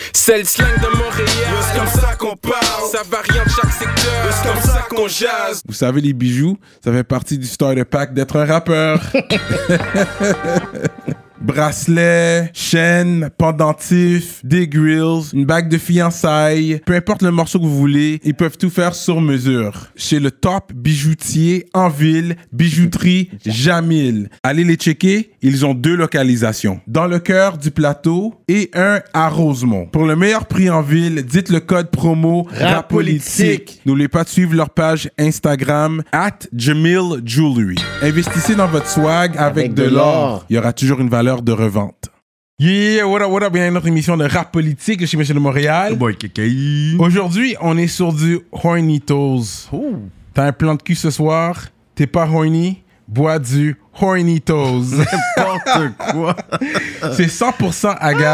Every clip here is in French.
C'est le slang de Montréal, c'est comme ça qu'on parle. Ça varie en chaque secteur, c'est comme ça qu'on jase. Vous savez, les bijoux, ça fait partie du starter pack d'être un rappeur. Bracelets, chaînes, pendentifs, des grills, une bague de fiançailles, peu importe le morceau que vous voulez, ils peuvent tout faire sur mesure. Chez le top bijoutier en ville, bijouterie Jamil. Allez les checker, ils ont 2 localisations. Dans le cœur du plateau et un à Rosemont. Pour le meilleur prix en ville, dites le code promo RAPOLITIQUE. N'oubliez pas de suivre leur page Instagram @JamilJewelry. Investissez dans votre swag avec de l'or. Il y aura toujours une valeur de revente. Yeah, what up, bien une autre émission de rap politique chez Michel de Montréal. Boy, kéké. Aujourd'hui, on est sur du Hornitos. T'as un plan de cul ce soir, t'es pas horny, bois du Hornitos. N'importe quoi. C'est 100%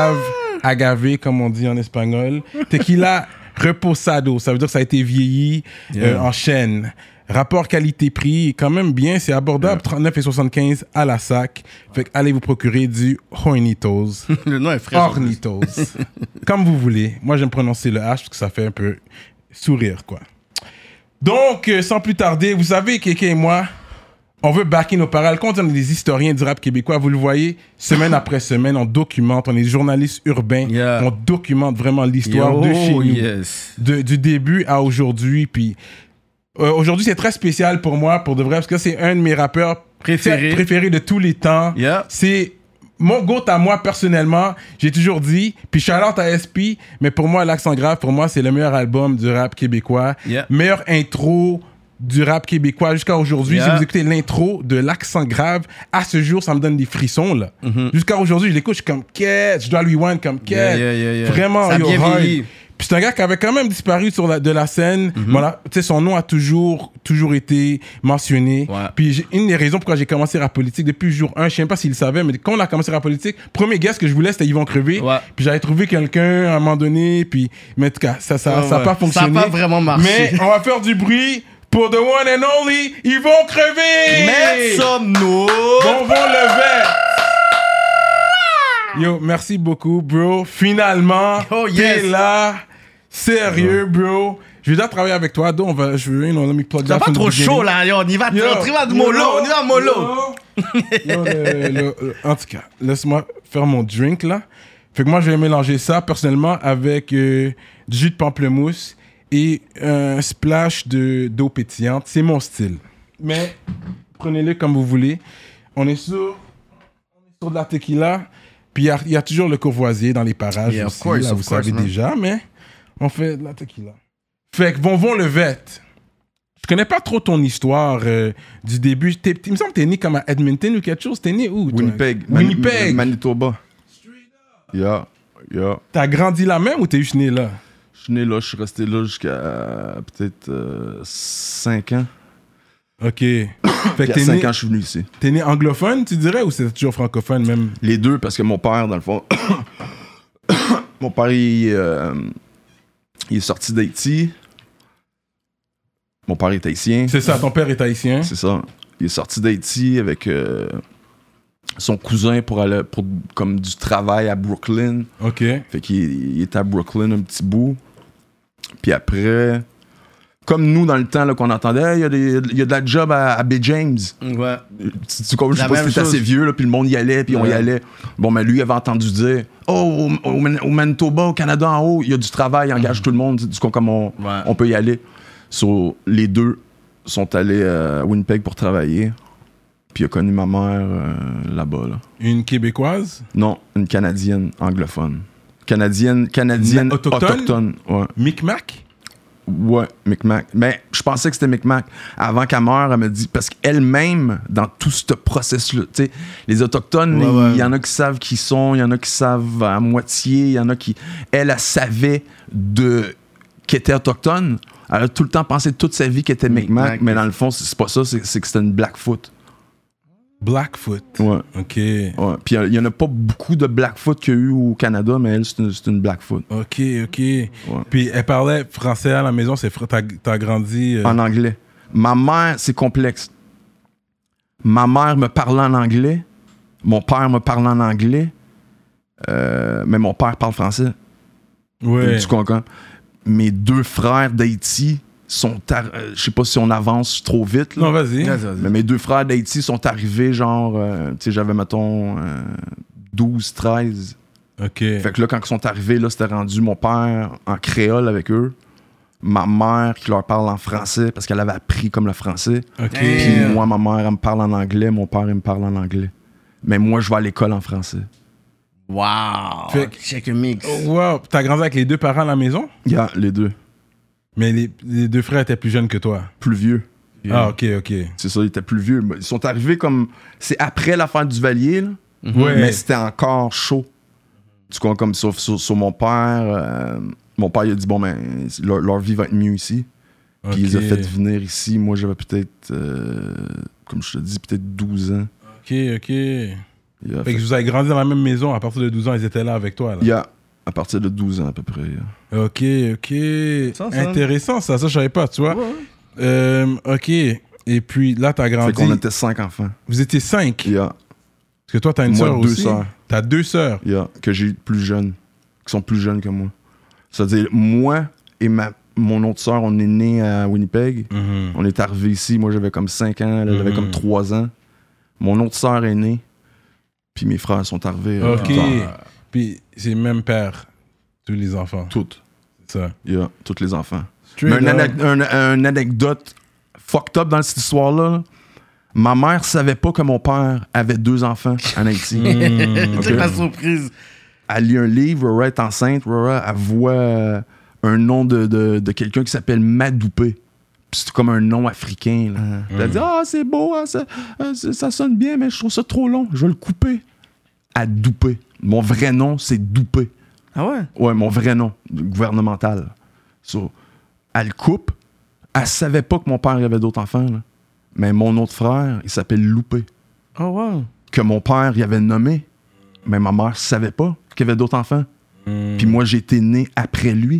agave, comme on dit en espagnol. Tequila reposado, ça veut dire que ça a été vieilli en chêne. Rapport qualité-prix, quand même bien, c'est abordable, 39,75 à la sac. Fait que allez vous procurer du Hornitos. Le nom est frais. Hornitos. Comme vous voulez. Moi, j'aime prononcer le H parce que ça fait un peu sourire, quoi. Donc, sans plus tarder, vous savez, Kéké et moi, on veut backer nos paroles. Quand on est des historiens du rap québécois, vous le voyez, semaine après semaine, on documente, on est des journalistes urbains, on documente vraiment l'histoire de chez nous. Du début à aujourd'hui, puis... aujourd'hui, c'est très spécial pour moi, pour de vrai, parce que c'est un de mes rappeurs préférés de tous les temps. C'est mon goat à moi, personnellement. J'ai toujours dit, puis shout-out à SP, mais pour moi, L'Accent Grave, pour moi, c'est le meilleur album du rap québécois. Meilleure intro du rap québécois jusqu'à aujourd'hui. Si vous écoutez l'intro de L'Accent Grave, à ce jour, ça me donne des frissons, là. Jusqu'à aujourd'hui, je l'écoute, je suis comme, quête, je dois lui one comme quête. Vraiment, ça a bien vieilli. Puis c'est un gars qui avait quand même disparu de la scène. Voilà, tu sais, son nom a toujours été mentionné. Puis une des raisons pourquoi j'ai commencé rap politique depuis jour 1, je sais même pas s'il le savait, mais quand on a commencé rap politique, premier guest que je voulais, c'était Yvon Crevé. Puis j'avais trouvé quelqu'un à un moment donné, puis mais en tout cas, ça a pas fonctionné. Ça a pas vraiment marché. Mais on va faire du bruit pour the one and only Yvon Crevé. Make some noise. Bonbon le Yo, merci beaucoup, bro. Finalement, t'es là. Sérieux, bro. Je vais déjà travailler avec toi. Donc, je veux me plug là. C'est pas trop chaud, là. Yo, on y va. On y va de mollo. On y va mollo. En tout cas, laisse-moi faire mon drink, là. Fait que moi, je vais mélanger ça, personnellement, avec du jus de pamplemousse et un splash d'eau pétillante. C'est mon style. Mais, prenez-le comme vous voulez. On est sur de la tequila. Puis il y a toujours le courvoisier dans les parages aussi, là, vous savez déjà, mais on fait de la tequila. Fait que Bonbon Levette, je connais pas trop ton histoire du début. Il me semble que t'es né comme à Edmonton ou quelque chose. T'es né où, toi? Winnipeg. Manitoba. Yeah. T'as grandi là même ou t'es juste né là? Je suis né là, je suis resté là jusqu'à peut-être 5 ans. OK. Fait que 5 ans, je suis venu ici. T'es né anglophone, tu dirais, ou c'est toujours francophone même? Les deux, parce que mon père, dans le fond... mon père, il est sorti d'Haïti. Mon père est haïtien. C'est ça, ton père est haïtien? C'est ça. Il est sorti d'Haïti avec son cousin pour aller comme du travail à Brooklyn. OK. Fait qu'il était à Brooklyn un petit bout. Puis après... Comme nous, dans le temps là, qu'on entendait, il y a de la job à Bay James. Ouais. Je sais pas si c'était assez vieux, là, puis le monde y allait, puis on y allait. Bon, mais lui, il avait entendu dire au Manitoba, au Canada en haut, il y a du travail, engage tout le monde, du coup, comme on peut y aller. So, les deux sont allés à Winnipeg pour travailler. Puis il a connu ma mère là-bas. Là. Une Québécoise? Non, une Canadienne anglophone. Canadienne autochtone. Ouais. Micmac? Ouais, Micmac. Mais je pensais que c'était Micmac. Avant qu'elle meure, elle me dit... Parce qu'elle-même, dans tout ce processus-là, tu sais, les Autochtones, il y en a qui savent qui ils sont, il y en a qui savent à moitié, il y en a qui... Elle savait qu'elle était autochtone. Elle a tout le temps pensé toute sa vie qu'elle était Micmac, mais dans le fond, c'est pas ça, c'est que c'était une Blackfoot. Blackfoot? Ouais. OK. Ouais. Puis il y en a pas beaucoup de Blackfoot qu'il y a eu au Canada, mais elle, c'est une Blackfoot. OK. Ouais. Puis elle parlait français à la maison, t'as grandi... En anglais. Ma mère, c'est complexe. Ma mère me parlait en anglais, mon père me parlait en anglais, mais mon père parle français. Ouais. Tu comprends? Mes 2 frères d'Haïti sont... je sais pas si on avance trop vite, là. Non, vas-y. Mais mes 2 frères d'Haïti sont arrivés, genre... tu sais, j'avais, mettons, 12, 13. OK. Fait que là, quand ils sont arrivés, là, c'était rendu mon père en créole avec eux. Ma mère qui leur parle en français parce qu'elle avait appris comme le français. OK. Puis moi, ma mère, elle me parle en anglais. Mon père, il me parle en anglais. Mais moi, je vais à l'école en français. Wow! Fait que- Check le mix. Wow. T'as grandi avec les 2 parents à la maison? Il y a les 2. Mais les 2 frères étaient plus jeunes que toi. Plus vieux. Ah, OK, OK. C'est ça, ils étaient plus vieux. Ils sont arrivés comme... C'est après l'affaire du Valier, là. Ouais. Mais c'était encore chaud. Tu comprends, comme sur mon père... mon père, il a dit, bon, ben, leur vie va être mieux ici. Puis ils ont fait venir ici. Moi, j'avais peut-être, comme je te dis, peut-être 12 ans. OK, OK. Fait que vous avez grandi dans la même maison. À partir de 12 ans, ils étaient là avec toi. Là. Il y a à partir de 12 ans à peu près. OK, OK. Ça. Intéressant, ça je savais pas, tu vois. OK. Et puis là, t'as grandi. Fait qu'on était 5 enfants. Vous étiez 5. Yeah. Parce que toi, t'as une Moi, sœur 2 aussi. sœurs. T'as 2 sœurs. Yeah. Que j'ai plus jeunes. Qui sont plus jeunes que moi. C'est-à-dire, moi et mon autre sœur, on est nés à Winnipeg. Mhm. On est arrivés ici. Moi, j'avais comme 5 ans. Elle avait comme 3 ans. Mon autre sœur est née. Puis mes frères sont arrivés. OK. Puis c'est le même père, tous les enfants. Toutes. C'est ça. Yeah, tous les enfants. Straight Mais up. une anecdote fucked up dans cette histoire-là. Là. Ma mère savait pas que mon père avait 2 enfants en Haïti. Check la surprise. Elle lit un livre, Rora est enceinte, Rora, elle voit un nom de quelqu'un qui s'appelle Madoupé. Puis c'est comme un nom africain. Là. Elle a dit, c'est beau, hein, ça sonne bien, mais je trouve ça trop long, je vais le couper. À Doupé. Mon vrai nom, c'est Doupé. Ah ouais? Ouais, mon vrai nom, gouvernemental. So, elle coupe. Elle savait pas que mon père avait d'autres enfants. Là. Mais mon autre frère, il s'appelle Loupé. Oh wow. Que mon père, il avait nommé. Mais ma mère savait pas qu'il y avait d'autres enfants. Puis moi, j'ai été né après lui.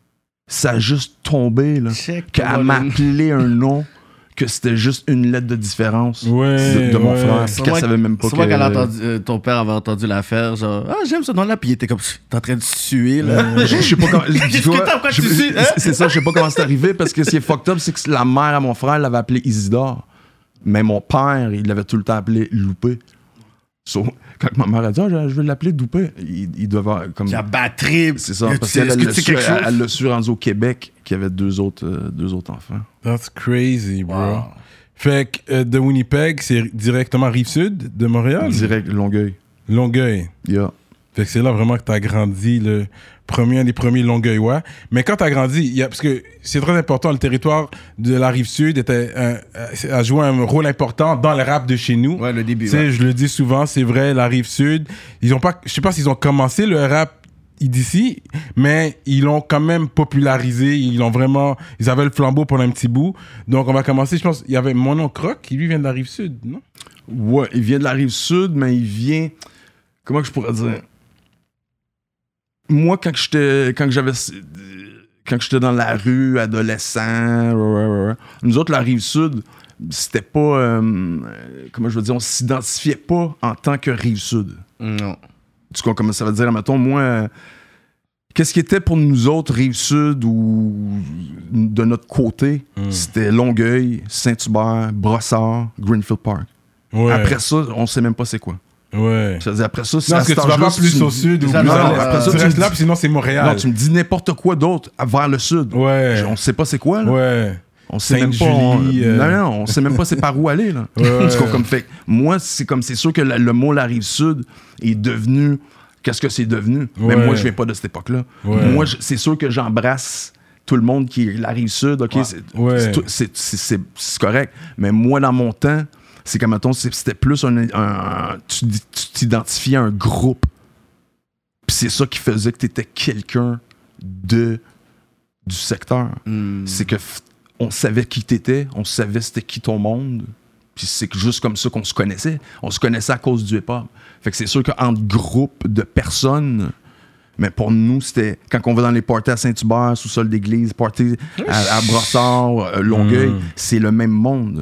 Ça a juste tombé, là. Qu'elle m'appelait un nom, que c'était juste une lettre de différence de mon frère. Puis qu'elle savait même pas c'est moi qu'elle a entendu, ton père avait entendu l'affaire, genre, j'aime ce nom-là, puis il était comme, t'es en train de suer, là. Je sais pas comment. Qu'est-ce que t'as, pourquoi tu sues, hein? C'est ça, je sais pas comment c'est arrivé, parce que ce qui est fucked up, c'est que la mère à mon frère l'avait appelé Isidore. Mais mon père, il l'avait tout le temps appelé Loupé. So, quand ma mère a dit, je vais l'appeler Doupé, il devait avoir comme. Il a battu. C'est ça, parce qu'elle l'a su rendu au Québec qu'il y avait deux autres enfants. That's crazy, bro. Wow. Fait que de Winnipeg, c'est directement Rive-Sud de Montréal? Direct, Longueuil. Longueuil. Yeah. Fait que c'est là vraiment que t'as grandi, les premiers Longueuillois. Mais quand t'as grandi, parce que c'est très important, le territoire de la Rive-Sud a joué un rôle important dans le rap de chez nous. Ouais, le début. Ouais. Je le dis souvent, c'est vrai, la Rive-Sud, je sais pas s'ils ont commencé le rap d'ici, mais ils l'ont quand même popularisé, ils avaient le flambeau pendant un petit bout. Donc on va commencer, je pense, il y avait mon oncle Croc, qui lui vient de la Rive-Sud, non? Ouais, il vient de la Rive-Sud, mais il vient... Comment que je pourrais dire? Moi, quand j'étais dans la rue, adolescent, nous autres, la Rive-Sud, c'était pas... comment je veux dire? On s'identifiait pas en tant que Rive-Sud. Non. Tu vois comment ça veut dire? Mettons, moi, qu'est-ce qui était pour nous autres, Rive-Sud ou de notre côté? C'était Longueuil, Saint-Hubert, Brossard, Greenfield Park. Ouais. Après ça, on sait même pas c'est quoi. Ouais. C'est-à-dire, après ça, Non, parce que tu vas pas plus au sud ou plus après ça, tu restes là, puis sinon c'est Montréal. Non, tu me dis n'importe quoi d'autre vers le sud. Ouais. On sait pas c'est quoi, là. Ouais. On sait même pas. Non, on sait même pas c'est par où aller, là. Ouais. Comme fait. Moi, c'est sûr que le mot la Rive-Sud est devenu. Qu'est-ce que c'est devenu? Ouais. Mais moi, je viens pas de cette époque-là. Ouais. Moi, c'est sûr que j'embrasse tout le monde qui est la Rive-Sud. OK, Ouais. c'est correct. Mais moi, dans mon temps, c'est comme, mettons, c'était plus tu t'identifiais à un groupe. Puis c'est ça qui faisait que tu étais quelqu'un du secteur. C'est que on savait qui t'étais, on savait c'était qui ton monde. Puis c'est juste comme ça qu'on se connaissait. On se connaissait à cause du hip-hop. Fait que c'est sûr qu'entre groupes de personnes, Mais pour nous, c'était quand on va dans les parties à Saint-Hubert, sous-sol d'église, parties à Brossard, Longueuil, c'est le même monde.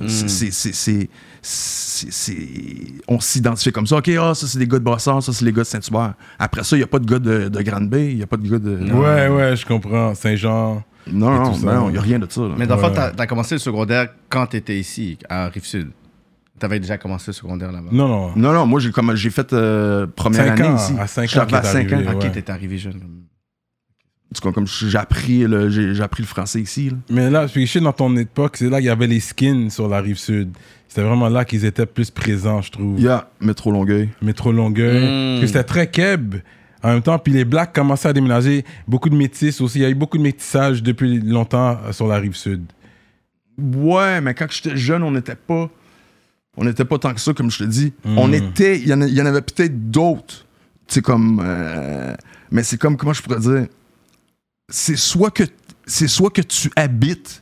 On s'identifie comme ça. OK, ça, c'est des gars de Brossard, ça, c'est les gars de Saint-Hubert. Après ça, il n'y a pas de gars de Grande-Bay, il n'y a pas de gars de... Ouais, je comprends. Saint-Jean... Non, il n'y a rien de ça. Là. Mais dans le fond, t'as commencé le secondaire quand t'étais ici, à Rive-Sud. T'avais déjà commencé le secondaire là-bas. Non, moi, j'ai fait première année ici. À 5 ans, à 5 ans. OK, t'étais arrivé jeune. Du coup, comme j'ai appris le français ici. Là. Mais là, je sais, dans ton époque, c'est là qu'il y avait les skins sur la Rive-Sud. C'était vraiment là qu'ils étaient plus présents, je trouve. Métro Longueuil. Métro Longueuil. Parce que c'était très keb. En même temps, puis les Blacks commençaient à déménager. Beaucoup de métis aussi. Il y a eu beaucoup de métissage depuis longtemps sur la Rive-Sud. Ouais, mais quand j'étais jeune, on n'était pas tant que ça, comme je te dis. On était... Il y en avait peut-être d'autres. C'est comme... mais c'est comme... Comment je pourrais dire? C'est soit que tu habites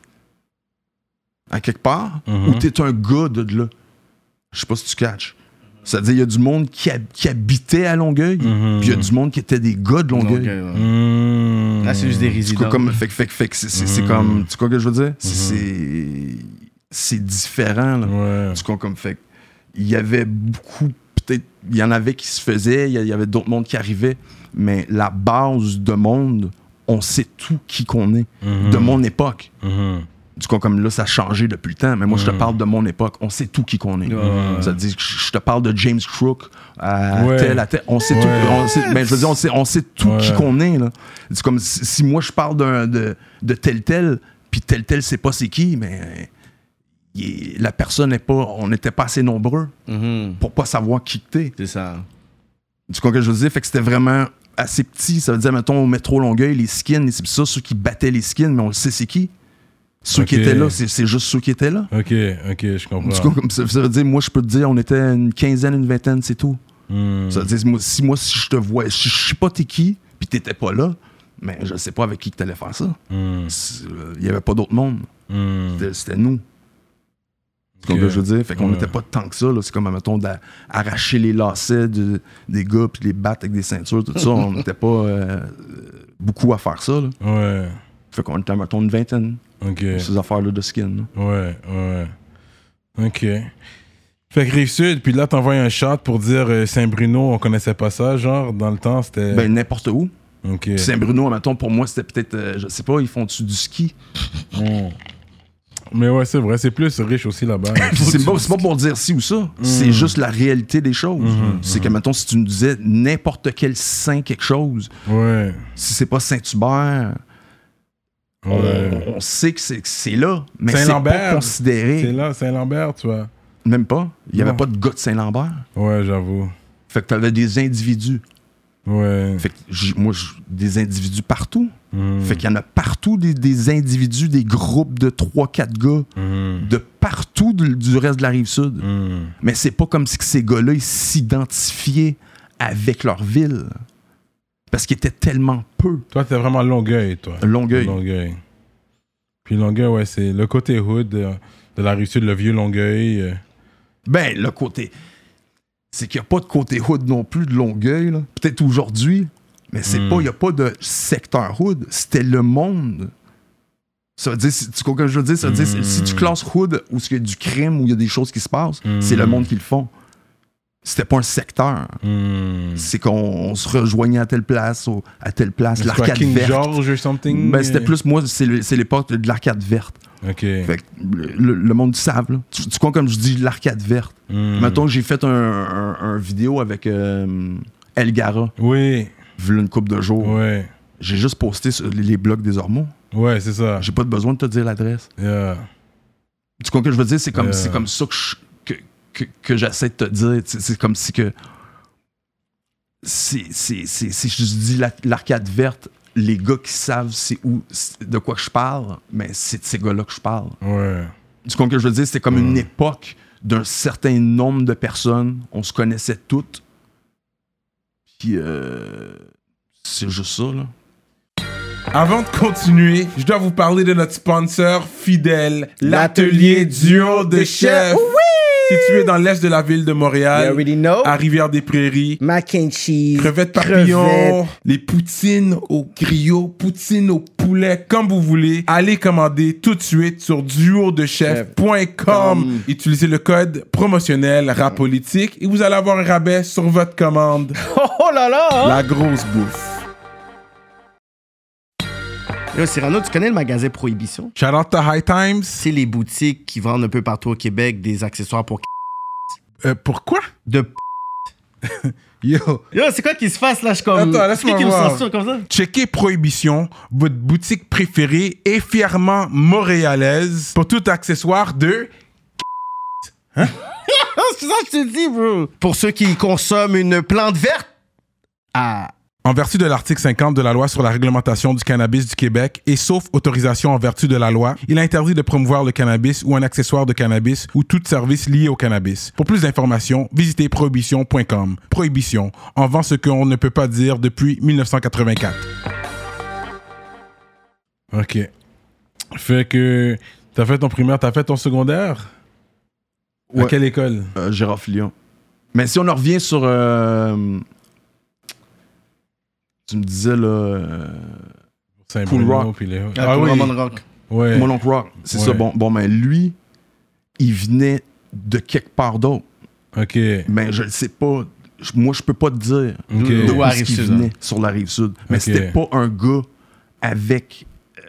à quelque part ou t'es un gars de là. Je sais pas si tu catches. C'est-à-dire, il y a du monde qui habitait à Longueuil, puis il y a du monde qui était des gars de Longueuil. Là, c'est juste des résidents. Fait que c'est comme... Tu vois ce que je veux dire? C'est différent, là. Ouais. Tu vois, comme fait... Il y avait beaucoup... Peut-être... Il y en avait qui se faisaient, il y avait d'autres mondes qui arrivaient, mais la base de monde, on sait tout qui qu'on est. De mon époque. Du coup, comme là, ça a changé depuis le temps, mais moi, je te parle de mon époque. On sait tout qui qu'on est. Ça veut dire que je te parle de James Crook, à tel. On sait tout. Je veux dire, on sait tout qui qu'on est. Là. C'est comme si moi, je parle de tel, puis tel, c'est pas c'est qui, mais la personne n'est pas... On n'était pas assez nombreux pour pas savoir qui t'es. C'est ça. Du coup, que je veux dire, fait que c'était vraiment assez petit. Ça veut dire, mettons, au métro Longueuil, les skins, c'est ça, ceux qui battaient les skins, mais on le sait c'est qui. Ceux qui étaient là, c'est juste ceux qui étaient là. OK, je comprends. Du coup, comme ça veut dire, moi, je peux te dire, on était une quinzaine, une vingtaine, c'est tout. Ça veut dire, si je te vois, je sais pas t'es qui, puis t'étais pas là, mais je sais pas avec qui que t'allais faire ça. Il y avait pas d'autre monde. C'était nous. C'est ce que je veux dire. Fait qu'on n'était pas tant que ça. Là. C'est comme, mettons, d'arracher les lacets des gars puis les battre avec des ceintures, tout ça. On n'était pas beaucoup à faire ça. Là. Ouais. Fait qu'on était, mettons, une vingtaine. OK. Ces affaires-là de skin. Là. Ouais. OK. Fait que Rive-Sud, puis là, t'envoies un shot pour dire Saint-Bruno, on connaissait pas ça, genre, dans le temps, c'était... Ben, n'importe où. OK. Saint-Bruno, mettons, pour moi, c'était peut-être, je sais pas, ils font-tu du ski? Mais ouais, c'est vrai, c'est plus riche aussi là-bas. c'est pas pour dire ci ou ça, c'est juste la réalité des choses. C'est que, mettons, si tu nous disais n'importe quel saint quelque chose, si c'est pas Saint-Hubert... On sait que c'est là, mais c'est pas considéré. C'est là, Saint-Lambert, tu vois. Même pas. Il n'y avait pas de gars de Saint-Lambert. Ouais, j'avoue. Fait que t'avais des individus. Ouais. Fait que des individus partout. Fait qu'il y en a partout des individus, des groupes de 3-4 gars de partout du reste de la Rive-Sud. Mais c'est pas comme si que ces gars-là, ils s'identifiaient avec leur ville. Parce qu'il était tellement peu. Toi, t'es vraiment Longueuil, toi. Longueuil. Puis Longueuil, ouais, c'est le côté hood de la Rive-Sud, le vieux Longueuil. Ben, le côté... C'est qu'il n'y a pas de côté hood non plus de Longueuil, là. Peut-être aujourd'hui, mais c'est pas... Il n'y a pas de secteur hood. C'était le monde. Ça veut dire... Tu comprends ce que je veux dire? Ça veut dire, si tu classes hood où il y a du crime, où il y a des choses qui se passent, c'est le monde qui le font. C'était pas un secteur. C'est qu'on se rejoignait à telle place, l'arcade King verte. George or something? Ben, c'était plus, moi, c'est l'époque de l'arcade verte. OK. Fait que le monde du sable, là. Tu comprends comme je dis, l'arcade verte. Mettons que j'ai fait un vidéo avec Elgara. Oui. Vu une couple de jours. Ouais. J'ai juste posté sur les blogs des Ormeaux. Ouais, c'est ça. J'ai pas besoin de te dire l'adresse. Yeah. Tu comprends que je veux dire? C'est comme ça que j'essaie de te dire. C'est comme si que... Si je dis l'arcade verte, les gars qui savent de quoi je parle, mais c'est de ces gars-là que je parle. Ouais. Du coup, que je veux dire, c'était comme une époque d'un certain nombre de personnes. On se connaissait toutes. Puis, c'est juste ça, là. Avant de continuer, je dois vous parler de notre sponsor fidèle, l'atelier duo de chef. Oui! situé dans l'est de la ville de You Montréal, already know. à Rivière-des-Prairies. Mac and cheese. Crevettes papillons, crevettes. les poutines au griot, poutines au poulet, comme vous voulez. Allez commander tout de suite sur duodechef.com. Utilisez le code promotionnel RAPOLITIQUE et vous allez avoir un rabais sur votre commande. Oh là là! Hein? La grosse bouffe. Yo, Cyrano, tu connais le magasin Prohibition? Shout out to High Times. C'est les boutiques qui vendent un peu partout au Québec des accessoires pour Pourquoi? de Yo. Yo, c'est quoi qui se passe là? Je suis comme. Attends, laisse-moi C'est qui me voir. censure comme ça? Checkez Prohibition, votre boutique préférée et fièrement montréalaise pour tout accessoire de... C'est ça que je te dis, bro. Pour ceux qui consomment une plante verte. Ah. En vertu de l'article 50 de la loi sur la réglementation du cannabis du Québec et sauf autorisation en vertu de la loi, il est interdit de promouvoir le cannabis ou un accessoire de cannabis ou tout service lié au cannabis. Pour plus d'informations, visitez prohibition.com. Prohibition, en vend ce qu'on ne peut pas dire depuis 1984. OK. Fait que t'as fait ton primaire, t'as fait ton secondaire? À Ouais. quelle école? Gérard Filion. Mais si on en revient sur... tu me disais, là... Cool Rock. Puis les... Ah oui. Rock. Ouais. Mon oncle Rock, c'est Ouais. ça. Bon, mais lui, il venait de quelque part d'autre. OK. Mais je ne sais pas. Moi, je peux pas te dire OK. D'où à ce qu'il Rive-Sud, venait sur la Rive-Sud. Mais Ok. c'était pas un gars avec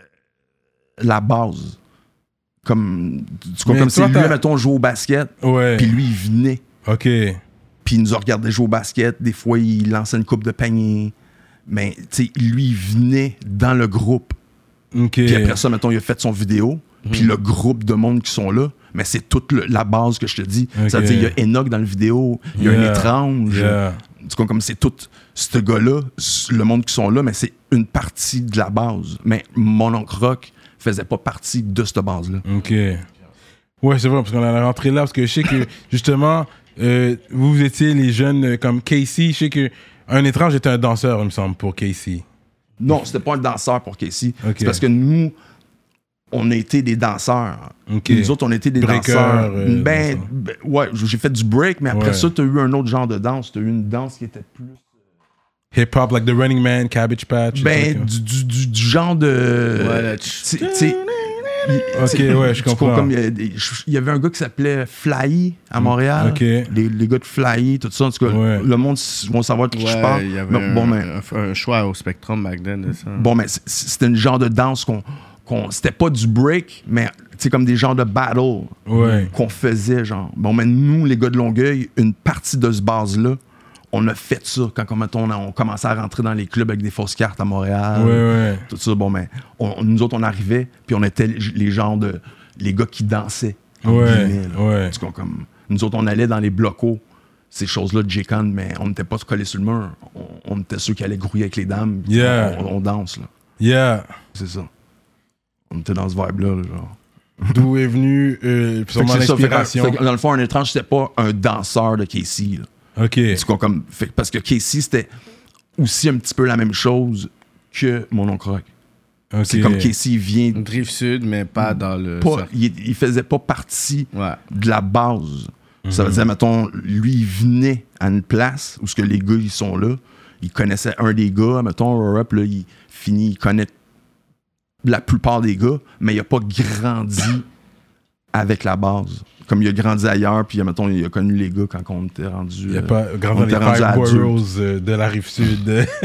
la base. Comme, tu Mais comme si toi, lui, t'as- mettons, jouait au basket, Ouais. puis lui, il venait. OK. Puis il nous a regardé jouer au basket. Des fois, il lançait une coupe de panier. Mais, tu sais, lui, il venait dans le groupe. OK. Puis après ça, mettons, il a fait son vidéo. Puis le groupe de monde qui sont là, mais c'est toute la base que je te dis. Ok. Ça veut dire, il y a Enoch dans le vidéo, il y a Yeah. un étrange. Yeah. Tu vois, comme c'est tout ce gars-là, le monde qui sont là, mais c'est une partie de la base. Mais mon oncle Rock faisait pas partie de cette base-là. OK. Ouais, c'est vrai, parce qu'on allait rentrer là, parce que je sais que, justement, vous étiez les jeunes comme Casey. Je sais que un étrange était un danseur, il me semble, pour Casey. Non, c'était pas un danseur pour Casey. Ok. C'est parce que nous, on a été des danseurs. Ok. Nous autres, on a été des Breaker, danseurs. danseur. Ouais, j'ai fait du break, mais après Ouais. ça, t'as eu un autre genre de danse. T'as eu une danse qui était plus... Hip-hop, like The Running Man, Cabbage Patch. Ben, du genre de... Ouais, là, Ok, ouais, je comprends. Comme il y avait un gars qui s'appelait Fly à Montréal. Ok. Les gars de Fly, tout ça. En tout cas, Ouais. le monde vont savoir de qui je parle. il y avait Mais un choix au Spectrum back then de ça. bon, mais c'était une genre de danse c'était pas du break, mais c'est comme des genres de battle Ouais. qu'on faisait, genre. Bon, mais nous, les gars de Longueuil, une partie de ce base-là, on a fait ça quand on commençait à rentrer dans les clubs avec des fausses cartes à Montréal. Ouais. Tout ça, bon, mais nous autres, on arrivait, puis on était les genres de... les gars qui dansaient. entre Ouais. guillemets, là. Ouais. Tu vois, comme, nous autres, on allait dans les blocos, ces choses-là de J-Con, mais on n'était pas collés sur le mur. On était ceux qui allaient grouiller avec les dames. puis Yeah. on danse, là. Yeah. C'est ça. On était dans ce vibe-là, là, genre. D'où est venue sûrement Fait que c'est ça, l'inspiration. fait que dans le fond, un étrange, c'était pas un danseur de Casey, là. Ok. Tu vois, comme, parce que Casey, c'était aussi un petit peu la même chose que mon oncle Rock. Ok. C'est comme Casey, il vient... Une rive sud, mais pas dans le. pas, il faisait pas partie Ouais. de la base. Ça veut dire, mettons, lui, il venait à une place où ce que les gars, ils sont là. Il connaissait un des gars, mettons, puis là, il connaît la plupart des gars, mais il a pas grandi avec la base. Comme il a grandi ailleurs, puis, mettons, il a connu les gars quand on était rendu... Il n'y a pas grand on dans les était rendu five adulte. boroughs de la Rive-Sud.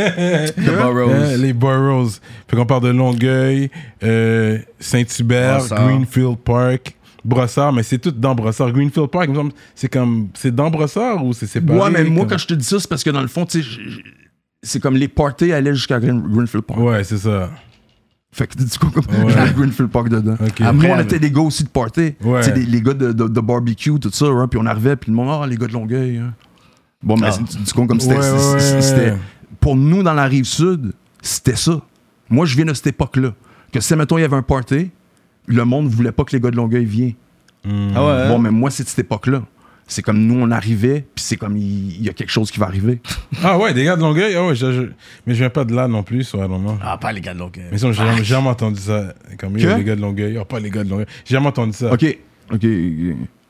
Boroughs. Les boroughs. Fait qu'on parle de Longueuil, Saint-Hubert, Brossard. Greenfield Park, Brossard, mais c'est tout dans Brossard. Greenfield Park, il me semble, c'est dans Brossard ou c'est séparé? Ouais, mais moi, comme- quand je te dis ça, c'est parce que dans le fond, tu sais, c'est comme les parties allaient jusqu'à Greenfield Park. Ouais, c'est ça. Fait que tu vois comme Ouais. Greenfield Park dedans. Ok. Après, on Après, était des gars aussi de party. Ouais. Tu sais, les gars de barbecue, tout ça. Hein, puis on arrivait, puis le monde, les gars de Longueuil. Hein. Bon, mais tu comprends comme c'était. Ouais. C'était- Pour nous, dans la rive sud, c'était ça. Moi, je viens de cette époque-là. Que si, mettons, il y avait un party, le monde ne voulait pas que les gars de Longueuil viennent. Ah ouais. Bon, mais moi, c'est de cette époque-là. C'est comme nous, on arrivait, puis c'est comme il y a quelque chose qui va arriver. Ah ouais, des gars de Longueuil? Ah ouais, mais je viens pas de là non plus, soit non. Ah, pas les gars de Longueuil. Mais ça, j'ai jamais entendu ça. Comme Que? les gars de Longueuil. Ah, pas les gars de Longueuil. J'ai jamais entendu ça. OK.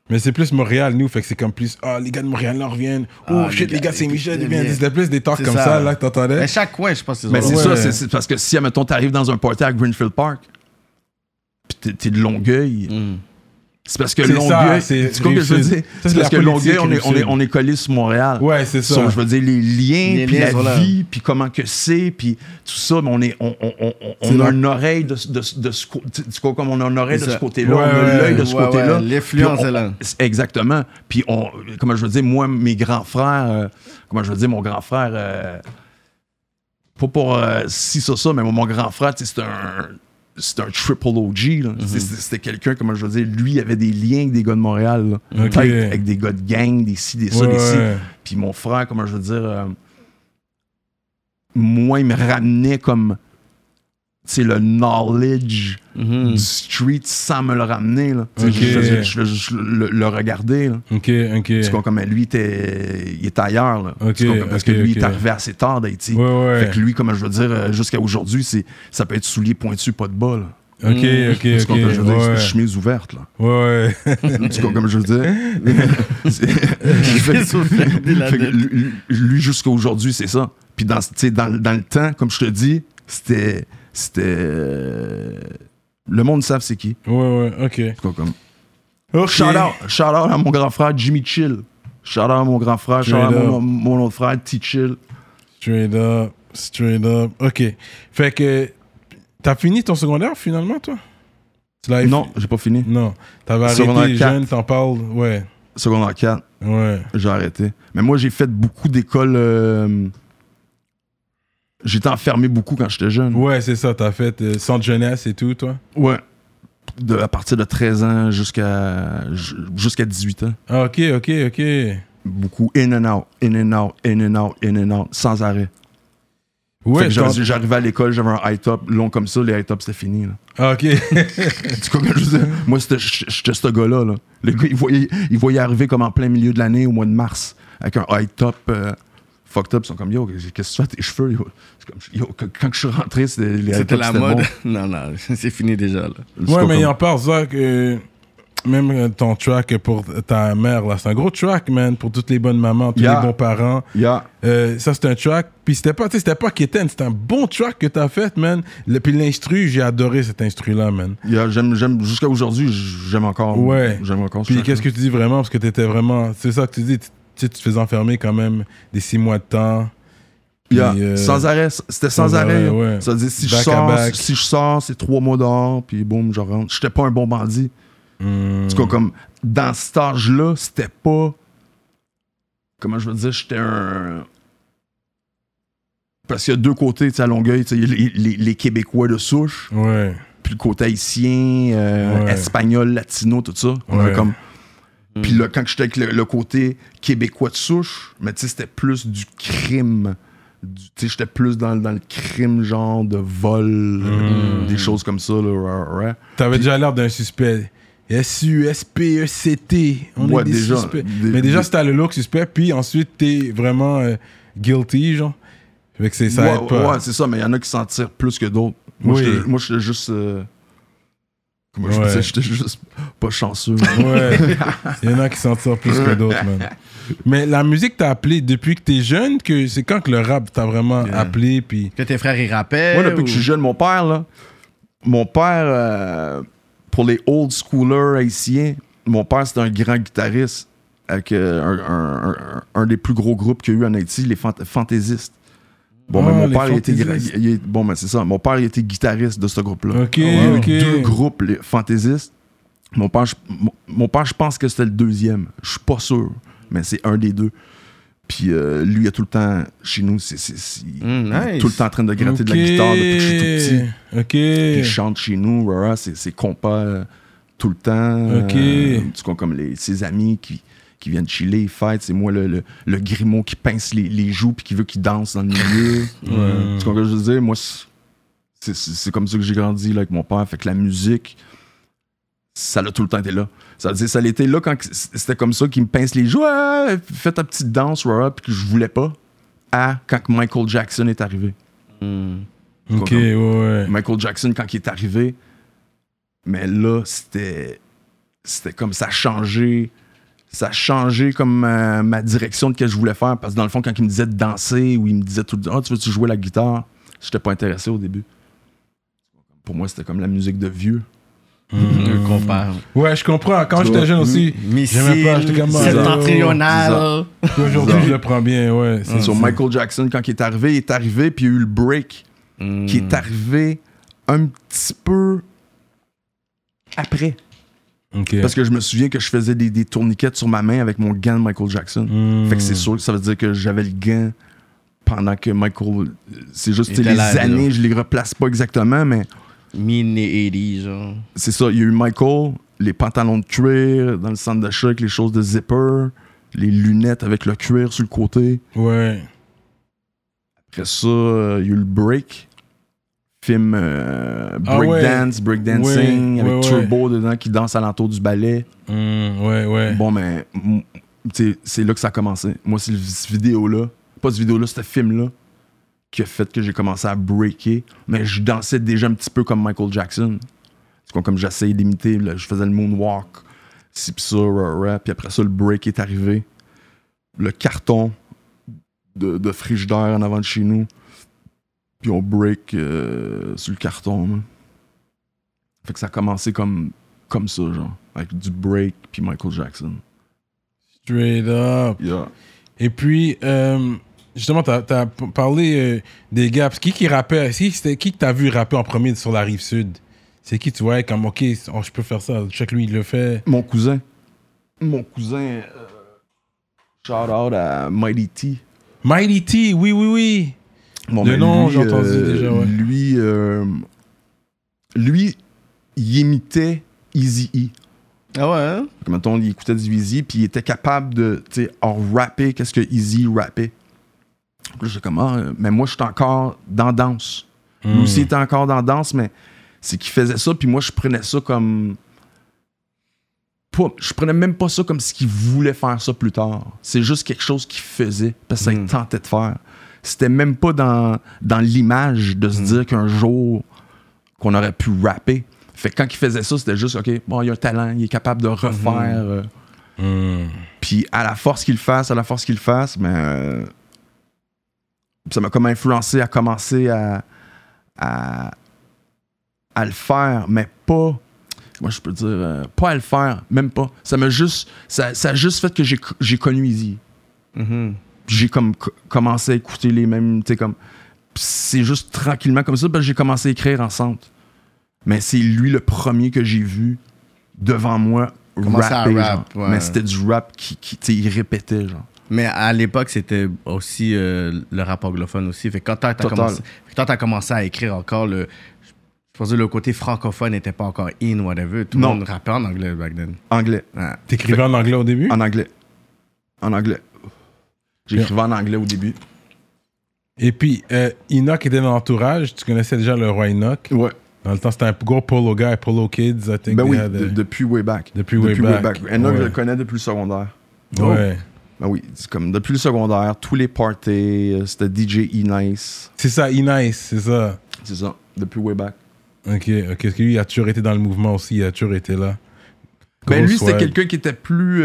Mais c'est plus Montréal, nous, fait que c'est comme plus, les gars de Montréal, là, reviennent. Oh, shit, les gars de Saint-Michel, ils viennent. C'était plus des talks comme ça, là, que t'entendais. Mais chaque coin, je pense que c'est Mais c'est Ouais. ça, c'est parce que si, admettons, t'arrives dans un party à Greenfield Park, pis t'es de Longueuil, c'est parce que C'est Longueuil, ça, c'est tu comprends ce que je veux Rive-Sud. dire? Ça, c'est C'est parce la que Longueuil, politique, on est collé sur Montréal. Ouais, c'est ça. So, je veux dire, les liens, Les puis liens la sont là. vie, puis comment que c'est, puis tout ça, mais on a une oreille de ce côté, comme on a une oreille de C'est ce ça. côté-là, Ouais, on a l'œil de ce ouais, côté-là. ouais, l'influence Puis est là. Exactement. Puis, comment je veux dire, moi, mes grands frères, comment je veux dire, mon grand frère, pas pour si ça, mais mon grand frère, tu sais, c'est un triple OG. Là. C'était quelqu'un, comment je veux dire, lui, il avait des liens avec des gars de Montréal. Là. Ok. Avec des gars de gang, des ci, des ça, Ouais, des ci. ouais. Puis mon frère, comment je veux dire, moi, il me ramenait comme, tu sais, le knowledge du street sans me le ramener. Là. Tu sais, Ok. je faisais juste le regarder. Là. Ok. Tu comprends, comme lui, il était ailleurs. Là. Ok, Tu comprends, parce que ok, lui, ok. il est arrivé assez tard d'Haïti. Ouais, ouais. Fait que lui, comme je veux dire, jusqu'à aujourd'hui, ça peut être soulier pointu, pas de bas. Là. Ok, Tu ok, comprends, je veux dire, ouais. chemise ouverte. Là. Ouais, Tu comprends, comme je veux dire. Fait que lui, jusqu'à aujourd'hui, c'est ça. Puis dans le temps, comme je te dis, c'était le monde savent c'est qui. ouais, ok. C'est quoi, comme... Ok. Shout out à mon grand frère Jimmy Chill. Shout out à mon grand frère, shout out à mon autre frère T Chill. Straight up. Ok. Fait que, t'as fini ton secondaire finalement, toi? Tu l'avais Non, j'ai pas fini. Non. T'avais Secondaire arrêté 4. jeune, t'en parles? Ouais. Secondaire 4, Ouais. j'ai arrêté. Mais moi, j'ai fait beaucoup d'écoles. J'étais enfermé beaucoup quand j'étais jeune. Ouais, c'est ça. T'as fait centre jeunesse et tout, toi? Ouais. À partir de 13 ans jusqu'à 18 ans. Ah, ok. Beaucoup in and out, in and out, in and out, in and out, sans arrêt. Ouais, Fait que j'arrivais à l'école, j'avais un high top long comme ça, les high tops c'était fini. Là. Ah, ok. Tu comprends ce que je veux dire? Moi, j'étais ce gars-là. Là. Les gars, ils voyaient arriver comme en plein milieu de l'année, au mois de mars, avec un high top fucked up. Ils sont comme, yo, qu'est-ce que tu fais à tes cheveux? Yo? C'est comme, yo, quand je suis rentré, les high C'était tops, la c'était mode. bon. Non, c'est fini déjà. Là. Ouais, mais il en parle ça que même ton track pour ta mère, là, c'est un gros track, man, pour toutes les bonnes mamans, tous Yeah. les bons parents. Yeah. Ça, c'est un track. Puis c'était pas Keten, c'était un bon track que t'as fait, man. Puis l'instru, j'ai adoré cet instru-là, man. J'aime jusqu'à aujourd'hui, j'aime encore. Ouais. J'aime encore ce Puis track-là. qu'est-ce que tu dis vraiment? Parce que t'étais vraiment... C'est ça que tu dis, tu sais, tu te faisais enfermer quand même des 6 mois de temps. Puis, Yeah. Sans arrêt, c'était sans arrêt. ouais. Ça veut dire, si Back à back. je sors, c'est 3 mois dehors, puis boum, je rentre. J'étais pas un bon bandit. Hmm. Tu vois, comme, dans cet âge-là, c'était pas... Comment je veux dire? J'étais un... Parce qu'il y a deux côtés, tu sais, à Longueuil. Tu sais, il y a les Québécois de souche, Ouais. puis le côté haïtien, Ouais. espagnol, latino, tout ça. On avait Ouais. comme... Puis là, quand j'étais avec le côté québécois de souche, mais tu sais, c'était plus du crime. Tu sais, j'étais plus dans le crime, genre de vol, des choses comme ça. Là, T'avais déjà l'air d'un suspect. S-U-S-P-E-C-T. On Ouais, est des déjà. suspects. Mais déjà, c'était le look suspect, puis ensuite, t'es vraiment guilty, genre. Fait que ça aide pas. Ouais, c'est ça, mais il y en a qui s'en tirent plus que d'autres. Moi, Oui. j'étais juste... Comment je Ouais. disais? J'étais juste pas chanceux. Ouais. Il y en a qui s'en tirent plus que d'autres, man. Mais la musique t'a appelé depuis que t'es jeune, que c'est quand que le rap t'a vraiment appelé, puis... Que tes frères, ils rappellent. Moi, depuis que je suis jeune, mon père, pour les old schoolers haïtiens, mon père, c'était un grand guitariste avec un des plus gros groupes qu'il y a eu en Haïti, les Fantaisistes. Bon, mais mon les père, Fantaisistes. bon, mais c'est ça. Mon père, il était guitariste de ce groupe-là. Ok, Il y a eu ok. 2 groupes, les Fantaisistes. Mon père, je pense que c'était le 2e. Je suis pas sûr, mais c'est un des 2. Puis lui, il est tout le temps chez nous. Il est nice. tout le temps en train de gratter de la guitare depuis que je suis tout petit. Ok. Puis il chante chez nous, c'est compas tout le temps. Ok. Tu vois, comme ses amis qui viennent chiller, ils fêtent. C'est moi le grimaud qui pince les joues puis qui veut qu'il danse dans le milieu. Tu vois ce que je veux dire? Moi, c'est comme ça que j'ai grandi là, avec mon père. Fait que la musique, ça a tout le temps été là. Ça veut dire, ça l'était là quand c'était comme ça qu'il me pince les joues. Ah, fais ta petite danse, puis que je voulais pas. Quand Michael Jackson est arrivé. Ok, ouais. Michael Jackson, quand il est arrivé, mais là, c'était c'était comme ça a changé comme ma direction de ce que je voulais faire. Parce que dans le fond, quand il me disait de danser ou il me disait tout le temps, tu veux-tu jouer la guitare? J'étais pas intéressé au début. Pour moi, c'était comme la musique de vieux. Je compare. Ouais, je comprends. Quand j'étais jeune aussi, j'aimais pas. J'étais comme septentrional. Aujourd'hui, je le prends bien, ouais. C'est sur Michael Jackson, quand il est arrivé, puis il y a eu le break qui est arrivé un petit peu après. Okay. Parce que je me souviens que je faisais des tourniquettes sur ma main avec mon gant de Michael Jackson. Fait que c'est sûr que ça veut dire que j'avais le gant pendant que Michael... C'est juste les années, je les replace pas exactement, mais... Mid-80s, genre. C'est ça, il y a eu Michael, les pantalons de cuir dans le centre d'achat avec les choses de zipper, les lunettes avec le cuir sur le côté. Ouais. Après ça, il y a eu le break. Film breakdancing, avec Turbo dedans qui danse alentour du ballet. Ouais. Bon, mais c'est là que ça a commencé. Moi, c'est cette vidéo-là, pas cette vidéo-là, ce film-là, qui a fait que j'ai commencé à breaker. Mais je dansais déjà un petit peu comme Michael Jackson. C'est comme j'essayais d'imiter, là, je faisais le moonwalk, ci pis ça, puis après ça, le break est arrivé. Le carton de frigidaire en avant de chez nous. Puis on break sur le carton. Là. Fait que ça a commencé comme ça, genre. Avec du break, puis Michael Jackson. Straight up. Yeah. Et puis, justement, t'as parlé des gars. Qui rappait? C'était qui que t'as vu rapper en premier sur la rive sud? C'est qui tu vois comme, OK, je peux faire ça. Check lui, il le fait. Mon cousin, shout out à Mighty T. Mighty T, oui. Bon, le nom, j'ai entendu déjà, ouais. Lui, il imitait Eazy-E. Ah ouais, hein? Mettons, il écoutait du Eazy, puis il était capable de, rapper qu'est-ce que Eazy rappait. Là, j'étais comme, mais moi, je suis encore dans la danse. Lui aussi, il était encore dans la danse, mais c'est qu'il faisait ça, puis moi, je prenais ça comme... Je prenais même pas ça comme ce qu'il voulait faire ça plus tard. C'est juste quelque chose qu'il faisait, parce que ça il tentait de faire. C'était même pas dans l'image de se dire qu'un jour, qu'on aurait pu rapper. Fait que quand il faisait ça, c'était juste, OK, bon, il a un talent, il est capable de refaire. Puis à la force qu'il fasse, mais ça m'a comme influencé à commencer à le faire, mais pas... Moi, je peux dire, pas à le faire, même pas. Ça a juste fait que j'ai connu Eazy. J'ai comme commencé à écouter les mêmes, c'est juste tranquillement comme ça, parce que j'ai commencé à écrire ensemble. Mais c'est lui le premier que j'ai vu devant moi rapper. Ouais. Mais c'était du rap qui il répétait, genre. Mais à l'époque, c'était aussi le rap anglophone aussi. Fait que quand t'as commencé à écrire encore, je pense que le côté francophone n'était pas encore in, whatever. Tout le monde rappait en anglais back then. Anglais. Ah. T'écrivais en anglais au début? En anglais. J'écrivais en anglais au début. Et puis, Enoch était dans l'entourage. Tu connaissais déjà le roi Enoch? Ouais. Dans le temps, c'était un gros Polo guy, Polo Kids, I think. Ben oui, depuis way back. Depuis way back. Enoch, je le connais depuis le secondaire. Ouais. Ben oui, c'est comme depuis le secondaire, tous les parties, c'était DJ E-Nice. C'est ça, E-Nice, c'est ça. C'est ça, depuis way back. Ok. Parce que lui, il a toujours été dans le mouvement aussi, il a toujours été là. Ben lui, c'était quelqu'un qui était plus...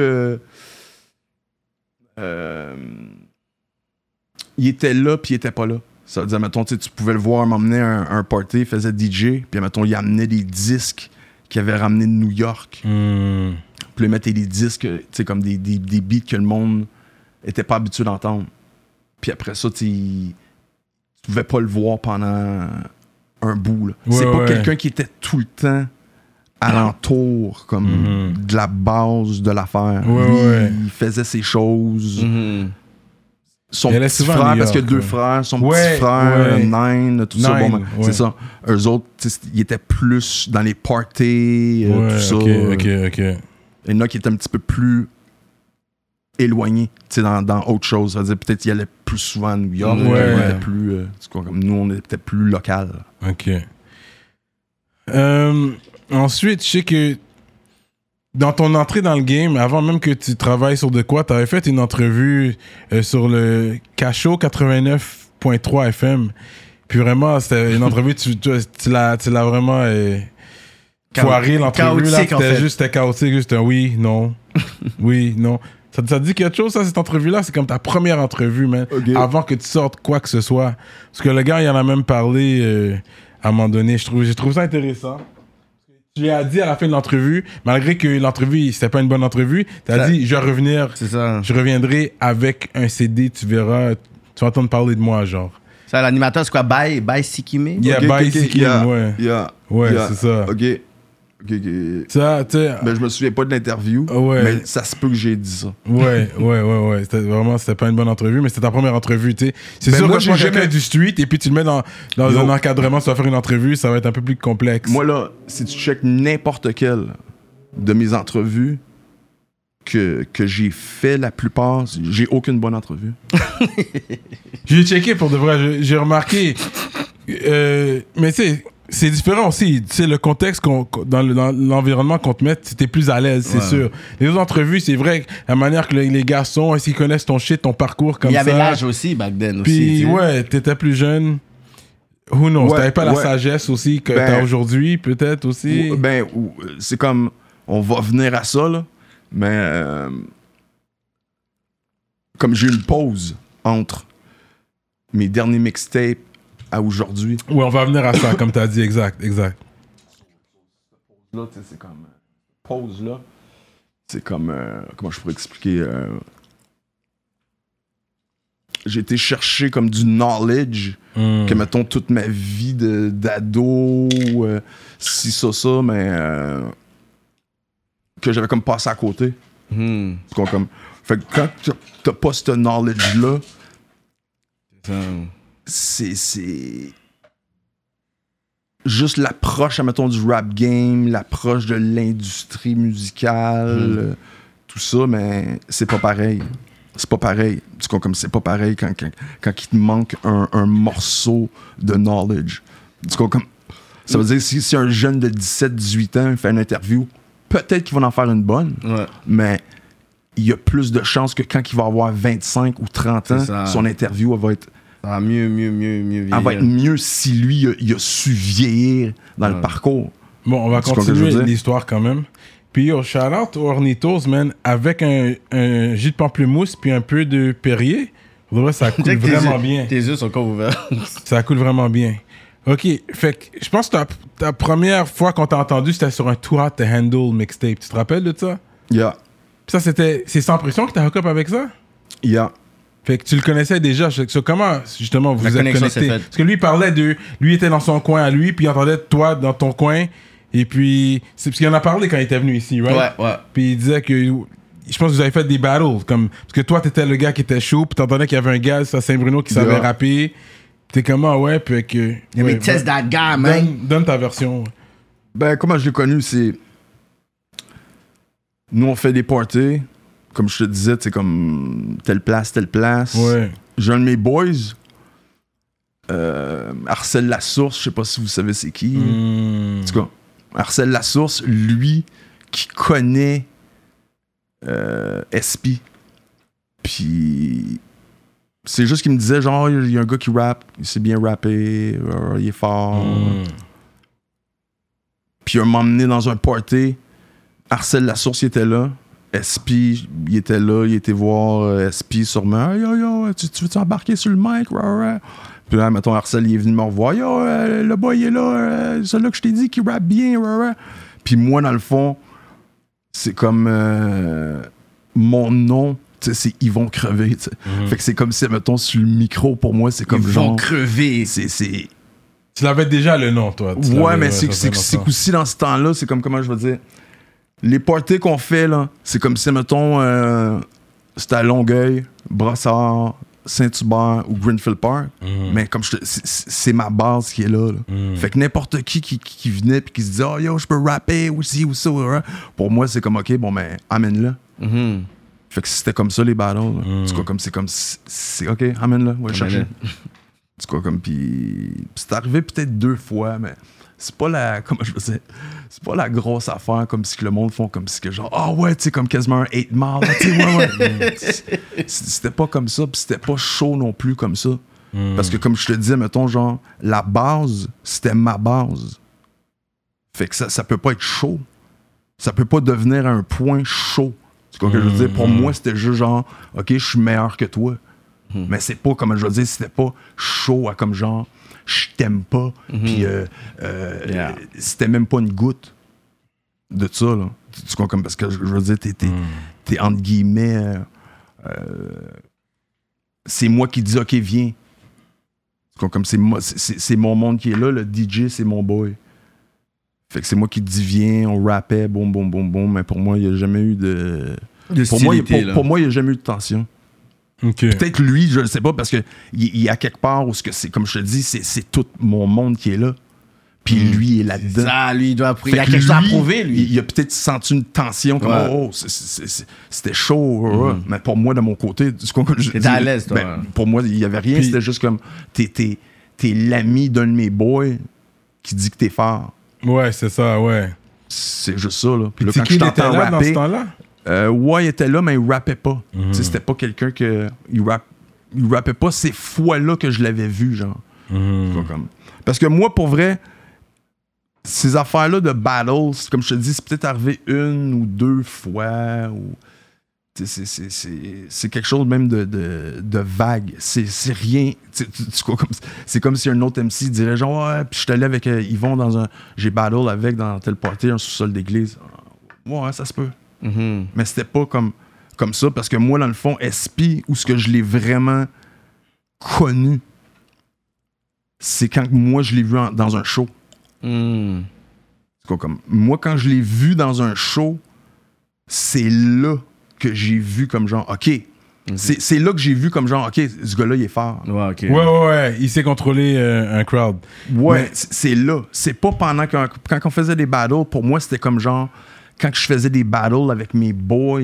il était là, puis il était pas là. Ça veut dire, mettons, tu pouvais le voir m'emmener un party, il faisait DJ, puis mettons, il amenait des disques qu'il avait ramenés de New York. Puis il mettait des disques, tu sais, comme des beats que le monde était pas habitué d'entendre. Puis après ça, tu pouvais pas le voir pendant un bout. Là. Ouais, c'est pas quelqu'un qui était tout le temps alentour, comme de la base de l'affaire. Il faisait ses choses. Son petit frère, parce qu'il y a deux frères, son petit frère, Nine, tout ça. Bon, c'est ça. Eux autres, ils étaient plus dans les parties, tout ça. Ok. Et Enoch était un petit peu plus éloigné, dans autre chose. Ça veut dire peut-être qu'il allait plus souvent à New York. Était plus, comme nous, on était plus local. Ok. Ensuite, je sais que dans ton entrée dans le game, avant même que tu travailles sur de quoi, tu avais fait une entrevue sur le Cachot 89.3 FM. Puis vraiment, c'était une entrevue, tu l'as vraiment... foiré l'entrevue, là. Chaotique, en fait. C'était chaotique, juste un oui, non. Oui, non. Ça te dit quelque chose, ça, cette entrevue-là? C'est comme ta première entrevue, man. Okay. Avant que tu sortes quoi que ce soit. Parce que le gars, il en a même parlé à un moment donné. J'ai trouvé ça intéressant. Tu lui as dit à la fin de l'entrevue, malgré que l'entrevue, c'était pas une bonne entrevue, t'as dit, je vais revenir. C'est ça. Je reviendrai avec un CD, tu verras, tu vas entendre parler de moi, genre. Ça, l'animateur, c'est quoi? Bye Sikime? Yeah, bye, Sikkim, ouais. Yeah. Ouais, c'est ça. OK. Ça, tu sais. Ben, je me souviens pas de l'interview, mais ça se peut que j'ai dit ça. Ouais. C'était pas une bonne entrevue, mais c'était ta première entrevue, tu sais. C'est Ben sûr moi, que tu prends j'ai quelqu'un jamais- du street et puis tu le mets dans un encadrement, tu vas faire une entrevue, ça va être un peu plus complexe. Moi, là, si tu checkes n'importe quelle de mes entrevues que j'ai fait, la plupart, j'ai aucune bonne entrevue. J'ai checké pour de vrai, j'ai remarqué. Mais tu sais, c'est différent aussi. Tu sais, le contexte dans l'environnement qu'on te met, t'es plus à l'aise, c'est sûr. Les autres entrevues, c'est vrai, la manière que les gars sont, s'ils connaissent ton shit, ton parcours comme ça. Il y avait l'âge aussi, back then. Puis, aussi, ouais, t'étais plus jeune. Who knows? Ouais, T'avais pas la ouais. sagesse aussi que Ben, t'as aujourd'hui, peut-être aussi. C'est comme, on va venir à ça, là, mais comme j'ai eu une pause entre mes derniers mixtapes à aujourd'hui. Ouais, on va venir à ça, comme t'as dit, exact. Là, tu sais, c'est comme, pause, là, c'est comme, comment je pourrais expliquer, j'ai été chercher comme du knowledge que, mettons, toute ma vie d'ado, si ça, mais que j'avais comme passé à côté. C'est comme, fait que quand t'as pas ce knowledge-là, c'est juste l'approche, mettons, du rap game, l'approche de l'industrie musicale, tout ça, mais c'est pas pareil. C'est pas pareil. Tu vois, comme c'est pas pareil quand il te manque un morceau de knowledge. Tu vois, comme, ça veut dire que si un jeune de 17-18 ans fait une interview, peut-être qu'il va en faire une bonne, mais il y a plus de chances que quand il va avoir 25 ou 30 ans, son interview elle va être... mieux vieillir. Elle va être mieux si lui, il a su vieillir dans le parcours. Bon, on va Tu comprends ce que je continuer veux dire? l'histoire quand même. Puis, yo, shout-out aux Hornitos, man, avec un jus de pamplemousse puis un peu de Perrier. Pour vrai, ça coule vraiment bien. Tes yeux sont encore ouverts. Ça coule vraiment bien. OK, fait que je pense que ta première fois qu'on t'a entendu, c'était sur un Too Hot to Handle mixtape. Tu te rappelles de ça? Yeah. Puis ça, c'est Sans Pression que t'as hook up avec ça? Yeah. Fait que tu le connaissais déjà. Comment, justement, vous La êtes connexion connectés? s'est faite. Parce que lui, il parlait de... Lui était dans son coin à lui, puis il entendait toi dans ton coin. Et puis... C'est parce qu'il en a parlé quand il était venu ici, right? Ouais. Puis il disait que... Je pense que vous avez fait des battles. Comme, parce que toi, t'étais le gars qui était chaud, puis t'entendais qu'il y avait un gars à Saint-Bruno qui savait rapper. T'es comment, ouais, puis que... Mais test that guy, man. Donne ta version. Ben, comment je l'ai connu, c'est... Nous, on fait des parties. Comme je te disais, c'est comme telle place. Ouais. J'ai un de mes boys, Arcel Lassource, je sais pas si vous savez c'est qui. En tout cas, Arcel Lassource, lui, qui connaît SP. Puis c'est juste qu'il me disait, genre, il y a un gars qui rappe, il sait bien rapper, il est fort. Puis un moment donné dans un party, Arcel Lassource, il était là. SP, il était là, il était voir SP sûrement. Yo, tu veux-tu embarquer sur le mic? Puis là, mettons, Arcel, il est venu me revoir. Yo, le boy, il est là, celui-là que je t'ai dit qui rappe bien. Puis moi, dans le fond, c'est comme mon nom, c'est Ils vont crever. Fait que c'est comme si, mettons, sur le micro, pour moi, c'est comme Ils genre. vont crever. C'est. Tu l'avais déjà le nom, toi. Ouais, mais c'est qu'aussi dans ce temps-là, c'est comme, comment je veux dire. Les parties qu'on fait, là, c'est comme si, mettons, c'était à Longueuil, Brossard, Saint-Hubert ou Greenfield Park. Mais comme c'est ma base qui est là. Fait que n'importe qui venait et qui se disait « Oh, yo, je peux rapper aussi ou ça. » Pour moi, c'est comme « OK, bon, ben, amène-le. Fait que c'était comme ça, les battles. Tu vois, comme c'est OK, amène-le. Ouais, chercher. Tu vois, comme, puis c'est arrivé peut-être 2 fois, mais c'est pas la, comment je veux dire, c'est pas la grosse affaire comme si que le monde font comme si que genre, ah ouais, tu sais, comme quasiment un 8 Mile, tu sais, ouais. C'était pas comme ça, puis c'était pas chaud non plus comme ça. Parce que comme je te disais, mettons, genre, la base, c'était ma base. Fait que ça peut pas être chaud. Ça peut pas devenir un point chaud. C'est quoi que je veux dire? Pour moi, c'était juste genre, OK, je suis meilleur que toi. Mais c'est pas, comme je veux dire, c'était pas chaud à comme genre, je t'aime pas. Puis c'était même pas une goutte de ça, là. Tu comprends? Comme, parce que je veux dire, t'es entre guillemets... c'est moi qui dis, OK, viens. Comme c'est mon monde qui est là, le DJ, c'est mon boy. Fait que c'est moi qui dis, viens, on rappait, boum, boum, boum, boum. Mais pour moi, il n'y a jamais eu de... Pour moi, il n'y a jamais eu de tension. Okay. Peut-être lui, je ne sais pas, parce qu'il y a quelque part où, comme je te dis, c'est tout mon monde qui est là. Puis lui, il est là-dedans. Ça, lui, il a quelque chose à prouver, lui. Il a peut-être senti une tension, comme c'était chaud. Mais pour moi, de mon côté, t'es à l'aise, toi. Pour moi, il n'y avait rien. Puis, c'était juste comme, t'es l'ami d'un de mes boys qui dit que t'es fort. Ouais, c'est ça, ouais. C'est juste ça, là. Puis là, quand je t'entends rapper... dans ce temps-là? Ouais, il était là, mais il rappait pas. C'était pas quelqu'un que... Il rappait pas ces fois-là que je l'avais vu, genre. Comme... Parce que moi, pour vrai... Ces affaires-là de battles, comme je te dis, c'est peut-être arrivé 1 ou 2 fois. Ou... C'est quelque chose même de vague. C'est rien. C'est comme si un autre MC dirait genre, ouais, puis je suis allé avec Yvon dans un. J'ai battle avec dans tel party, un sous-sol d'église. Ouais, ça se peut. Mais c'était pas comme ça, parce que moi, dans le fond, SP, où ce que je l'ai vraiment connu, c'est quand moi, je l'ai vu dans un show. Comme, moi, quand je l'ai vu dans un show, c'est là que j'ai vu comme genre, OK. C'est là que j'ai vu comme genre, OK, ce gars-là, il est fort. Ouais, OK. Ouais. Il sait contrôler un crowd. Ouais, c'est là. C'est pas pendant quand on faisait des battles, pour moi, c'était comme genre, quand je faisais des battles avec mes boys,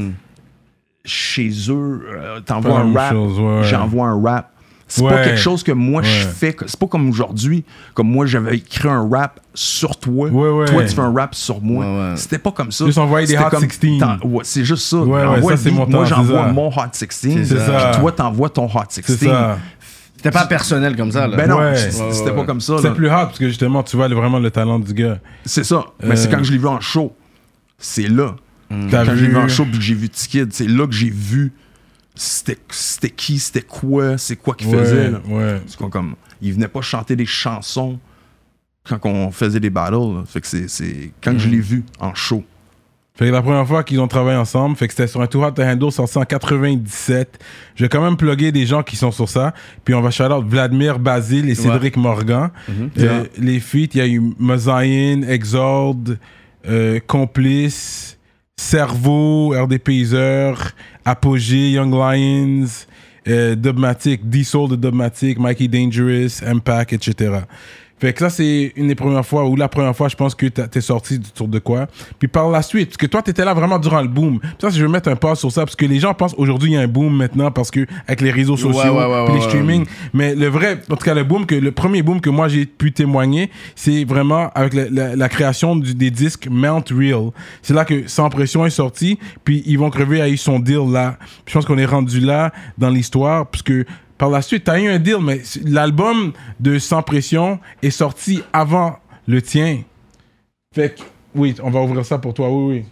chez eux, t'envoies un rap, j'envoie un rap. C'est pas quelque chose que moi je fais. C'est pas comme aujourd'hui. Comme moi, j'avais écrit un rap sur toi. Toi, tu fais un rap sur moi. C'était pas comme ça. Juste envoyer des Hot 16. C'est juste ça. Ça, c'est mon temps. Moi, j'envoie mon Hot 16. Puis toi, t'envoies ton Hot 16. C'est ça. C'était pas personnel comme ça, là. Ben non, c'était pas comme ça. C'est plus hot parce que justement, tu vois vraiment le talent du gars. C'est ça. Mais c'est quand je l'ai vu en show. C'est là. Quand je l'ai vu en show puis que j'ai vu T-Kid, c'est là que j'ai vu. C'était qui, c'était quoi, c'est quoi qu'il faisait. Là. Comme, il venait pas chanter des chansons quand on faisait des battles. Là. Fait que c'est quand je l'ai vu en show. Fait que la première fois qu'ils ont travaillé ensemble, fait que c'était sur un Too Hot to Handle sorti en 97. Je vais quand même plugger des gens qui sont sur ça. Puis on va shout-out Vladimir Basile et Cédric Morgan. Les feats, il y a eu Mozaïne, Exord, Complice, Cerveau, RDPizer, Apogée, Young Lions, Dubmatic, D-Soul de Dubmatic, Mikey Dangerous, Impact, etc. Fait que ça, c'est une des premières fois, ou la première fois, je pense que t'es sorti du tour de quoi. Puis par la suite, parce que toi, t'étais là vraiment durant le boom. Ça, je vais mettre un pas sur ça, parce que les gens pensent aujourd'hui, il y a un boom maintenant, parce que avec les réseaux sociaux, puis les streaming. Mais le vrai, en tout cas, le premier boom que moi, j'ai pu témoigner, c'est vraiment avec la création des disques Mount Real. C'est là que Sans Pression est sorti, puis Yvon Crevé a eu son deal là. Puis je pense qu'on est rendu là dans l'histoire, parce que par la suite, t'as eu un deal, mais l'album de Sans Pression est sorti avant le tien. Fait que, oui, on va ouvrir ça pour toi, oui.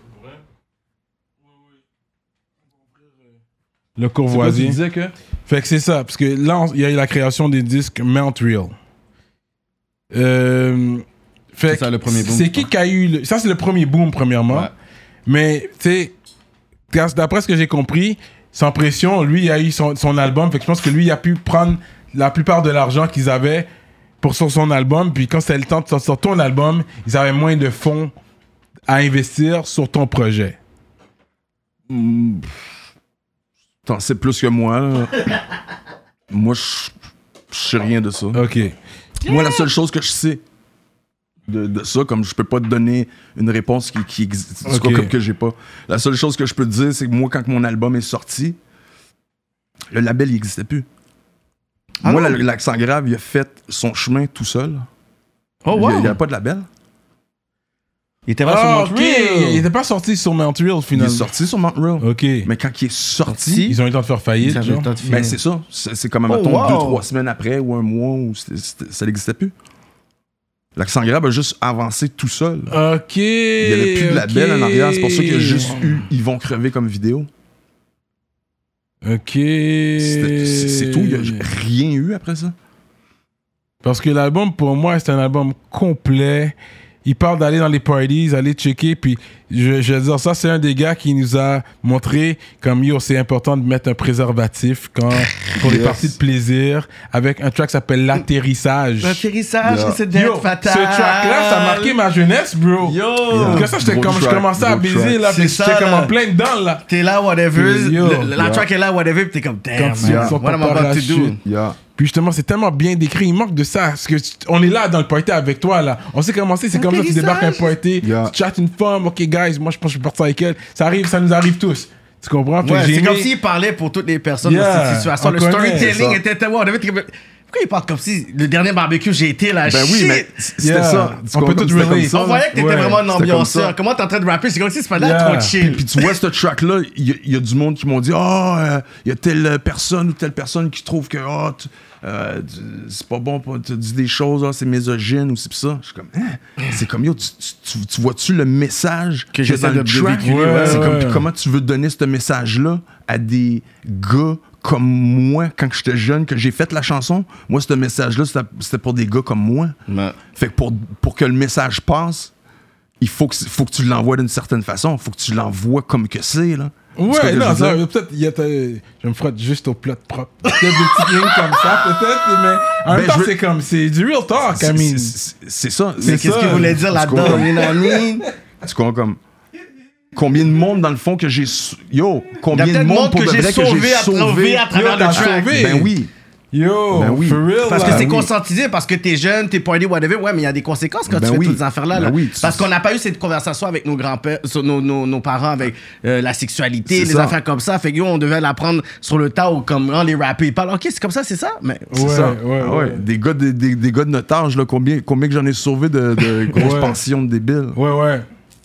Le courvoisier. Tu disais que... Fait que c'est ça, parce que là, il y a eu la création des disques Mount Real. C'est ça le premier boom. C'est qui a eu... Ça, c'est le premier boom, premièrement. Ouais. Mais, tu sais, d'après ce que j'ai compris... Sans Pression, lui, il a eu son album. Fait que je pense que lui, il a pu prendre la plupart de l'argent qu'ils avaient pour son album. Puis quand c'était le temps de sortir ton album, ils avaient moins de fonds à investir sur ton projet. T'en sais plus que moi. Là. Moi, je sais rien de ça. OK. Moi, la seule chose que je sais de ça, comme je peux pas te donner une réponse qui existe, comme que j'ai pas. La seule chose que je peux te dire, c'est que moi, quand mon album est sorti, le label, il existait plus. Moi, l'Accent Grave, il a fait son chemin tout seul. Oh, wow! Il n'y a pas de label. Il était pas sur Mount Real. Il était pas sorti sur Mount Real, finalement. Il est sorti sur Mount Real. OK. Mais quand il est sorti... Ils ont eu le temps de faire faillite. Ben, c'est ça. C'est comme, mettons, 2-3 semaines après ou un mois où ça n'existait plus. L'accent grave a juste avancé tout seul. Ok. Il n'y avait plus de label en arrière. C'est pour ça qu'il y a juste eu « Ils vont crever » comme vidéo. Ok. C'est tout. Il n'y a rien eu après ça. Parce que l'album, pour moi, c'est un album complet. Il parle d'aller dans les parties, aller checker. Puis, je veux dire, ça, c'est un des gars qui nous a montré comme, yo, c'est important de mettre un préservatif pour les parties de plaisir, avec un track qui s'appelle L'atterrissage. L'atterrissage, c'est d'être fatal. Ce track-là, ça a marqué ma jeunesse, bro. Yo! Comme ça, j'étais comme, je commençais à baiser, là, puis j'étais comme en plein dedans, là. T'es là, whatever. Yo. La track est là, whatever, puis t'es comme, damn, man. Son What am I about to do? Yeah. Puis justement, c'est tellement bien décrit. Il manque de ça. Parce que on est là dans le party avec toi, là. On sait comment c'est comme ça, tu débarques à un party, tu chattes une femme, ok, guys, moi je pense que je vais partir avec elle. Ça arrive, ça nous arrive tous. Tu comprends? Ouais, c'est comme s'il parlait pour toutes les personnes dans cette situation. Le storytelling était tellement... Pourquoi il parle comme si le dernier barbecue, j'ai été là, Ben oui, mais c'était ça. On peut tout relate. On voyait que t'étais vraiment un ambianceur. Comment t'es en train de rapper? C'est comme si c'est pas là trop chill. Puis tu vois, ce track-là, il y a du monde qui m'ont dit « il y a telle personne ou telle personne qui trouve que c'est pas bon, tu dis des choses, c'est misogyne ou c'est pis ça. » Je suis comme « c'est comme, yo, tu vois-tu le message que j'ai dans le track? C'est comme, comment tu veux donner ce message-là à des gars comme moi, quand j'étais jeune, que j'ai fait la chanson, moi, ce message-là, c'était pour des gars comme moi. Ouais. Fait que pour que le message passe, il faut que tu l'envoies d'une certaine façon. Il faut que tu l'envoies comme que c'est, là. Ouais, non, ça, peut-être, je me frotte juste au plat propre. Peut-être des petites lignes comme ça, peut-être, mais en même temps, c'est comme, c'est du real talk, I mean. C'est ça. Mais qu'est-ce qu'il voulait dire là-dedans, Tu comprends comme... Combien de monde, dans le fond, que j'ai... Yo, combien de monde pour de vrai que j'ai sauvé à travers le track? Ben oui. Yo, ben oui. For real, parce que c'est conscientisé, parce que t'es jeune, t'es party, whatever. Ouais, mais il y a des conséquences quand tu fais toutes ces affaires-là. Ben oui, parce qu'on n'a pas eu cette conversation avec nos grands-pères, nos parents, avec la sexualité, des affaires comme ça. Fait que yo, on devait l'apprendre sur le tas ou comme les rappers. Ils parlent, ok, c'est comme ça, c'est ça. Mais c'est ça. Ouais. Des gars de notre âge, là, combien que j'en ai sauvé de grosses pensions de débiles. Ouais.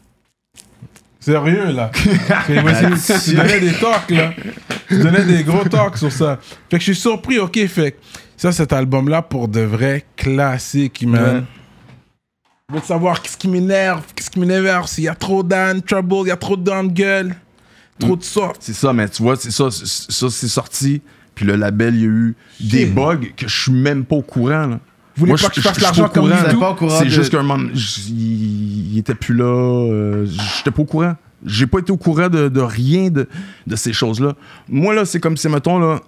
Sérieux, là. Tu donnais des talks, là. Tu donnais des gros talks sur ça. Fait que je suis surpris, ok, fait que ça, cet album-là, pour de vrais classiques, man. Je veux savoir qu'est-ce qui m'énerve, qu'est-ce qui m'énerve, s'il y a trop d'âne, trouble, il y a trop d'âne, gueule, trop de ça. C'est ça, mais tu vois, c'est ça, c'est sorti, puis le label, il y a eu des bugs que je suis même pas au courant, là. Vous voulez pas que je fasse l'argent comme tout? C'est juste qu'un moment, il était plus là. J'étais pas au courant. J'ai pas été au courant de rien de ces choses-là. Moi, là, c'est comme si, mettons, là,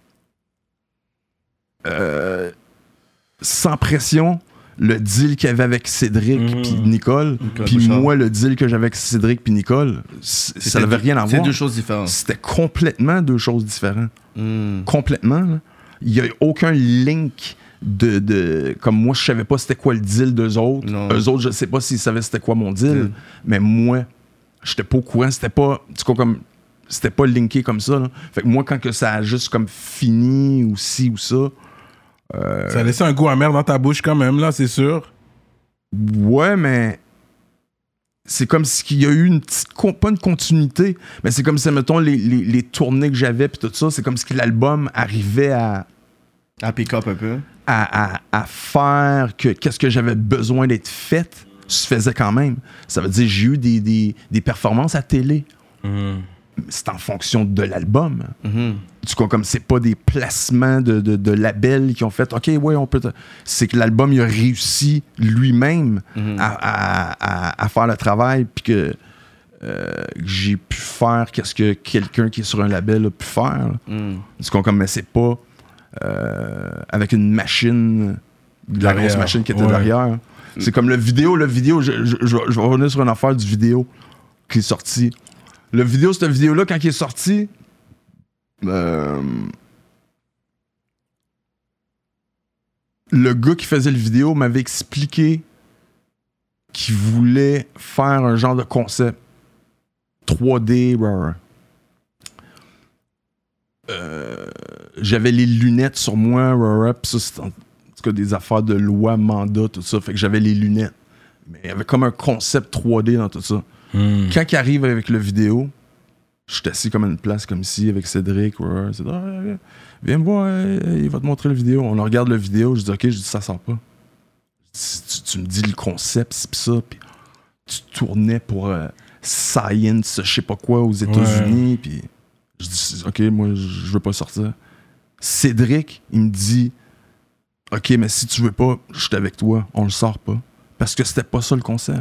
sans pression, le deal qu'il y avait avec Cédric puis Nicole, puis moi, le deal que j'avais avec Cédric puis Nicole, ça n'avait rien à voir. C'est deux choses différentes. C'était complètement deux choses différentes. Complètement, là. Il y a aucun link comme moi, je savais pas c'était quoi le deal d'eux autres. Non. Eux autres, je sais pas s'ils savaient c'était quoi mon deal. Mais moi, j'étais pas au courant. C'était pas, c'était pas linké comme ça, là. Fait que moi, quand que ça a juste comme fini ou ci ou ça... Ça a laissé un goût amer dans ta bouche quand même, là, c'est sûr. Ouais, mais... C'est comme s'il y a eu une petite... Pas une continuité, mais c'est comme si, mettons, les tournées que j'avais puis tout ça, c'est comme si l'album arrivait à pick up un peu. À faire qu'est-ce que j'avais besoin d'être fait, se faisait quand même. Ça veut dire j'ai eu des performances à télé. C'est en fonction de l'album. Tu vois, comme c'est pas des placements de labels qui ont fait OK, ouais, on peut. C'est que l'album il a réussi lui-même à faire le travail, puis que j'ai pu faire qu'est-ce que quelqu'un qui est sur un label a pu faire. Tu vois, comme mais c'est pas. Avec une machine, la grosse machine qui était derrière. C'est comme le vidéo, je vais revenir sur une affaire du vidéo qui est sorti. Cette vidéo-là, quand il est sorti, le gars qui faisait le vidéo m'avait expliqué qu'il voulait faire un genre de concept 3D, j'avais les lunettes sur moi, pis ça, c'est en tout cas des affaires de loi, mandat, tout ça. Fait que j'avais les lunettes. Mais il y avait comme un concept 3D dans tout ça. Quand il arrive avec le vidéo, je suis assis comme à une place comme ici avec Cédric. Viens me voir, il va te montrer le vidéo. On regarde le vidéo, je dis OK, ça sort pas. Tu tu me dis le concept, c'est pis ça, puis tu tournais pour Science, je sais pas quoi, aux États-Unis, puis je dis, OK, moi, je veux pas sortir. Cédric, il me dit, OK, mais si tu veux pas, je suis avec toi, on le sort pas. Parce que c'était pas ça le concept.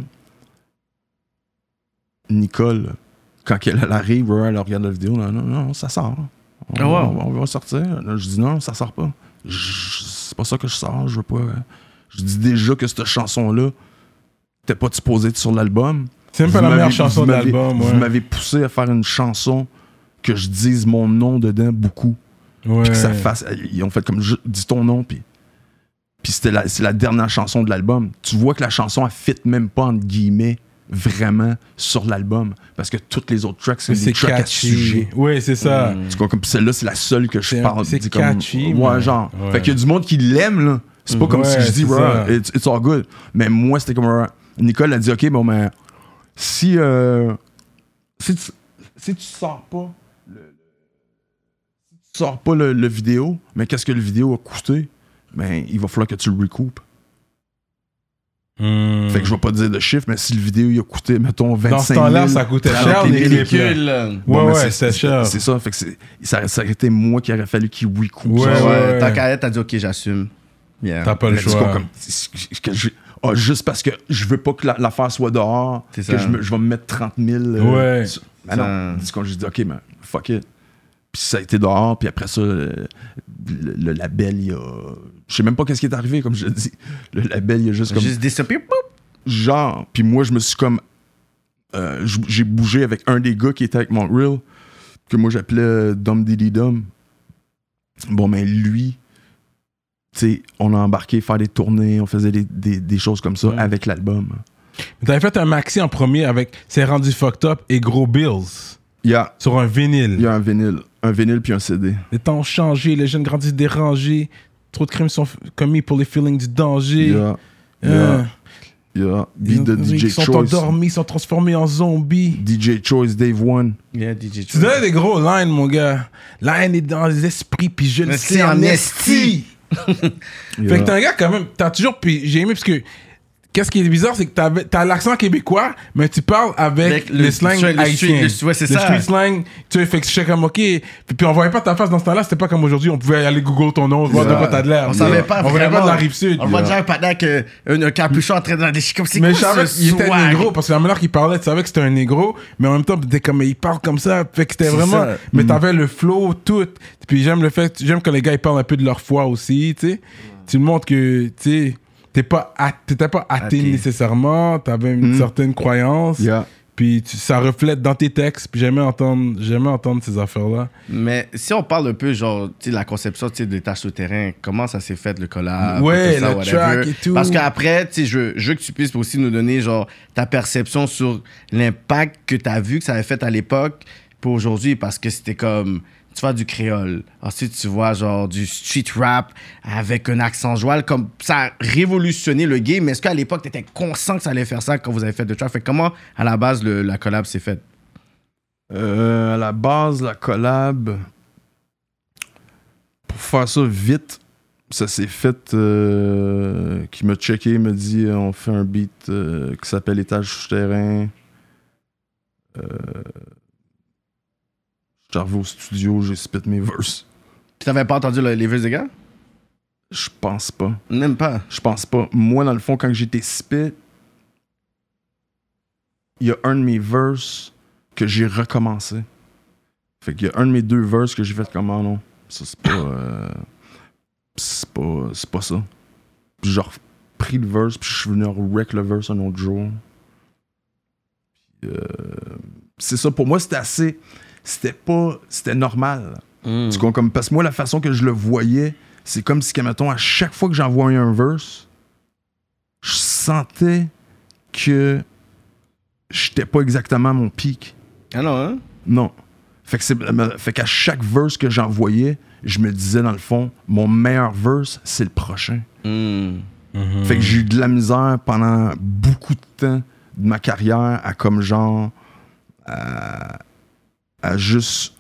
Nicole, quand elle arrive, elle regarde la vidéo, non, ça sort. On va sortir. Là, je dis non, ça sort pas. C'est pas ça que je sors, je veux pas. Je dis déjà que cette chanson-là, t'es pas supposé être sur l'album. C'est même pas la meilleure chanson de l'album. Vous m'avez poussé à faire une chanson que je dise mon nom dedans beaucoup. Ouais. Puis que ça fasse. Ils ont fait comme dis ton nom, puis c'est la dernière chanson de l'album. Tu vois que la chanson, elle fit même pas, entre guillemets, vraiment sur l'album. Parce que toutes les autres tracks, c'est des tracks à sujet. Oui, c'est ça. Tu vois, comme celle-là, c'est la seule que je parle. C'est catchy. Comme, ouais, genre. Ouais. Fait qu'il y a du monde qui l'aime, là. C'est pas comme si je dis, it's all good. Mais moi, c'était comme. Nicole a dit, OK, bon, mais si tu sors pas le vidéo, mais qu'est-ce que le vidéo a coûté? Ben, il va falloir que tu le recoupes. Fait que je vais pas te dire de chiffre, mais si le vidéo il a coûté, mettons, 25 000... Dans ce temps-là, ça coûtait cher, les véhicules. Ouais, c'était cher. C'est ça, fait que ça aurait été moi qui aurait fallu qu'il recoupe. Ouais. Tant qu'à être, t'as dit, OK, j'assume. Yeah. T'as pas le choix. Juste parce que je veux pas que l'affaire soit dehors, que je vais me mettre 30 000... Ouais. Mais non, c'est quand j'ai dit, OK, mais fuck it. Puis ça a été dehors, puis après ça, le label, il a... Je sais même pas qu'est-ce qui est arrivé, comme je l'ai dit. Le label, il a juste comme... Juste dissipé, pouf! Genre, puis moi, je me suis comme... j'ai bougé avec un des gars qui était avec Montreal, que moi, j'appelais Dom Diddy Dom. Bon, mais lui, tu sais, on a embarqué faire des tournées, on faisait des choses comme ça avec l'album. Mais t'avais fait un maxi en premier avec C'est rendu fucked up et Gros Bills. Sur un vinyle. Il y a un vinyle puis un CD. Les temps ont changé, les jeunes grandissent dérangés. Trop de crimes sont commis pour les feelings du danger. Beat de DJ Choice. Ils sont endormis, ils sont transformés en zombies. DJ Choice, Dave One. Yeah, DJ Choice. Tu donnais des gros lines, mon gars. La haine est dans les esprits, puis je le sais en esti. Fait que t'es un gars quand même, t'as toujours... Puis j'ai aimé parce que... Qu'est-ce qui est bizarre, c'est que t'as l'accent québécois, mais tu parles avec le slang haïtien. Le street slang. Tu sais, fait que je sais comme, OK. Puis on voyait pas ta face dans ce temps-là, c'était pas comme aujourd'hui, on pouvait aller Google ton nom, voir de quoi t'as de l'air. On savait pas vraiment. On voyait pas de la Rive-Sud. On voit déjà un patin avec un capuchon en train de déchirer comme c'est quoi. Mais je savais qu'il était un négro, parce que la manière qu'il parlait, tu savais que c'était un négro, mais en même temps, t'étais comme, il parle comme ça. Fait que c'était vraiment. Mais t'avais le flow, tout. Puis j'aime que les gars, ils parlent un peu de leur foi aussi, tu sais. Tu me montres que, tu sais. T'étais pas athée nécessairement, t'avais une certaine croyance, puis ça reflète dans tes textes, puis j'aimais entendre ces affaires-là. Mais si on parle un peu, genre, tu sais, la conception de l'étage souterrain, comment ça s'est fait, le collab, ouais, tout ça, le track et tout. Parce qu'après, tu sais, je veux que tu puisses aussi nous donner, genre, ta perception sur l'impact que t'as vu que ça avait fait à l'époque pour aujourd'hui, parce que c'était comme... Tu vois du créole. Ensuite, tu vois genre du street rap avec un accent joual. Comme ça a révolutionné le game. Mais est-ce qu'à l'époque, tu étais conscient que ça allait faire ça quand vous avez fait de trap? Fait comment, à la base, la collab s'est faite? À la base, la collab... Pour faire ça vite, ça s'est fait... qui m'a checké, m'a dit on fait un beat qui s'appelle Étage souterrain. J'arrive au studio, j'ai spit mes verses. Tu t'avais pas entendu les verses des gars? Je pense pas. Même pas? Je pense pas. Moi, dans le fond, quand j'étais spit, il y a un de mes verses que j'ai recommencé. Fait qu'il y a un de mes 2 verses que j'ai fait comme, non, ça c'est pas... c'est pas ça. Puis j'ai repris le verse, puis je suis venu wreck le verse un autre jour. Puis, c'est ça, pour moi, c'était assez... C'était normal. Tu comprends, comme, parce que moi, la façon que je le voyais, c'est comme si, mettons, à chaque fois que j'envoyais un verse, je sentais que j'étais pas exactement à mon pic. Ah non, hein? Non. Fait qu'à chaque verse que j'envoyais, je me disais, dans le fond, mon meilleur verse, c'est le prochain. Fait que j'ai eu de la misère pendant beaucoup de temps de ma carrière à comme genre... à juste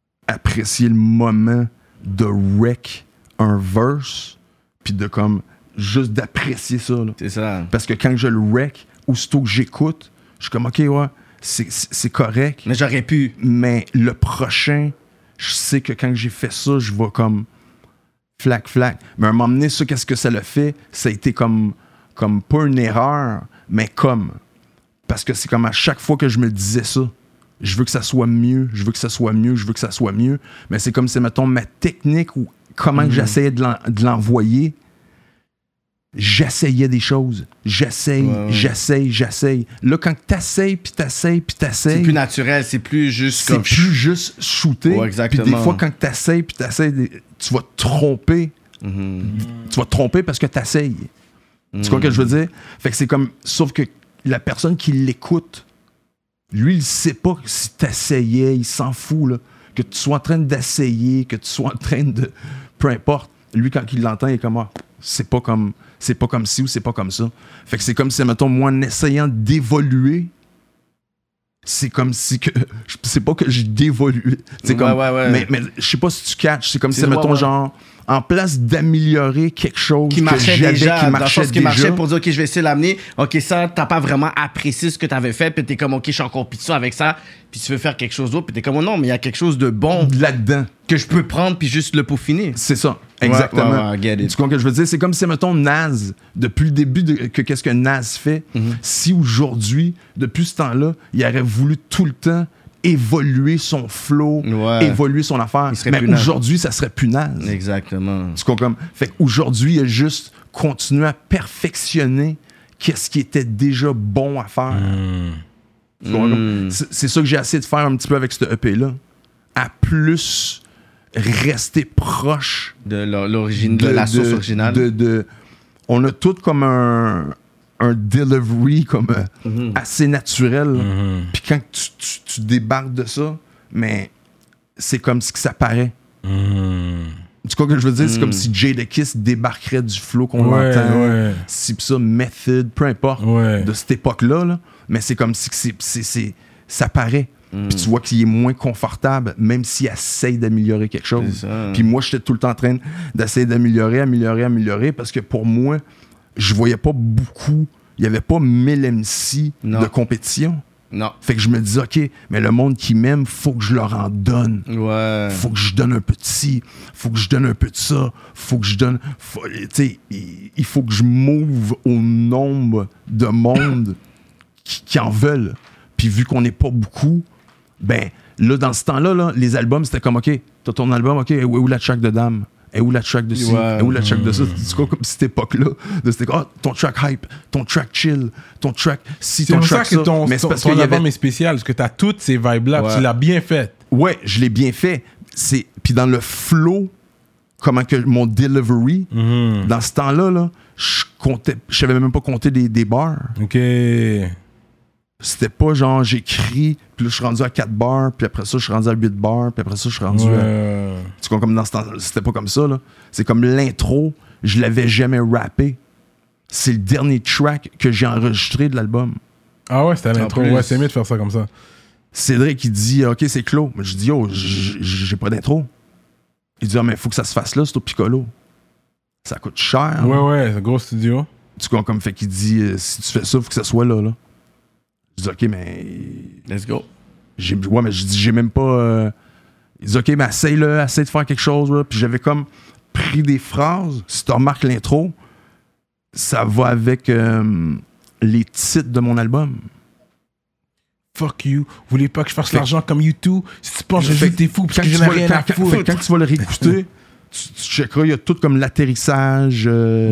apprécier le moment de wreck un verse, puis de comme juste d'apprécier ça. Là. C'est ça. Parce que quand je le wreck, aussitôt que j'écoute, je suis comme, OK, ouais, c'est correct. Mais j'aurais pu. Mais le prochain, je sais que quand j'ai fait ça, je vais comme flac. Mais à un moment donné, ça, qu'est-ce que ça l'a fait? Ça a été comme pas une erreur, mais comme. Parce que c'est comme à chaque fois que je me disais ça, je veux que ça soit mieux, je veux que ça soit mieux. Mais c'est comme si, mettons, ma technique ou comment que j'essayais de l'envoyer, j'essayais des choses. J'essaye. Là, quand t'essayes. C'est plus naturel, c'est plus juste c'est plus juste shooter. Ouais, exactement. Puis des fois, quand t'essayes, tu vas te tromper. Tu vas te tromper parce que t'essayes. Tu vois ce que je veux dire? Fait que c'est comme... Sauf que la personne qui l'écoute, lui, il sait pas si t'essayais, il s'en fout, là. Que tu sois en train d'essayer, que tu sois en train de... Peu importe. Lui, quand il l'entend, il est comme... Ah, c'est pas comme ci ou c'est pas comme ça. Fait que c'est comme si, mettons, moi, en essayant d'évoluer, c'est comme si que... C'est pas que j'ai dévolué. C'est comme... Ouais. Mais je sais pas si tu catches. C'est comme si, mettons, genre... En place d'améliorer quelque chose qui marchait déjà, qui marchait pour dire, OK, je vais essayer de l'amener. OK, ça, t'as pas vraiment apprécié ce que t'avais fait, puis t'es comme, OK, je suis en compétition avec ça, puis tu veux faire quelque chose d'autre, puis t'es comme, oh non, mais il y a quelque chose de bon là-dedans que je peux prendre, puis juste le peaufiner. C'est ça, exactement. Ouais, get it. Tu comprends ce que je veux dire? C'est comme si, mettons, Nas, depuis le début qu'est-ce que Nas fait, si aujourd'hui, depuis ce temps-là, il aurait voulu tout le temps évoluer son flow, évoluer son affaire. Mais aujourd'hui, ça serait plus naze. Exactement. Tu comprends? Fait qu'aujourd'hui, il a juste continué à perfectionner qu'est-ce qui était déjà bon à faire. C'est ça que j'ai essayé de faire un petit peu avec ce EP-là. À plus rester proche de l'origine, de la source originale. On a tout comme un delivery comme assez naturel. Puis quand tu débarques de ça, mais c'est comme si que ça paraît. Tu vois ce que je veux dire? C'est comme si Jadakiss débarquerait du flow qu'on entend. Si ça, Method, peu importe, de cette époque-là. Là. Mais c'est comme si que ça paraît. Puis tu vois qu'il est moins confortable, même s'il essaye d'améliorer quelque chose. Puis moi, j'étais tout le temps en train d'essayer d'améliorer, parce que pour moi, je voyais pas beaucoup. Il y avait pas 1000 MC de compétition. Non. Fait que je me disais, OK, mais le monde qui m'aime, faut que je leur en donne. Ouais. Faut que je donne un peu de ci, faut que je donne un peu de ça, faut que je donne... Tu sais, il faut que je m'ouvre au nombre de monde qui en veulent. Puis vu qu'on n'est pas beaucoup, ben là, dans ce temps-là, là, les albums, c'était comme, OK, t'as ton album, OK, où la track de Dame? Et où la track de ci? Et où la track de ça? C'est quoi comme cette époque-là? C'était quoi? Ton track hype, ton track chill, ton track ci, ton track ça. C'est pour ça que ton album est spécial, parce que t'as toutes ces vibes-là, tu l'as bien fait. Ouais, je l'ai bien fait. Puis dans le flow, comment que mon delivery, dans ce temps-là, là, je savais même pas compter des bars. OK. C'était pas genre j'écris, puis là je suis rendu à 4 bars, puis après ça je suis rendu à 8 bars, puis après ça je suis rendu à... Tu vois, comme dans ce temps, c'était pas comme ça, là. C'est comme l'intro, je l'avais jamais rappé. C'est le dernier track que j'ai enregistré de l'album. Ah ouais, c'était l'intro. Ouais, c'est mieux de faire ça comme ça. Cédric, il dit, OK, c'est clos. Mais je dis, oh, j'ai pas d'intro. Il dit, ah, mais il faut que ça se fasse là, c'est au Piccolo. Ça coûte cher. Ouais, c'est un gros studio. Tu vois, comme fait qu'il dit, si tu fais ça, il faut que ça soit là. Je dis, OK, mais... Let's go. Ouais, mais je dis, j'ai même pas... Il dit, OK, mais essaye de faire quelque chose. Là. Puis j'avais comme pris des phrases. Si tu remarques l'intro, ça va avec les titres de mon album. Fuck you. Vous voulez pas que je fasse l'argent comme YouTube? Si tu penses que je t'es fou parce que je n'ai rien à foutre. Quand tu vas le réécouter, tu checkeras, il y a tout comme l'atterrissage.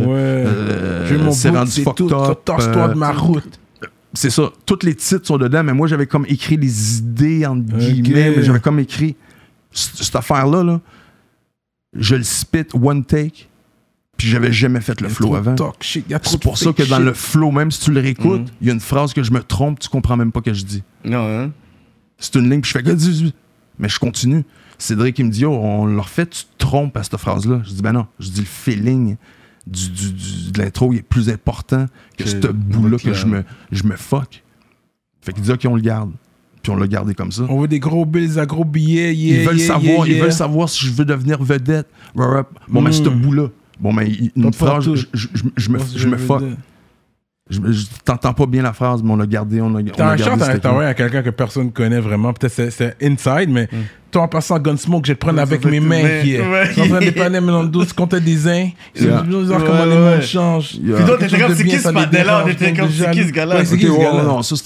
C'est rendu fucked up. Torse-toi de ma route. C'est ça. Tous les titres sont dedans, mais moi, j'avais comme écrit les idées, entre guillemets, mais j'avais comme écrit cette affaire-là, là, je le spit one take, puis j'avais jamais fait le flow avant. C'est pour ça que dans le flow, même si tu le réécoutes, il y a une phrase que je me trompe, tu comprends même pas ce que je dis. Non, hein? C'est une ligne, puis je fais que 18. Mais je continue. Cédric, il me dit, oh, on l'a refait, tu te trompes à cette phrase-là. Je dis, ben non. Je dis, le feeling de l'intro, il est plus important que ce bout-là que je me fuck. Fait qu'il dit, OK, on le garde. Puis on l'a gardé comme ça. On veut des gros bills, des gros billets. Ils veulent savoir si je veux devenir vedette. Bon, mais ce bout-là, Bon, mais une phrase, je me fuck. Je t'entends pas bien la phrase, mais on l'a gardé. T'as un chant, t'as envoyé à quelqu'un que personne connaît vraiment. Peut-être c'est inside, mais toi en passant Gunsmoke, je vais te prendre avec mes mains qui est en train de dépanner dans le dos, tu comptais des uns. Je vais voir comment les mondes changent. Puis toi, t'étais comme, c'est qui ce panel-là? On était comme, c'est qui ce gars-là? C'est qui ce gars-là? Non, ça, c'est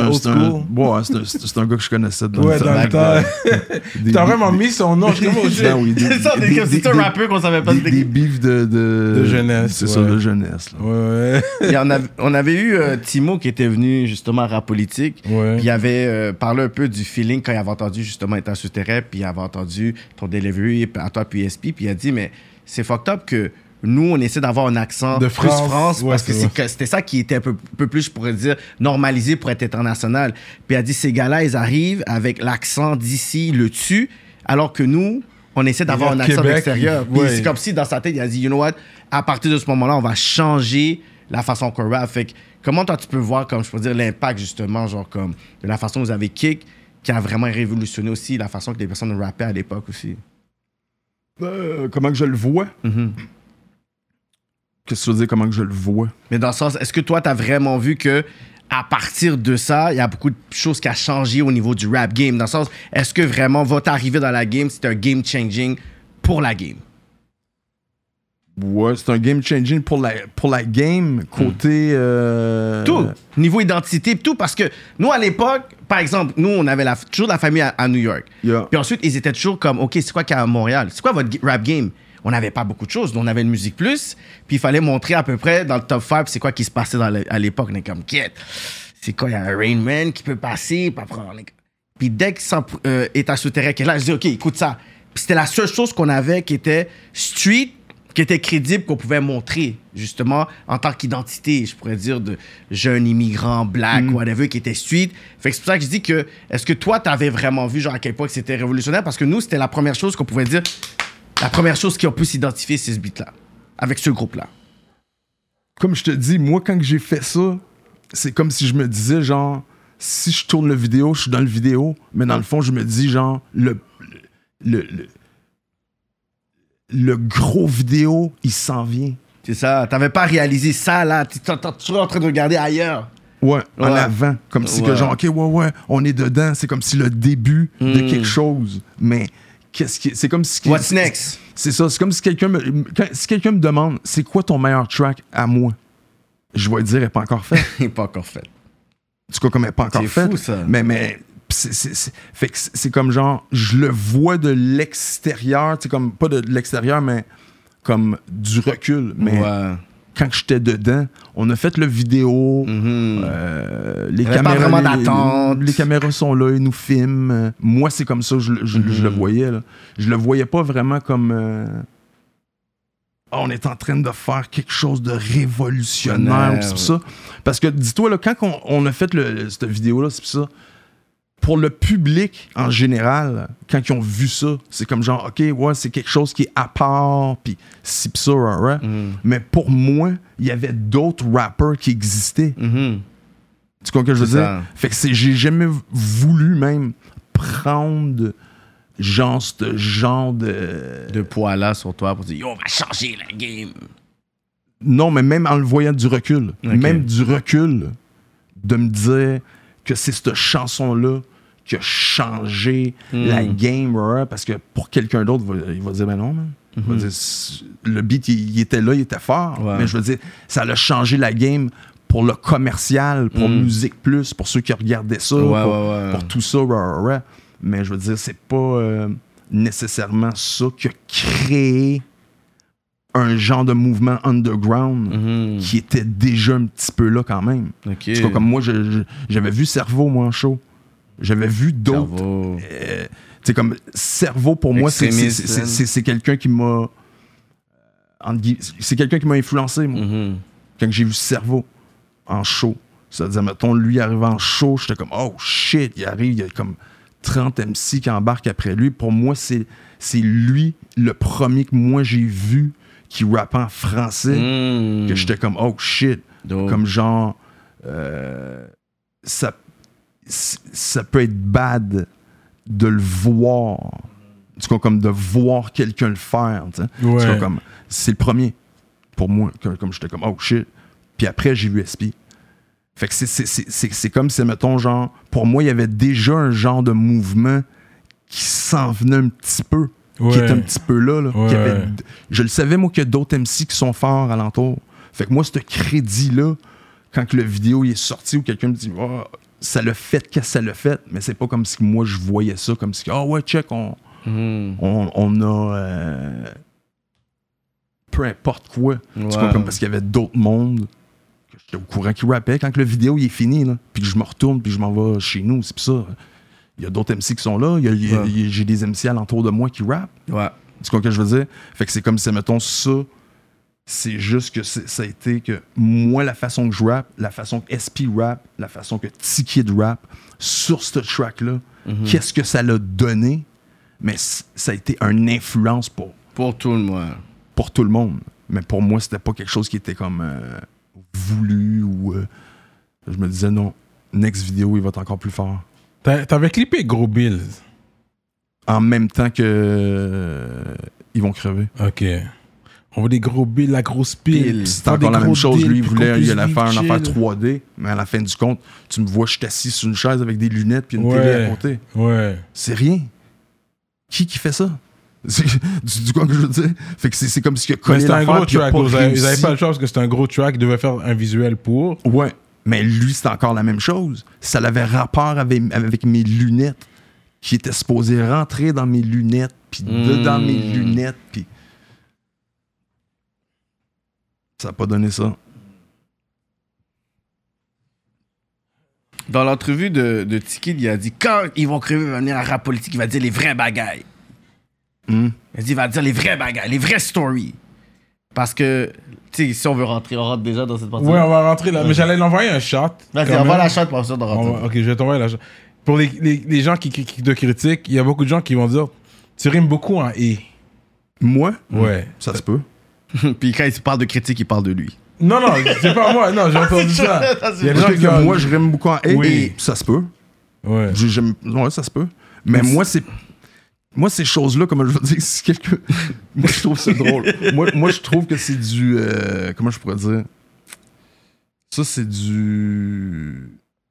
un gars que je connaissais dans le temps. T'as vraiment mis son nom. C'est ça, c'est un rappeur qu'on savait pas. Des bifs de jeunesse. C'est ça, de jeunesse. Ouais. On avait eu Timo qui était venu justement à Rap Politique. Puis il avait parlé un peu du feeling quand il avait entendu justement État souterrain, puis il avait entendu ton delivery à toi puis SP, puis il a dit mais c'est fucked up que nous on essaie d'avoir un accent de plus France parce que vrai. c'était ça qui était un peu plus, je pourrais dire, normalisé pour être international. Puis il a dit ces gars-là ils arrivent avec l'accent d'ici, le dessus, alors que nous on essaie d'avoir un accent d'extérieur. C'est comme si dans sa tête il a dit you know what, à partir de ce moment-là on va changer la façon qu'on rap. Fait que comment toi tu peux voir, comme je peux dire, l'impact justement, genre comme de la façon dont vous avez kick, qui a vraiment révolutionné aussi la façon que les personnes rappaient à l'époque aussi? Comment que je le vois? Qu'est-ce que tu veux dire, comment que je le vois? Mais dans le sens, est-ce que toi t'as vraiment vu que à partir de ça, il y a beaucoup de choses qui ont changé au niveau du rap game? Dans le sens, est-ce que vraiment votre arrivée dans la game, c'est un game changing pour la game? Ouais, c'est un game changing pour la game, côté... Tout, niveau identité, tout, parce que nous, à l'époque, par exemple, nous, on avait toujours la famille à New York. Puis ensuite, ils étaient toujours comme, OK, c'est quoi qu'il y a à Montréal? C'est quoi votre rap game? On n'avait pas beaucoup de choses. On avait une musique plus, puis il fallait montrer à peu près dans le top 5 c'est quoi qui se passait à l'époque. On est comme, quête, c'est quoi, il y a un Rain Man qui peut passer, pas prendre... Puis dès que État souterrain qui est là, je dis, OK, écoute ça. Puis c'était la seule chose qu'on avait qui était street, qui était crédible, qu'on pouvait montrer, justement, en tant qu'identité, je pourrais dire, de jeune immigrant, black, whatever, qui était street. Fait que c'est pour ça que je dis que, est-ce que toi, t'avais vraiment vu, genre, à quel point c'était révolutionnaire? Parce que nous, c'était la première chose qu'on pouvait dire, la première chose qui a pu s'identifier, c'est ce beat-là, avec ce groupe-là. Comme je te dis, moi, quand j'ai fait ça, c'est comme si je me disais, genre, si je tourne le vidéo, je suis dans le vidéo, mais dans le fond, je me dis, genre, le gros vidéo, il s'en vient. C'est ça. T'avais pas réalisé ça, là. T'es toujours en train de regarder ailleurs. Ouais, en avant. Comme si que genre, OK, on est dedans. C'est comme si le début de quelque chose. Mais c'est comme si... What's next? C'est ça. C'est comme si quelqu'un me demande, c'est quoi ton meilleur track à moi? Je vais dire, elle n'est pas encore faite. Elle n'est pas encore faite. En tout cas, comme elle n'est pas encore faite. C'est fou, ça. Mais fait que c'est comme genre, je le vois de l'extérieur, tu sais, comme pas de l'extérieur, mais comme du recul. Mais quand j'étais dedans, on a fait le vidéo, les caméras, les caméras sont là, ils nous filment. Moi, c'est comme ça, je le voyais. Là. Je le voyais pas vraiment comme... on est en train de faire quelque chose de révolutionnaire, c'est ça. Parce que dis-toi, là, quand on a fait cette vidéo-là, c'est ça. Pour le public, en général, quand ils ont vu ça, c'est comme genre, OK, c'est quelque chose qui est à part, puis si pis ça, right? Mais pour moi, il y avait d'autres rappers qui existaient. Tu comprends ce que je veux dire? Fait que j'ai jamais voulu même prendre ce genre de poids-là sur toi pour dire, yo, on va changer la game. Non, mais même en le voyant du recul. Okay. Même du recul, de me dire que c'est cette chanson-là qui a changé la game, right? Parce que pour quelqu'un d'autre, il va dire, ben non, man. Il va dire, le beat, il était là, il était fort. Mais je veux dire, ça a changé la game pour le commercial, pour Musique Plus, pour ceux qui regardaient ça, pour tout ça, right? Mais je veux dire, c'est pas nécessairement ça qui a créé un genre de mouvement underground qui était déjà un petit peu là quand même. Okay. C'est comme moi, j'avais vu Cerveau, moi, en show. J'avais vu d'autres. C'est comme Cerveau, pour moi, c'est quelqu'un qui m'a... C'est quelqu'un qui m'a influencé, moi. Quand j'ai vu Cerveau en show. C'est-à-dire, mettons, lui arrive en show, j'étais comme, oh shit, il arrive, il y a comme 30 MC qui embarquent après lui. Pour moi, c'est lui le premier que moi j'ai vu qui rappait en français, que j'étais comme, oh shit. Comme genre, ça peut être bad de le voir. Tu vois, comme de voir quelqu'un le faire. Tu vois, comme, c'est le premier. pour moi. Comme j'étais comme, oh shit. Puis après, j'ai vu SP. Fait que c'est comme si, mettons, genre, pour moi, il y avait déjà un genre de mouvement qui s'en venait un petit peu. Qui était un petit peu là. Ouais. Je le savais, moi, qu'il y a d'autres MC qui sont forts alentour. Fait que moi, ce crédit-là, quand que le vidéo il est sorti ou quelqu'un me dit oh, ça l'a fait, qu'est-ce que ça l'a fait, mais c'est pas comme si moi je voyais ça comme si ouais check on a peu importe quoi. C'est pas comme parce qu'il y avait d'autres mondes que j'étais au courant qui rappaient quand que le vidéo il est fini là, puis que je me retourne puis je m'en vais chez nous, c'est pour ça. Il y a d'autres MC qui sont là, j'ai des MC alentour de moi qui rappent. Ouais. Tu comprends ce que je veux dire? Fait que c'est comme si mettons ça. C'est juste que ça a été que moi, la façon que je rappe, la façon que SP rappe, la façon que T-Kid rappe, sur ce track-là, qu'est-ce que ça l'a donné? Mais ça a été une influence pour tout le monde. Pour tout le monde. Mais pour moi, c'était pas quelque chose qui était comme voulu ou... je me disais, non, next vidéo, il va être encore plus fort. T'avais clippé Gros Bills. En même temps que... ils vont crever. OK. On voit des gros billes, la grosse pile. C'est encore la même chose. Lui, il allait faire une affaire 3D, mais à la fin du compte, tu me vois, je suis assis sur une chaise avec des lunettes puis une télé à côté. Ouais. C'est rien. Qui fait ça? Du coup, que je veux dire? Fait que c'est comme si il a collé l'affaire. C'était un gros track. Ils n'avaient pas le choix parce que c'était un gros track. Ils devaient faire un visuel pour. Ouais. Mais lui, c'était encore la même chose. Ça avait rapport avec mes lunettes qui étaient supposées rentrer dans mes lunettes puis dedans mes lunettes puis... Ça n'a pas donné ça. Dans l'entrevue de T-Kid, il a dit quand ils vont crever, il va venir à rap politique, il va dire les vrais bagailles. Il a dit, il va dire les vrais bagailles, les vraies stories. Parce que, tu sais, si on veut rentrer, on rentre déjà dans cette partie. Ouais, on va rentrer là. Mais j'allais l'envoyer un shot. Vas-y, envoie la shot pour ça de rentrer. Ok, je vais t'envoyer la shot. Pour les gens qui te critiquent, il y a beaucoup de gens qui vont dire tu rimes beaucoup en « et ». Moi? Ouais. Ça se peut. Puis quand il parle de critique, il parle de lui. Non, c'est pas moi. Non, j'ai entendu ça. Il y a des gens qui disent moi, je rime beaucoup en « et oui. ». Ça se peut. Ouais. Ouais, ça se peut. Mais moi, ces choses-là, comme je veux dire, c'est quelque... moi, je trouve ça drôle. moi, je trouve que c'est du... comment je pourrais dire? Ça, c'est du...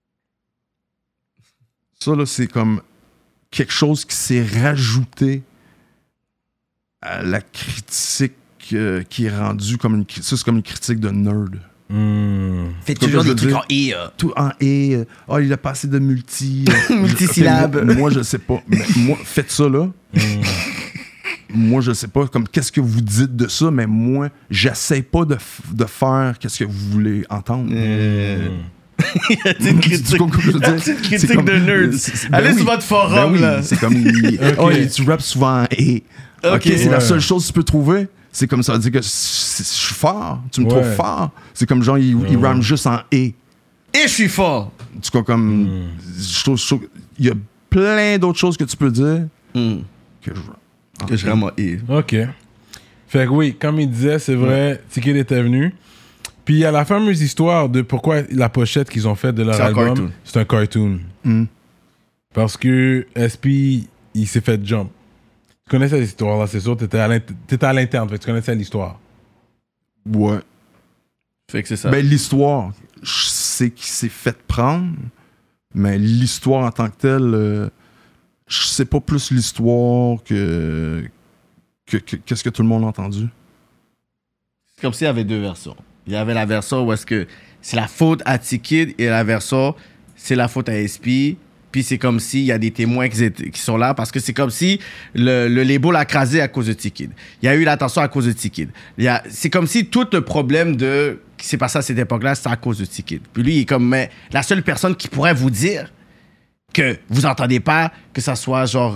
Ça, là, c'est comme quelque chose qui s'est rajouté à la critique qui est rendue comme une... Ça, c'est comme une critique de nerd. Fait toujours des trucs en « et ». Tout en « et ». Oh, il a pas assez de multisyllabes. Moi, je sais pas. Mais moi, faites ça, là. Moi, je sais pas comme qu'est-ce que vous dites de ça, mais moi, j'essaie pas de faire qu'est-ce que vous voulez entendre. C'est une critique, de nerds. Allez sur votre forum, là. C'est comme... tu rappes souvent en « et ». OK, c'est la seule chose que tu peux trouver. C'est comme ça veut dire que je suis fort. Tu me trouves fort. C'est comme genre, il rame juste en « et ». Et je suis fort. Tu vois, comme... Je trouve il y a plein d'autres choses que tu peux dire que je rame en « et ». OK. Fait que oui, comme il disait, c'est vrai, T-Kid était venu. Puis il y a la fameuse histoire de pourquoi la pochette qu'ils ont faite de leur album, c'est un cartoon. Parce que SP, il s'est fait jump. Tu connaissais l'histoire, là, c'est sûr. T'étais à l'interne, fait que tu connaissais l'histoire. Ouais. Fait que c'est ça. Ben, l'histoire, je sais qu'il s'est fait prendre, mais l'histoire en tant que telle, je sais pas plus l'histoire que qu'est-ce que tout le monde a entendu. C'est comme s'il y avait deux versions. Il y avait la version où est-ce que c'est la faute à T-Kid et la version c'est la faute à SP. Puis c'est comme s'il y a des témoins qui sont là parce que c'est comme si le label a crasé à cause de T-Kid. Il y a eu l'attention à cause de T-Kid. C'est comme si tout le problème qui s'est passé à cette époque-là, c'est à cause de T-Kid. Puis lui, il est comme, mais la seule personne qui pourrait vous dire que vous entendez pas, que ça soit genre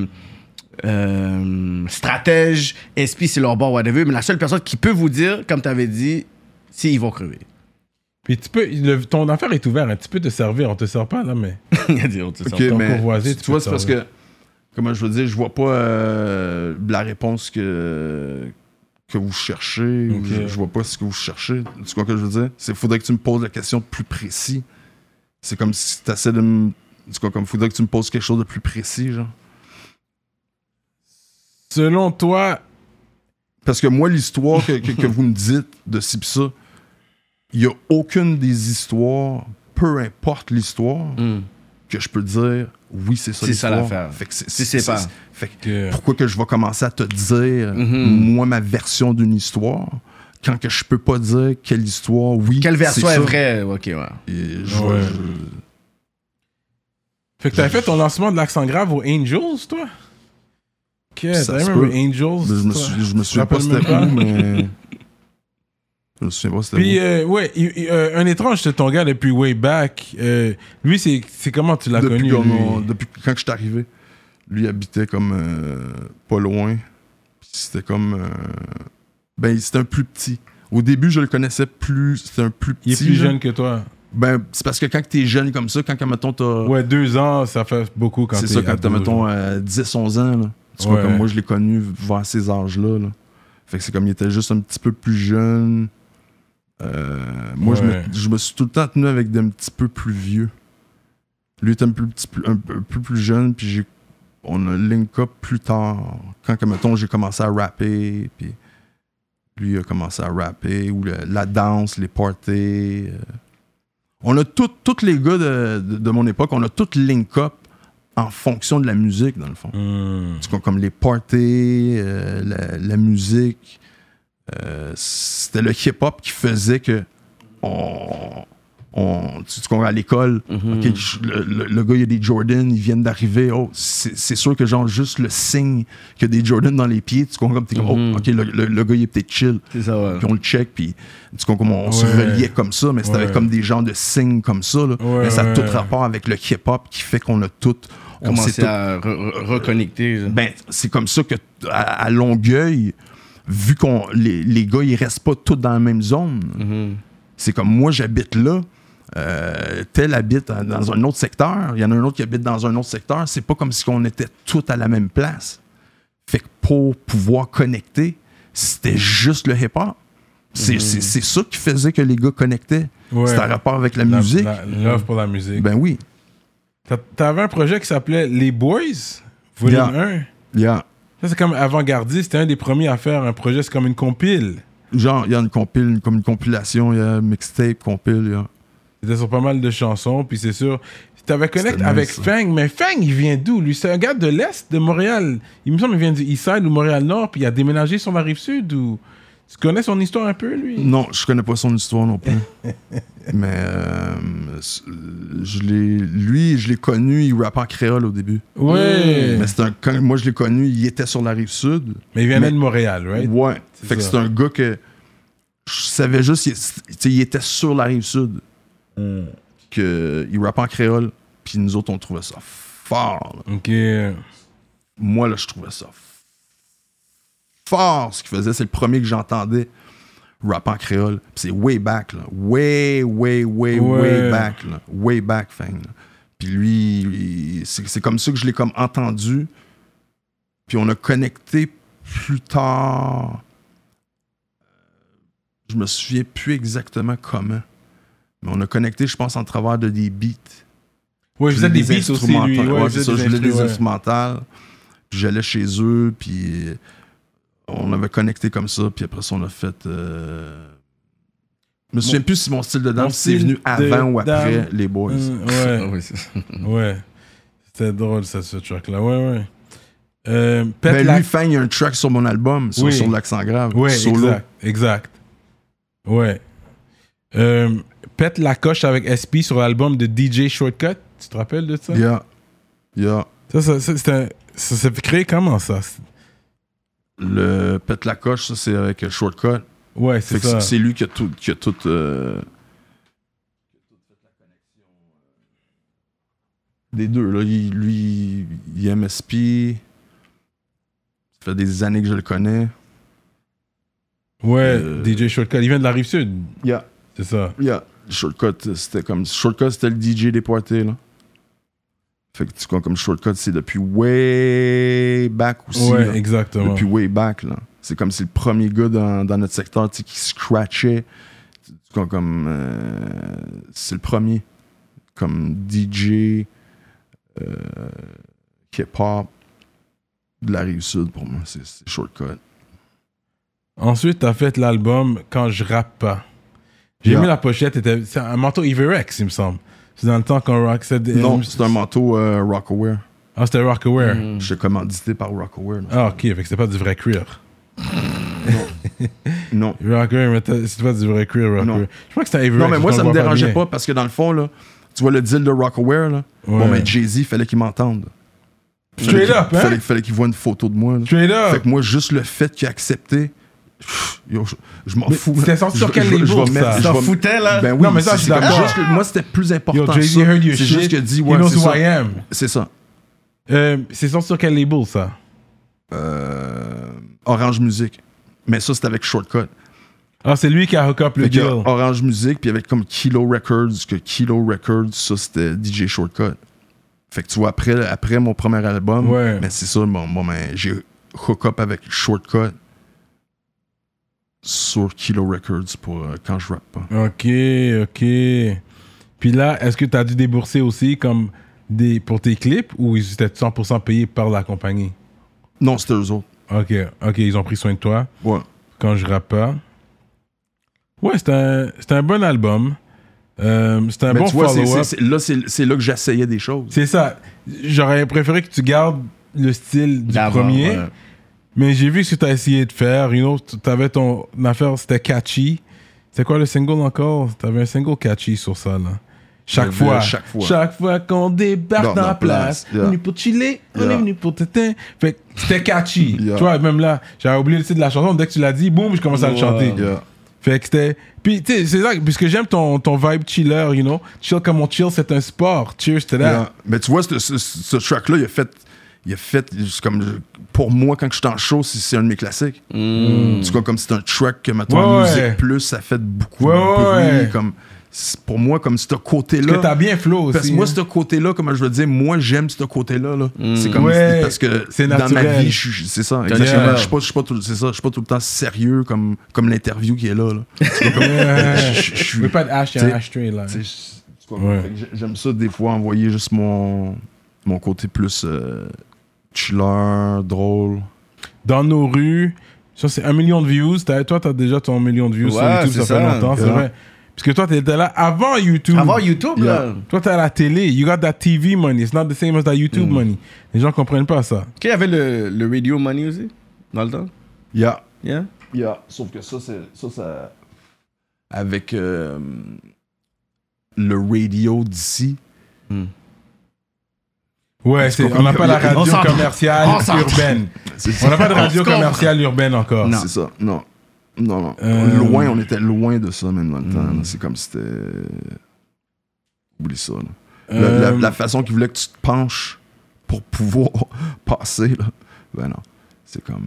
stratège, SP, c'est leur bord, whatever, mais la seule personne qui peut vous dire, comme tu avais dit, c'est ils vont crever. Puis ton affaire est ouverte, hein. Tu peux te servir, on te sert pas là, mais. On te sert ton mais courvoisier, tu vois, c'est parce que, comment je veux dire, je vois pas la réponse que vous cherchez. Okay. Je vois pas ce que vous cherchez. Tu vois ce que je veux dire? Il faudrait que tu me poses la question plus précis. C'est comme si tu essaies de me. Tu vois, comme faudrait que tu me poses quelque chose de plus précis, genre. Selon toi, Parce que moi, l'histoire que vous me dites de ci pis ça, il n'y a aucune des histoires, peu importe l'histoire, que je peux dire, oui, c'est ça l'histoire. C'est ça l'affaire. Fait que c'est pas. Fait que pourquoi que je vais commencer à te dire, moi, ma version d'une histoire, quand que je peux pas dire quelle histoire, oui, Quelle version c'est est ça. vraie? Ok, ouais. Et Fait que t'avais fait ton lancement de l'accent grave aux Angels, toi? Ok, Ça t'as se même peut. aux Angels. Je me souviens pas c'était où, mais... Je me souviens pas c'était Puis, où. ouais, un étrange, c'est ton gars depuis way back. Lui, c'est comment tu l'as connu? Depuis quand je suis arrivé. Lui habitait comme pas loin. Puis c'était comme... ben, c'était un plus petit. Au début, je le connaissais plus... C'était un plus petit. Il est plus là. jeune que toi. Ben, c'est parce que quand t'es jeune comme ça, quand, mettons, t'as... Ouais, 2 ans, ça fait beaucoup quand t'es C'est ça, quand t'as, ado, mettons, genre. 10-11 ans, là. Tu vois, Ouais. comme moi, je l'ai connu vers ces âges-là, là. Fait que c'est comme il était juste un petit peu plus jeune. Moi, Ouais. je me suis tout le temps tenu avec des un petit peu plus vieux. Lui était un peu plus jeune, puis on a link up plus tard. Quand, mettons, j'ai commencé à rapper, puis lui a commencé à rapper, ou la danse, les parties. On a tous les gars de mon époque, on a tous link up en fonction de la musique, dans le fond. Comme les parties, la musique. C'était le hip-hop qui faisait que tu comprends, à l'école, ok, le gars, il y a des Jordan, ils viennent d'arriver. Oh, c'est sûr que genre juste le signe qu'il y a des Jordan dans les pieds, tu comprends, t'es comme, oh, ok, le gars, il est peut-être chill. C'est ça, ouais. Puis on le check, puis tu comprends, on se reliait comme ça, mais c'était avec comme des genres de signes comme ça. Là. Mais ça a tout rapport avec le hip-hop qui fait qu'on a tout... Commencer à reconnecter. Genre. Ben, c'est comme ça que à Longueuil, vu qu'on les gars, ils restent pas tous dans la même zone. C'est comme moi, j'habite là. Tel habite dans un autre secteur. Il y en a un autre qui habite dans un autre secteur. C'est pas comme si on était tous à la même place. Fait que pour pouvoir connecter, c'était juste le hip-hop. C'est ça qui faisait que les gars connectaient. Ouais. C'était en rapport avec la musique. Love pour la musique. Ben oui. T'avais un projet qui s'appelait Les Boys, volume 1. Yeah. Ça, c'est comme avant-gardiste. C'était un des premiers à faire un projet. C'est comme une compile. Genre, il y a une compilation, il y a un mixtape, compile, yeah. C'était sur pas mal de chansons. Puis c'est sûr, t'avais connecté C'était avec nice, Fang. Mais Fang, il vient d'où? Lui, c'est un gars de l'Est, de Montréal. Il me semble qu'il vient du Eastside ou Montréal-Nord. Puis il a déménagé sur la Rive-Sud. Ou... Tu connais son histoire un peu, lui? Non, je connais pas son histoire non plus. Mais je l'ai connu, il rappait en créole au début. Ouais. Mais quand moi je l'ai connu, il était sur la Rive-Sud. Mais il venait de Montréal, right? Ouais. C'est Fait que ça. c'est un gars que je savais juste, il était sur la Rive-Sud. Il rappait en créole. Puis nous autres, on trouvait ça fort. Là. Ok. Moi, là, je trouvais ça fort ce qu'il faisait. C'est le premier que j'entendais rap en créole. Puis c'est way back, là. Way back, là. Way back, Fang. Là. Puis lui, c'est comme ça que je l'ai comme entendu. Puis on a connecté plus tard. Je me souviens plus exactement comment. Mais on a connecté, je pense, en travers de des beats. Ouais, je faisais des beats aussi, lui. Ouais, c'est ça, je voulais des instrus, ouais. instrumentales. Puis j'allais chez eux, puis on avait connecté comme ça, puis après ça, on a fait... Je me souviens plus si mon style de danse, c'est venu avant ou après les Boys. Ouais. Oui, c'est ça. Ouais. C'était drôle, ça, ce track-là. Ouais. Ben lui, Fang, il y a un track sur mon album, sur l'accent grave. Ouais, solo. exact. Ouais. Pète la coche avec SP sur l'album de DJ Shortcut. Tu te rappelles de ça? Yeah. Ça s'est créé comment, ça? Le Pète la coche, ça, c'est avec Shortcut. Ouais, c'est ça. C'est lui qui a tout fait la connexion des deux. Là. Lui, il aime SP. Ça fait des années que je le connais. Ouais, DJ Shortcut. Il vient de la Rive-Sud. Yeah. C'est ça. Yeah. Shortcut, c'était le DJ des parties, là. Fait que tu vois, comme Shortcut, c'est depuis way back aussi. Ouais, là. exactement. Depuis way back, là. C'est comme c'est le premier gars dans notre secteur, tu sais, qui scratchait. Tu vois, comme... c'est le premier. Comme DJ hip-hop de la Rive-Sud, pour moi. C'est Shortcut. Ensuite, t'as fait l'album Quand je rappe pas. J'ai aimé la pochette, c'est un manteau Everex, il me semble. C'est dans le temps quand Rock... Non, c'est un manteau Rockaware. Ah, c'était Rockaware. J'étais commandité par Rockaware. Ah, ok, fait que c'était pas du vrai cuir. Non. Rockaware, mais c'était pas du vrai cuir, Rockaware. Non. Je crois que c'était Everex. Non, mais moi, je ça le me vois dérangeait bien. pas parce que dans le fond, là, tu vois le deal de Rockaware, là. Ouais. Bon, mais Jay-Z, il fallait qu'il m'entende. Straight up, hein? Fallait qu'il voit une photo de moi. Là. Straight up. Fait que moi, juste le fait qu'il a accepté, yo, je m'en Mais fous. c'était sorti sur quel label, ça? Tu t'en foutais, là? Ben oui, Non, mais ça, je suis comme d'accord. juste que moi, c'était plus important. Yo, Jay-Z ça. heard your C'est shit. juste qu'il a dit, He ouais, knows c'est who ça. I am. C'est ça. C'est sorti sur quel label, ça? Orange Music. Mais ça, c'était avec Shortcut. Ah, c'est lui qui a hook up le Fait qu'il y a deal. Orange Music, puis avec comme Kilo Records, que Kilo Records, ça, c'était DJ Shortcut. Fait que tu vois, après mon premier album, Ouais. mais c'est ça, j'ai hook up avec Shortcut sur Kilo Records pour Quand je rappe pas. Ok. Puis là, est-ce que tu as dû débourser aussi comme pour tes clips ou ils étaient 100% payés par la compagnie? Non, c'était eux autres. Ok, ils ont pris soin de toi. Ouais. Quand je rappe pas. Ouais, c'était un bon album. C'était un Mais bon tu vois, follow-up. c'est là que j'essayais des choses. C'est ça. J'aurais préféré que tu gardes le style du D'avant, premier. ouais. Mais j'ai vu ce que tu as essayé de faire. You know, t'avais ton affaire, c'était catchy. C'est quoi le single encore? T'avais un single catchy sur ça, là. Chaque fois qu'on débarque dans la place, on est venu pour chiller, on est venu pour tétin. Fait que c'était catchy. Tu vois, même là, j'avais oublié le titre de la chanson. Dès que tu l'as dit, boum, je commençais à le chanter. Fait que c'était... Puis, tu sais, c'est ça, puisque j'aime ton vibe chiller, you know. Chill comme on chill, c'est un sport. Cheers to that. Mais tu vois, ce track-là, il a fait comme... Pour moi, quand je suis en show, c'est un de mes classiques. Tu vois, comme c'est un track que, mettons, Musique Plus, ça fait beaucoup de bruit. Comme... Pour moi, comme ce côté-là... Parce que t'as bien flow aussi. Parce que moi, ce côté-là, comme je veux dire, moi, j'aime ce côté-là. Là. C'est comme... parce que c'est dans ma naturel. vie, c'est ça, exactement. Je suis pas tout le temps sérieux comme l'interview qui est là. Je veux pas de hash, il y a un ashtray, là. J'aime ça, des fois, envoyer juste mon côté plus chiller, drôle. Dans nos rues, ça, c'est 1 million de views. Toi, t'as déjà ton 1 million de views sur YouTube, ça fait longtemps, c'est vrai. Parce que toi, t'étais là avant YouTube. Avant YouTube, là. Toi, t'es à la télé. You got that TV money. It's not the same as that YouTube money. Les gens comprennent pas ça. Il y avait le radio money aussi, dans le temps. Yeah. Sauf que ça, avec le radio d'ici. Ouais, on n'a pas la radio commerciale urbaine. On n'a pas de radio commerciale urbaine encore. Non. C'est ça, non. Loin, on était loin de ça, même dans le temps. C'est comme si c'était... Oublie ça. La façon qu'ils voulaient que tu te penches pour pouvoir passer, là. Ben non. C'est comme...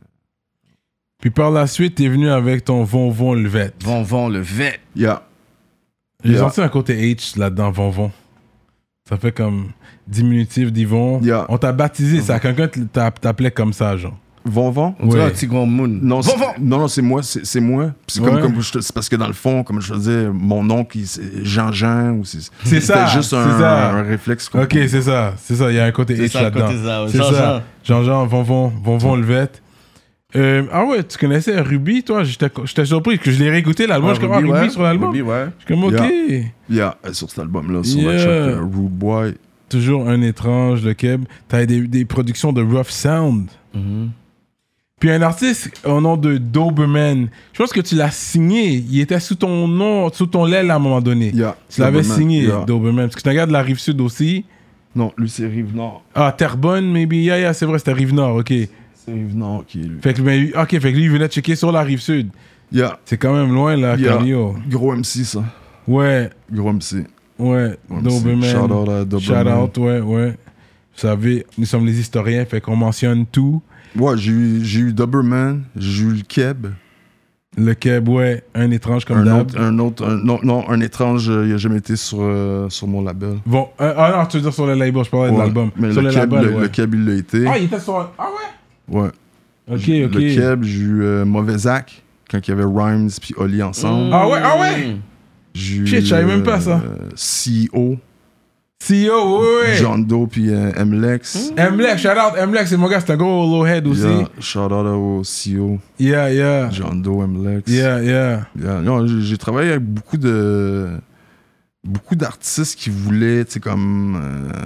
Puis par la suite, t'es venu avec ton Von le Vet. Von le Vet. J'ai senti un côté H là-dedans, Von. Ça fait comme diminutif d'Yvon. On t'a baptisé ça. Quelqu'un t'appelait comme ça, genre. Von? On dirait un Tigron Moon. Non, c'est moi. C'est moi. C'est c'est parce que dans le fond, comme je veux dire, mon oncle, c'est Jean-Jean. C'est ça. C'était juste un réflexe. Ok, c'est ça. Il y a un côté H là-dedans. C'est ça. Jean-Jean, Von le Vet. Ah ouais, tu connaissais Ruby, toi? J'étais surpris que je l'ai réécouté l'album. Je commence Ruby sur l'album. Ruby, ouais. Je suis comme, ok. Sur cet album-là, sur la track Rude Boy. Toujours un étrange, le Keb. T'as des productions de Rough Sound. Puis un artiste au nom de Doberman, je pense que tu l'as signé. Il était sous ton nom, sous ton l'aile à un moment donné. Tu l'avais signé, Doberman. Parce que tu regardes la Rive-Sud aussi. Non, lui, c'est Rive-Nord. Ah, Terrebonne, maybe. C'est vrai, c'était Rive-Nord, ok. C'est Rive-Nord qui est lui. Fait que lui, il venait checker sur la Rive-Sud. C'est quand même loin, là, Camille. Gros MC, ça. Ouais. Gros MC. Ouais, Doberman. Shout-out à Doberman. Shout-out, ouais. Vous savez, nous sommes les historiens, fait qu'on mentionne tout. Ouais, j'ai eu Doberman, j'ai eu le Keb. Le Keb, ouais, un étrange comme d'hab. Un étrange, il n'a jamais été sur mon label. Bon, non, tu veux dire sur le label, je parlais de l'album. Mais sur le Keb, il l'a été. Ah, il était sur... Ah ouais? Ouais. Ok. Le Keb, j'ai eu Mauvais Zach, quand il y avait Rhymes puis Oli ensemble. Ah ouais? J'ai eu... Shit, je savais même pas ça. CEO. CEO, oui. John Doe puis M-Lex. M-Lex, shout out M-Lex, c'est mon gars, c'est un gros low head aussi. Yeah, shout out au CEO. Yeah. John Doe, M-Lex. Yeah. Non, j'ai travaillé avec beaucoup d'artistes qui voulaient, tu sais, comme...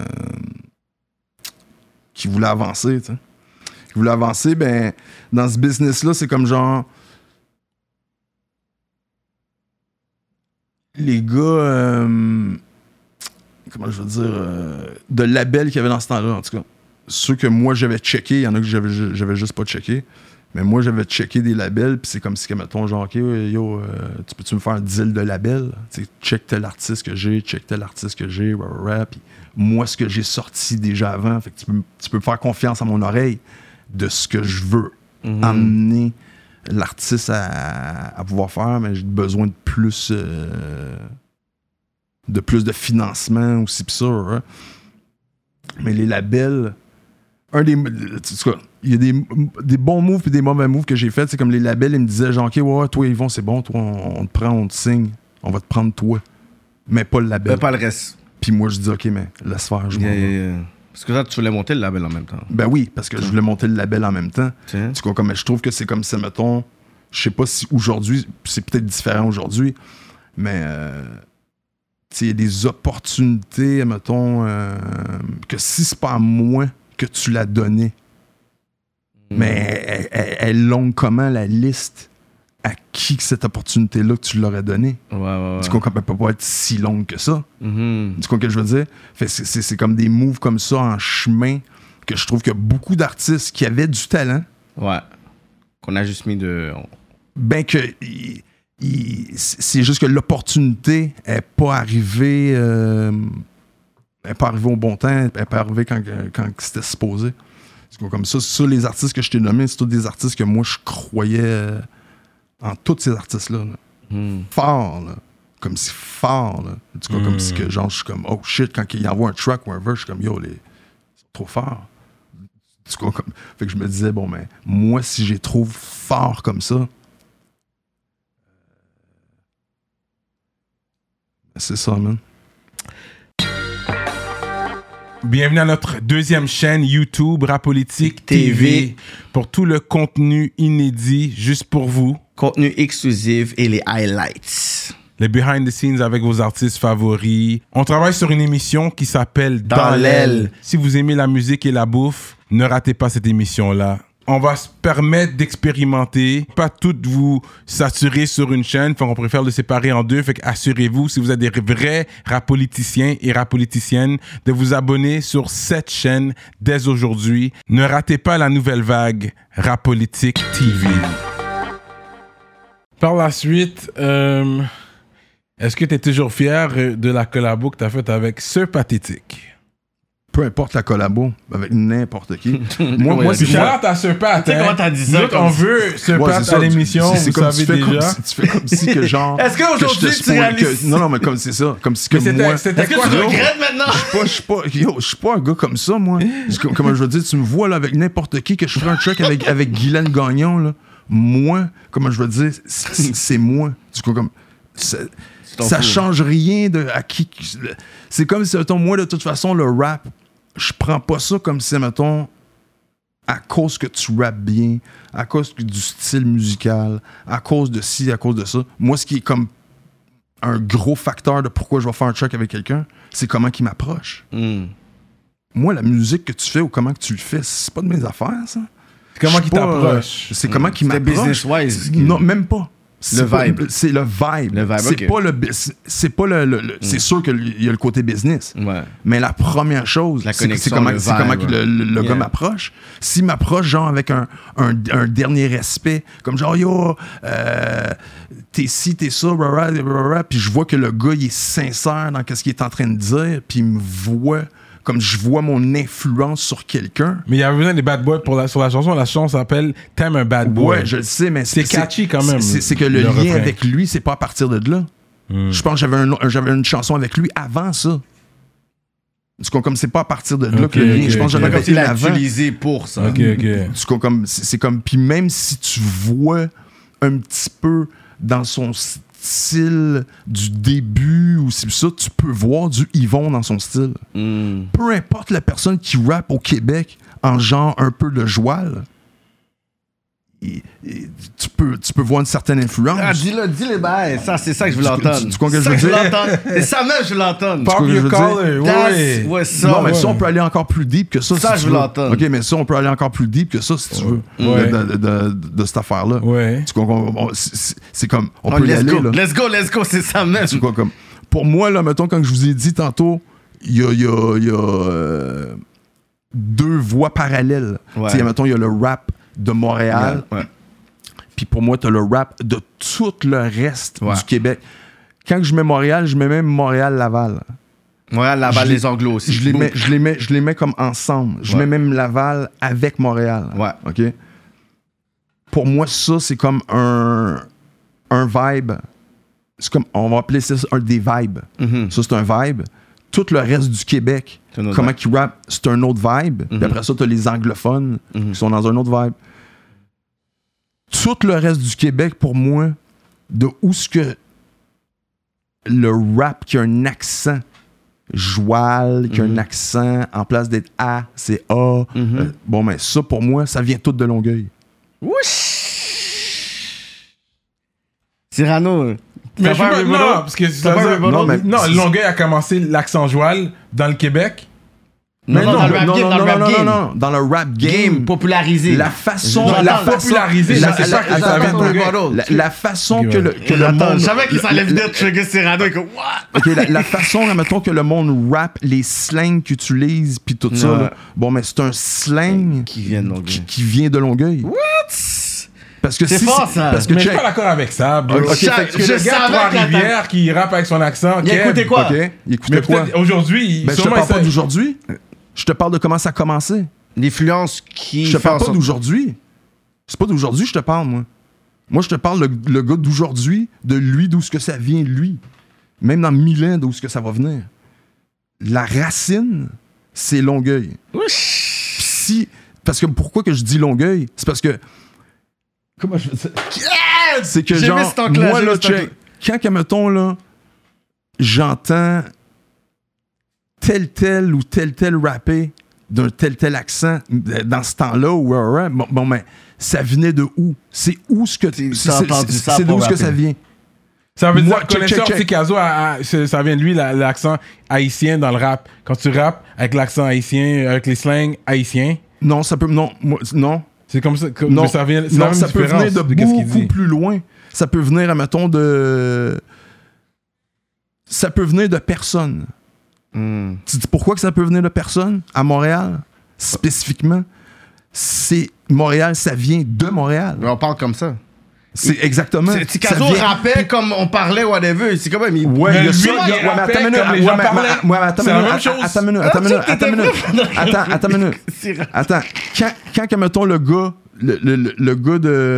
qui voulaient avancer, tu sais. Qui voulaient avancer, ben, dans ce business-là, c'est comme genre... Les gars... comment je veux dire, de labels qu'il y avait dans ce temps-là, en tout cas. Ceux que moi, j'avais checké, il y en a que j'avais juste pas checké. Mais moi, j'avais checké des labels, puis c'est comme si, mettons, genre, OK, yo, tu peux-tu me faire un deal de label? Tu sais, check tel artiste que j'ai, puis moi, ce que j'ai sorti déjà avant, fait que tu peux me faire confiance à mon oreille de ce que je veux amener l'artiste à pouvoir faire, mais j'ai besoin de plus... de financement aussi pis ça, hein. Mais les labels, il y a des bons moves et des mauvais moves que j'ai fait. C'est comme les labels, ils me disaient genre, OK, ouais, toi Yvon, c'est bon, toi on te prend, on te signe, on va te prendre toi, mais pas le label, pas le reste. Puis moi je dis OK, mais laisse faire, je m'en vais. Parce que là, tu voulais monter le label en même temps. Ben oui, parce que je voulais monter le label en même temps. Tu vois, comme je trouve que c'est comme ça, mettons, je sais pas si aujourd'hui, c'est peut-être différent aujourd'hui, mais il y a des opportunités, mettons, que si c'est pas à moi que tu l'as donné, mais elle est longue comment, la liste à qui que cette opportunité-là que tu l'aurais donnée? Ouais. Du coup, elle peut pas être si longue que ça. Du coup, que je veux dire? Fait, c'est comme des moves comme ça en chemin que je trouve que beaucoup d'artistes qui avaient du talent... Ouais. Qu'on a juste mis de... Ben que... c'est juste que l'opportunité n'est pas arrivée au bon temps, elle n'est pas arrivée quand c'était supposé. Comme ça, les artistes que je t'ai nommés, c'est tous des artistes que moi je croyais en tous ces artistes-là. Fort, là. Comme si fort, là. Comme si que genre je suis comme oh shit, quand il envoie un track ou un verse, je suis comme yo, ils sont trop forts. Fait que je me disais, bon, mais moi, si j'ai trop fort comme ça, c'est ça, man. Bienvenue à notre deuxième chaîne YouTube, Rapolitique TV, pour tout le contenu inédit, juste pour vous. Contenu exclusif et les highlights. Les behind the scenes avec vos artistes favoris. On travaille sur une émission qui s'appelle Dans l'aile. Si vous aimez la musique et la bouffe, ne ratez pas cette émission-là. On va se permettre d'expérimenter, pas toutes vous saturer sur une chaîne, on préfère le séparer en deux, fait qu'assurez-vous, si vous êtes des vrais rapoliticiens et rapoliticiennes, de vous abonner sur cette chaîne dès aujourd'hui. Ne ratez pas la nouvelle vague Rapolitique TV. Par la suite, est-ce que tu es toujours fier de la collabo que tu as faite avec Sir Pathétique? Peu importe la collabo, avec n'importe qui. moi c'est Charlotte à Sir Pat. Tu sais comment t'as dit ça? On veut Sir Pat à l'émission, vous savez déjà. Tu fais comme si que genre... Est-ce qu'aujourd'hui tu réalises... Non, mais comme c'est ça. Comme si que moi... Est-ce que tu regrettes maintenant? Je suis pas un gars comme ça, moi. Comme je veux dire, tu me vois là avec n'importe qui, que je ferai un track avec Guylaine Gagnon, là. Moi, comme je veux dire, c'est moi. Du coup, comme... Ça change rien de à qui... C'est comme si, mettons, moi, de toute façon, le rap, je prends pas ça comme si, mettons, à cause que tu rappes bien, à cause du style musical, à cause de ci, à cause de ça. Moi, ce qui est comme un gros facteur de pourquoi je vais faire un track avec quelqu'un, c'est comment il m'approche. Moi, la musique que tu fais ou comment que tu le fais, c'est pas de mes affaires, ça. Comment il t'approche? C'est comment il m'approche. Business-wise. Non, même pas. Le vibe. C'est le vibe. C'est okay. Pas le c'est sûr qu'il y a le côté business. Ouais. Mais la première chose, c'est comment le gars m'approche. S'il m'approche genre avec un dernier respect, comme genre yo, t'es ci, t'es ça, puis je vois que le gars il est sincère dans ce qu'il est en train de dire, puis il me voit comme je vois mon influence sur quelqu'un. Mais il y avait besoin des bad boys sur la chanson. La chanson s'appelle T'aimes un bad boy. Ouais, je le sais, mais c'est catchy quand même. C'est que le lien refrain avec lui, c'est pas à partir de là. Je pense que j'avais une chanson avec lui avant ça. Comme c'est pas à partir de là que le lien. Je pense que j'avais été utilisé pour ça. C'est comme puis même si tu vois un petit peu dans son style style du début ou c'est ça, tu peux voir du Yvon dans son style. Peu importe la personne qui rappe au Québec en genre un peu de joual, tu peux voir une certaine influence. Ah, dis-le, ben, ça, c'est ça que je veux l'entendre. Tu comprends ce que je veux dire? C'est ça même, je veux l'entendre. Pop your color, ouais. Ouais, ça. Non, mais ça, on peut aller encore plus deep que ça. Ça, si je tu veux veux. l'entendre. OK, mais ça, on peut aller encore plus deep que ça, si tu veux, Ouais. de cette affaire-là. Ouais. Tu comprends? C'est comme, on peut y aller, là. Let's go, c'est ça même. Tu vois, comme, pour moi, là, mettons, quand je vous ai dit tantôt, il y a deux voies parallèles. Ouais. Tu sais, mettons, il y a le rap de Montréal. Ouais. Puis pour moi, t'as le rap de tout le reste Ouais. du Québec. Quand je mets Montréal, je mets même Montréal-Laval. Montréal, Laval, les Anglos aussi. Je les mets comme ensemble. Je mets même Laval avec Montréal. Ouais. OK? Pour moi, ça, c'est comme un vibe. C'est comme, on va appeler ça un des vibes. Ça, c'est un vibe. Tout le reste du Québec, comment qu'ils rappent, c'est un autre vibe. Puis après ça, t'as les anglophones qui sont dans un autre vibe. Tout le reste du Québec, pour moi, de où ce que le rap qui a un accent joual, qui a un accent, en place d'être A, c'est A. Bon, mais ça, pour moi, ça vient tout de Longueuil. Cyrano. Mais non, parce que Longueuil a commencé l'accent joual dans le Québec. Non, dans le rap game. Non, dans le rap game. Popularisé. La façon... popularisé, la- c'est ça que ça vient de Longueuil. La façon que le monde... Je savais qu'il s'enlève vite, je que Cyrano est comme what? OK, la façon, mettons, que le monde rap, les slangs qu'ils utilisent, puis tout ça, là, bon, mais c'est un slang Qui vient de Longueuil. qui vient de Longueuil. What? Parce que C'est si fort, ça. Parce que Mais je suis check. pas d'accord avec ça, bro. Ok, Parce que je le gars savais que Trois-Rivières qui rappe avec son accent. Il a écouté quoi? OK, il Mais écoutait quoi? peut-être aujourd'hui, Ben, je te sûrement parle pas essaie- d'aujourd'hui. Je te parle de comment ça a commencé. L'influence qui. Je te fait en parle pas sorte- d'aujourd'hui. C'est pas d'aujourd'hui que je te parle, moi. Moi, je te parle le gars d'aujourd'hui, de lui, d'où ce que ça vient, lui. Même dans 1000 ans, d'où ce que ça va venir. La racine, c'est Longueuil. Si... Parce que pourquoi que je dis Longueuil? C'est parce que... Comment je veux dire? C'est que J'ai genre, mis cet angle-là, moi, j'ai là, mis cet check, quand, que, mettons, là, j'entends tel ou tel rapper d'un tel accent dans ce temps-là, bon, mais ça venait de où? C'est où ce que... T'as entendu ça C'est pour d'où ce que rapper. ça vient? Ça veut Moi, dire, connaisseur check. Ticazo, ça vient de lui, l'accent haïtien dans le rap. Quand tu rappes avec l'accent haïtien, avec les slangs haïtiens, Non, ça peut... Non, non. c'est comme ça. Non, mais ça vient, c'est non, la même ça peut différence venir de qu'est-ce qu'il beaucoup dit. plus loin. Ça peut venir, mettons, de... Ça peut venir de personne. Tu dis pourquoi que ça peut venir de personne à Montréal, spécifiquement? C'est Montréal, ça vient de Montréal. Mais on parle comme ça. C'est exactement. Ticazo ça vient- rappait comme on parlait, whatever. C'est quand même. Ouais, Mais il y a lui, ça. il Ouais, mais rappait attends une minute. comme les gens parlaient. Ouais, mais attends C'est une la minute. même chose. Attends une minute. Attends une minute. Attends. Quand mettons, le gars, le gars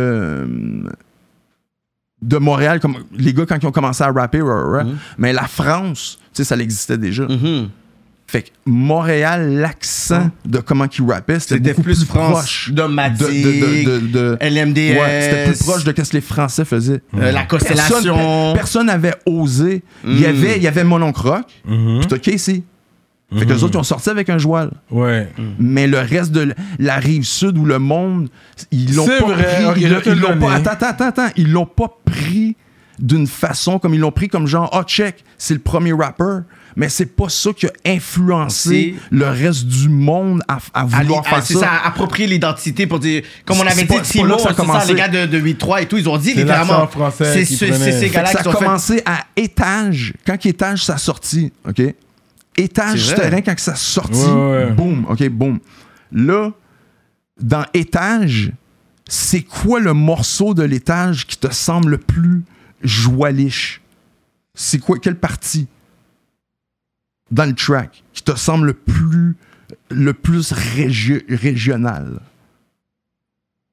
de Montréal, comme les gars, quand ils ont commencé à rapper, mais la France, tu sais, ça existait déjà. Fait que Montréal, l'accent de comment qu'ils rappaient, c'était beaucoup plus proche de Matic, de LMDS. Ouais, c'était plus proche de ce que les Français faisaient. La constellation. Personne n'avait osé. Il y avait Mononcle Rock, puis t'as Casey. Fait que les autres, ils ont sorti avec un joual. Ouais. Mais le reste de la rive sud ou le monde, ils l'ont C'est pas vrai, pris. ok, Ils je te l'ont le pas. donne. Attends. Ils l'ont pas pris d'une façon comme ils l'ont pris comme genre, check, c'est le premier rapper. Mais c'est pas ça qui a influencé le reste du monde à vouloir faire c'est ça. ça, approprier l'identité pour dire, comme on avait C'est dit, pas- c'est pas Timo, là que ça a c'est ça, commencé. les gars de 8-3 et tout, ils ont dit C'est littéralement. l'accent français C'est qui c'est prenait. ces Fait gars-là Ça qui a sont fait. commencé à Étage. Quand Étage, ça a sorti, OK? Étage C'est vrai. Terrain, quand ça a sorti, Ouais. boum, OK, boum. Là, dans Étage, c'est quoi le morceau de l'Étage qui te semble le plus joaliche? C'est quoi, quelle partie dans le track qui te semble le plus régional?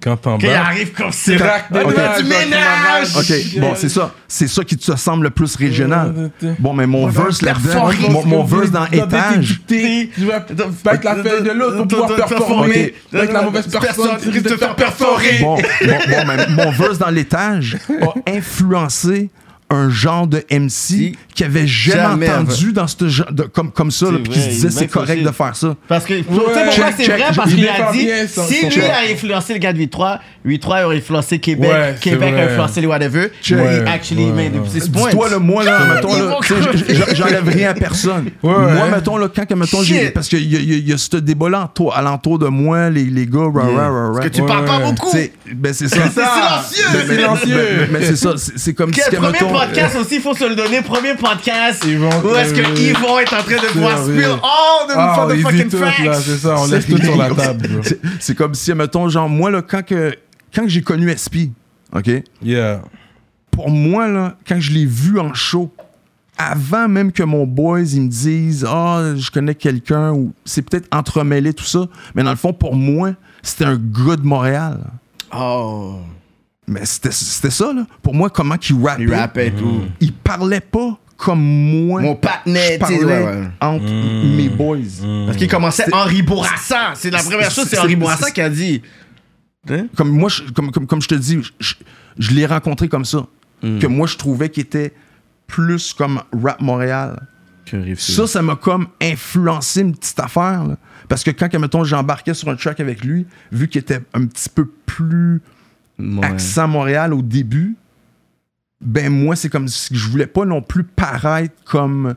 Quand t'en Qu'il bats. arrive comme ça. C'est rack de Ok. ménage, Du ménage. Ok, bon, c'est ça. C'est ça qui te semble le plus régional. Bon, mais mon verse là-dedans, mon verse dans étage. Tu vas pas être la fête de l'autre pour pouvoir performer. Avec la mauvaise personne, tu risques de te faire perforer. Bon, mais mon verse dans l'étage a influencé un genre de MC qui avait jamais entendu dans ce genre comme ça, là, puis qui se disait c'est correct de faire ça. Parce que, tu sais pourquoi c'est vrai? Parce qu'il a dit, si lui a influencé le gars de 8-3, 8-3 a influencé Québec, Ouais, Québec c'est a vrai. influencé les whatever, he actually made 6 points. Dis-toi, là, moi, là, mettons, là, tu sais, j'enlève rien à personne. Moi, mettons, là, quand, mettons, parce qu'il y a ce débat-là alentour de moi, les gars, Parce que tu parles pas beaucoup. Ben, c'est ça. C'est silencieux. Mais c'est ça, c'est comme si, Premier mettons... podcast aussi, il faut se le donner. Premier podcast Ils vont où est-ce qu'ils vont être en train de pouvoir vrai. spill all the Ah, motherfucking tout, là, facts. c'est ça, on laisse tout sur la table, bro. C'est comme si, mettons, genre, moi, là, quand j'ai connu SP, OK? Yeah. Pour moi, là, quand je l'ai vu en show, avant même que mon boys, ils me disent « Ah, je connais quelqu'un » ou c'est peut-être entremêlé tout ça, mais dans le fond, pour moi, c'était un gars de Montréal. Oh. Mais c'était ça, là. Pour moi, comment qu'il rappait. Il rappait et tout. Il parlait pas comme moi. Mon patinet, je parlais ouais. entre mes boys. Parce qu'il commençait Henri Bourassa. C'est la première chose, c'est Henri Bourassa qui a dit. Comme moi, comme je te dis, je l'ai rencontré comme ça. Que moi, je trouvais qu'il était plus comme Rap Montréal. Ça m'a comme influencé une petite affaire. Là. Parce que quand, mettons, j'embarquais sur un track avec lui, vu qu'il était un petit peu plus accent Montréal au début, ben moi, c'est comme si je voulais pas non plus paraître comme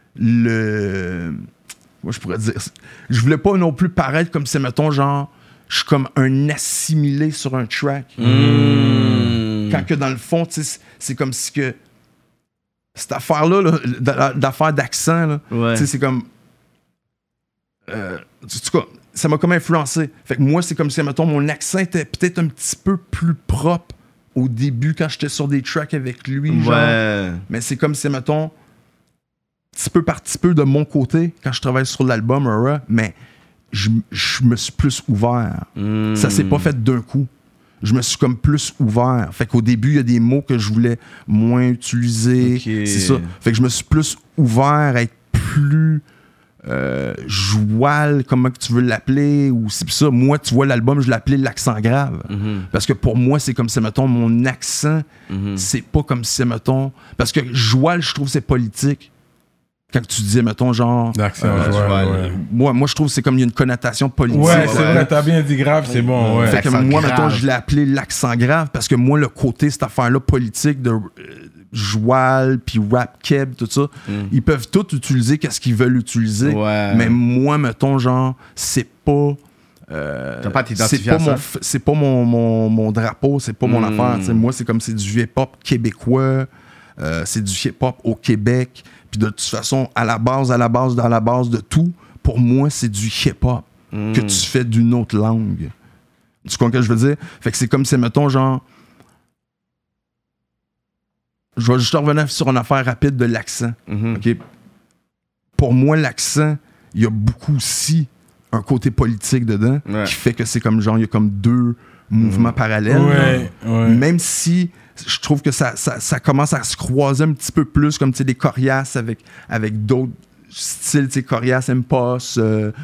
le... Moi, je pourrais dire... Je voulais pas non plus paraître comme si, mettons, genre, je suis comme un assimilé sur un track. Quand que dans le fond, tu sais, c'est comme si que... Cette affaire-là, là, d'affaire d'accent, là, tu sais, c'est comme... en tout cas, ça m'a comme influencé. Fait que moi, c'est comme si, mettons, mon accent était peut-être un petit peu plus propre au début quand j'étais sur des tracks avec lui. Genre. Mais c'est comme si, mettons, petit peu par petit peu de mon côté, quand je travaille sur l'album, mais je me suis plus ouvert. Ça s'est pas fait d'un coup. Je me suis comme plus ouvert. Fait qu'au début, il y a des mots que je voulais moins utiliser. C'est ça. Fait que je me suis plus ouvert à être plus... joual, comment que tu veux l'appeler, ou c'est ça. Moi, tu vois, l'album, je l'appelais l'accent grave. Parce que pour moi, c'est comme si, mettons, mon accent, c'est pas comme si, mettons... Parce que joual, je trouve, c'est politique. Quand tu disais, mettons, genre... L'accent joual, ouais. Moi, je trouve que c'est comme il y a une connotation politique. Ouais, c'est vrai, t'as bien dit grave, c'est bon, ouais. Fait que moi, mettons, je l'ai appelé l'accent grave, parce que moi, le côté, cette affaire-là, politique de... joual, puis rap keb, tout ça, ils peuvent tous utiliser qu'est-ce qu'ils veulent utiliser. Mais moi, mettons, genre, c'est pas... T'as pas t'identifié à ça? C'est pas mon drapeau, c'est pas mon affaire. T'sais, moi, c'est comme c'est du hip-hop québécois, c'est du hip-hop au Québec, puis de toute façon, dans la base de tout, pour moi, c'est du hip-hop que tu fais d'une autre langue. Tu comprends ce que je veux dire? Fait que c'est comme si, mettons, genre... Je vais juste revenir sur une affaire rapide de l'accent. Okay? Pour moi, l'accent, il y a beaucoup aussi un côté politique dedans qui fait que c'est comme genre, il y a comme deux mouvements parallèles. Même si je trouve que ça commence à se croiser un petit peu plus, comme tu sais, des coriaces avec d'autres styles, tu sais, coriace, Impost,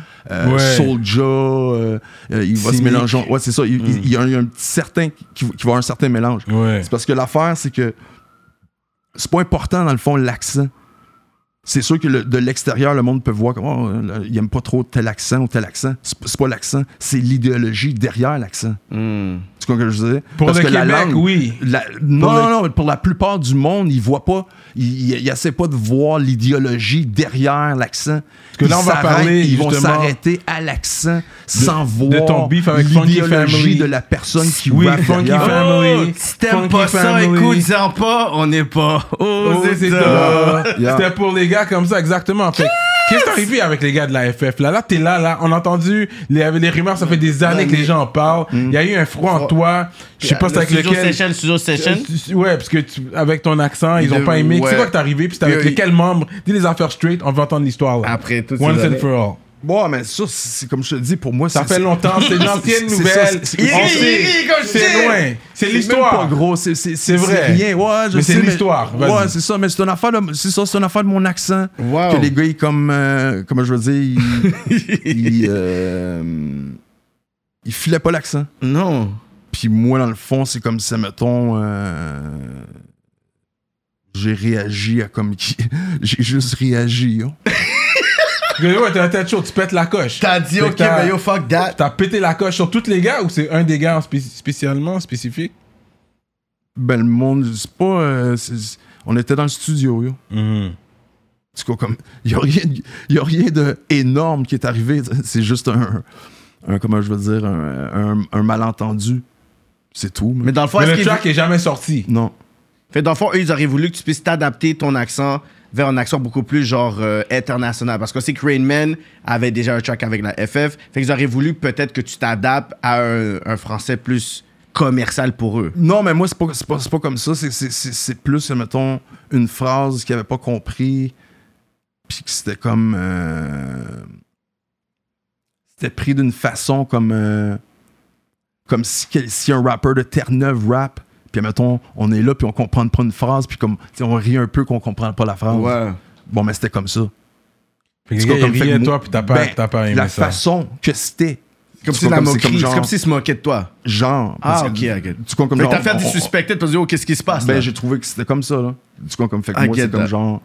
Soulja, il va se mélanger. Ouais, c'est ça. Il y a un petit certain qui va avoir un certain mélange. C'est parce que l'affaire, c'est que c'est pas important, dans le fond, l'accent. C'est sûr que de l'extérieur, le monde peut voir comme il aime pas trop tel accent ou tel accent. C'est pas l'accent, c'est l'idéologie derrière l'accent. Tu comprends ce que je veux dire? Pour parce le que Québec, la langue, oui. Non, pour la plupart du monde, ils voient pas, ils essaient pas de voir l'idéologie derrière l'accent. Parce que là, on va parler, ils vont justement, s'arrêter à l'accent sans voir de ton beef avec Funky l'idéologie Family. de la personne qui rappe Funky Family. Si t'aimes pas ça, écoute, dis-en pas, on n'est pas c'est ça. C'était pour les gars comme ça, exactement. Fait, qu'est-ce qui est arrivé avec les gars de la FF? Là, t'es là. On a entendu les rumeurs, ça fait des années que les gens en parlent. Il y a eu un froid en toi. Je sais pas c'est avec lequel. Studio Session. Ouais, parce que avec ton accent, ils ont pas aimé. C'est quoi que t'es arrivé? Puis c'était avec lequel membre? Dis les affaires straight, on veut entendre l'histoire là. Après tout Once and for all. Bon, mais ça, c'est comme je te dis, pour moi, Ça fait longtemps, c'est une ancienne c'est nouvelle. ça, C'est loin. C'est l'histoire. C'est même pas gros, c'est vrai. rien. Ouais, je mais sais, c'est l'histoire. Vas-y. Ouais, c'est ça, mais c'est une affaire de mon accent. Wow. Que les gars, ils comment je veux dire, ils filaient pas l'accent. Non. Puis moi, dans le fond, c'est comme si, mettons, j'ai réagi à comme qui. J'ai juste réagi, yo. Ouais, t'as la tête chaude, tu pètes la coche. T'as dit, ok, mais yo, fuck that. T'as pété la coche sur tous les gars ou c'est un des gars spécialement, spécifique? Ben, le monde, c'est pas. On était dans le studio, yo. C'est quoi, comme. Y a rien de énorme qui est arrivé. C'est juste un comment je veux dire, un malentendu. C'est tout. Mais dans le fond, mais le track est jamais sorti. Non. Fait dans le fond, eux, ils auraient voulu que tu puisses t'adapter ton accent vers un accent beaucoup plus genre international. Parce qu'on sait que Rain Man avait déjà un track avec la FF. Fait qu'ils auraient voulu peut-être que tu t'adaptes à un français plus commercial pour eux. Non, mais moi, c'est pas comme ça. C'est plus, mettons, une phrase qu'ils n'avaient pas compris. Puis que c'était comme. C'était pris d'une façon comme si un rappeur de Terre-Neuve rap. Puis, mettons, on est là, puis on comprend pas une phrase, puis comme, on rit un peu qu'on comprend pas la phrase. Ouais. Bon, mais c'était comme ça. Fait que les gars, ils riaient de toi, puis t'as pas aimé la ça. façon que c'était. Comme si la moquerie, c'est comme s'ils se moquaient de toi. Genre. Ah, ok. Tu comprends comme fait genre. que t'as fait du suspected pour dire, oh, qu'est-ce qui se passe? Ben, là? j'ai trouvé que c'était comme ça, là. Tu comprends comme fait que moi, c'est comme genre.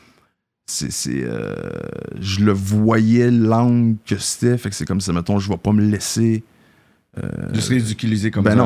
Je le voyais l'angle que c'était, fait que c'est comme ça, mettons, je vais pas me laisser. Juste ridiculiser comme ça. Non,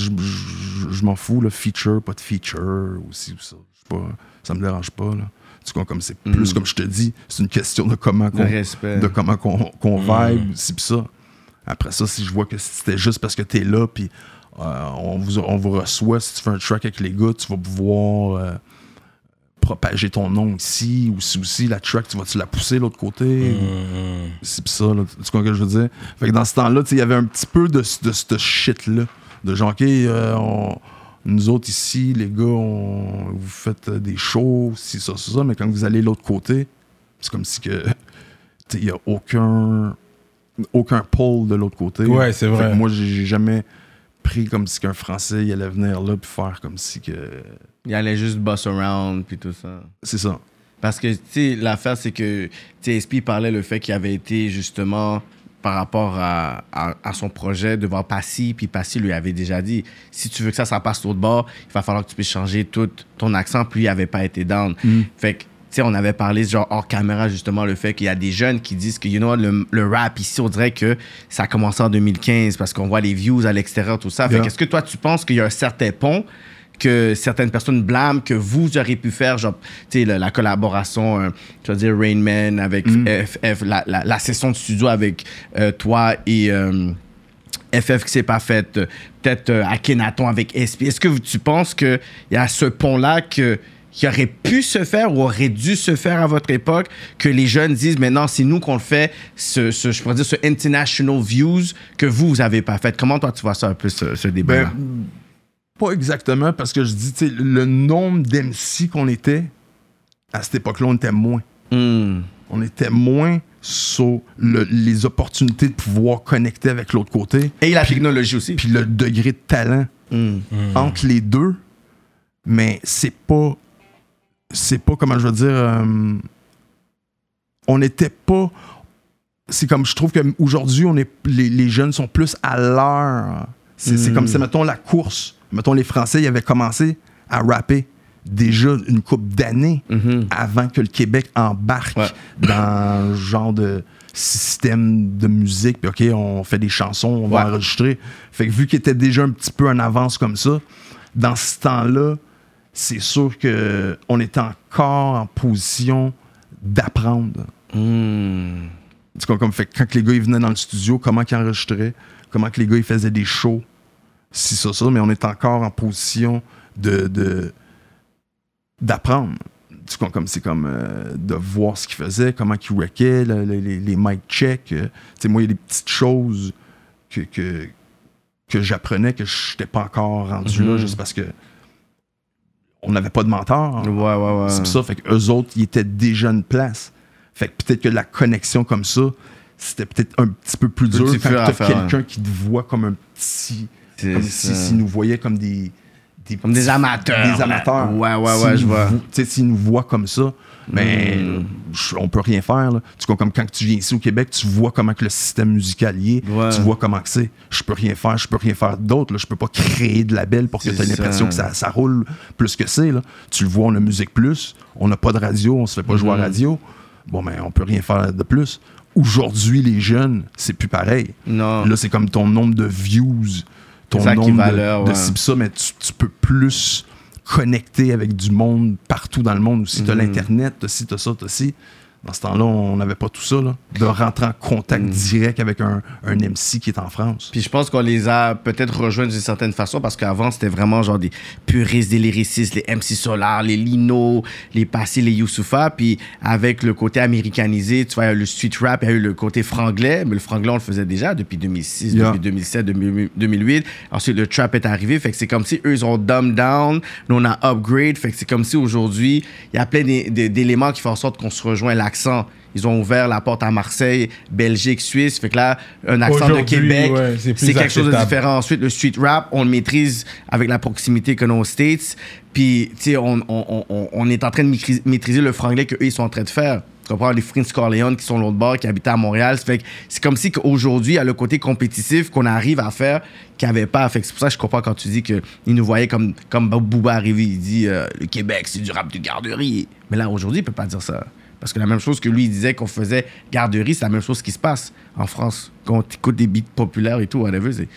je m'en fous, le feature, pas de feature, aussi, ou ça. Ça me dérange pas, là. Tu vois, comme c'est plus comme je te dis, c'est une question de comment qu'on vibe, c'est pis ça. Après ça, si je vois que c'était juste parce que t'es là, puis on vous reçoit, si tu fais un track avec les gars, tu vas pouvoir propager ton nom ici, ou si aussi la track, tu vas-tu la pousser de l'autre côté? C'est pis ça, là, tu vois ce que je veux dire? Fait que dans ce temps-là, il y avait un petit peu de ce shit-là, de genre, OK, nous autres ici, les gars, vous faites des shows, ça, mais quand vous allez de l'autre côté, c'est comme si que il n'y a aucun pôle de l'autre côté. Ouais, c'est vrai. Fait que moi, j'ai jamais pris comme si qu'un Français il allait venir là puis faire comme si que... Il allait juste boss around puis tout ça. C'est ça. Parce que, tu sais, l'affaire, c'est que, tu sais, SP parlait le fait qu'il avait été justement par rapport à son projet devant Passy, puis Passy lui avait déjà dit, si tu veux que ça passe l'autre bord, il va falloir que tu puisses changer tout ton accent, puis il n'avait pas été down. Fait que, tu sais, on avait parlé, genre, hors caméra, justement, le fait qu'il y a des jeunes qui disent que, you know, le rap ici, on dirait que ça a commencé en 2015, parce qu'on voit les views à l'extérieur, tout ça. Fait qu'est-ce que toi, tu penses qu'il y a un certain pont que certaines personnes blâment, que vous auriez pu faire, genre, tu sais, la collaboration, tu vas dire Rain Man avec FF, la session de studio avec toi et FF qui s'est pas faite, peut-être Akhenaton avec SP. Est-ce que tu penses qu'il y a ce pont-là qui aurait pu se faire ou aurait dû se faire à votre époque, que les jeunes disent maintenant c'est nous qu'on le fait, je pourrais dire ce international views que vous avez pas fait. Comment toi tu vois ça un peu ce débat-là? Pas exactement, parce que je dis, tu sais, le nombre d'MC qu'on était, à cette époque-là, on était moins. On était moins sur les opportunités de pouvoir connecter avec l'autre côté. Et la technologie aussi. Puis le degré de talent entre les deux. Mais c'est pas, comment je veux dire, on n'était pas... C'est comme, je trouve qu'aujourd'hui, les jeunes sont plus à l'heure. C'est comme, mettons, la course. Mettons, les Français, ils avaient commencé à rapper déjà une couple d'années avant que le Québec embarque dans ce genre de système de musique. Puis, OK, on fait des chansons, on va enregistrer. Fait que vu qu'ils étaient déjà un petit peu en avance comme ça, dans ce temps-là, c'est sûr qu'on était encore en position d'apprendre. C'est comme fait, quand les gars ils venaient dans le studio, comment ils enregistraient, comment que les gars ils faisaient des shows. Si ça, mais on est encore en position d'apprendre. C'est comme de voir ce qu'ils faisaient, comment ils wreckaient, les mic checks. Moi, il y a des petites choses que j'apprenais que je n'étais pas encore rendu là, juste parce que on n'avait pas de mentor. Ouais. C'est pour ça, fait qu'eux autres, ils étaient déjà une place. Fait que peut-être que la connexion comme ça, c'était peut-être un petit peu plus dur quand t'as quelqu'un qui te voit comme un petit... Comme s'il nous voyait comme des amateurs. Des amateurs. Ouais, je vois. Tu sais, s'ils nous voient comme ça, mais on peut rien faire. Là. Tu vois, comme quand tu viens ici au Québec, tu vois comment que le système musical y est. Ouais. Tu vois comment que c'est. Je peux rien faire d'autre. Là. Je peux pas créer de label pour que tu aies l'impression que ça roule plus que c'est. Là. Tu le vois, on a Musique Plus, on n'a pas de radio, on se fait pas jouer à radio. Bon, mais on peut rien faire de plus. Aujourd'hui, les jeunes, c'est plus pareil. Non. Là, c'est comme ton nombre de views, ton nombre de ci pis ça, mais tu peux plus connecter avec du monde partout dans le monde. Ou si tu as l'Internet, t'as ci, t'as ça, t'as ci. Dans ce temps-là, on n'avait pas tout ça, là, de rentrer en contact direct avec un MC qui est en France. Puis je pense qu'on les a peut-être rejoints d'une certaine façon parce qu'avant, c'était vraiment genre des puristes, des lyricistes, les MC Solar, les Lino, les Passy, les Youssoupha. Puis avec le côté américanisé, tu vois, le street rap, il y a eu le côté franglais, mais le franglais, on le faisait déjà depuis 2006, depuis 2007, 2008. Ensuite, le trap est arrivé, fait que c'est comme si eux, ils ont dumbed down, nous, on a upgrade, fait que c'est comme si aujourd'hui, il y a plein d'éléments qui font en sorte qu'on se rejoint l'accent. Ils ont ouvert la porte à Marseille, Belgique, Suisse. Fait que là, un accent de Québec, c'est quelque chose de différent. Ensuite, le street rap, on le maîtrise avec la proximité que nos States. Puis, tu sais, on est en train de maîtriser le franglais qu'eux, ils sont en train de faire. Tu comprends? Les Prince Corleone qui sont l'autre bord, qui habitaient à Montréal. Fait que c'est comme si qu'aujourd'hui, il y a le côté compétitif qu'on arrive à faire qu'il n'y avait pas. Fait que c'est pour ça que je comprends quand tu dis qu'ils nous voyaient comme Booba arrivé. Il dit le Québec, c'est du rap de garderie. Mais là, aujourd'hui, il ne peut pas dire ça. Parce que la même chose que lui, il disait qu'on faisait garderie, c'est la même chose qui se passe en France. Quand on écoute des beats populaires et tout, whatever, c'est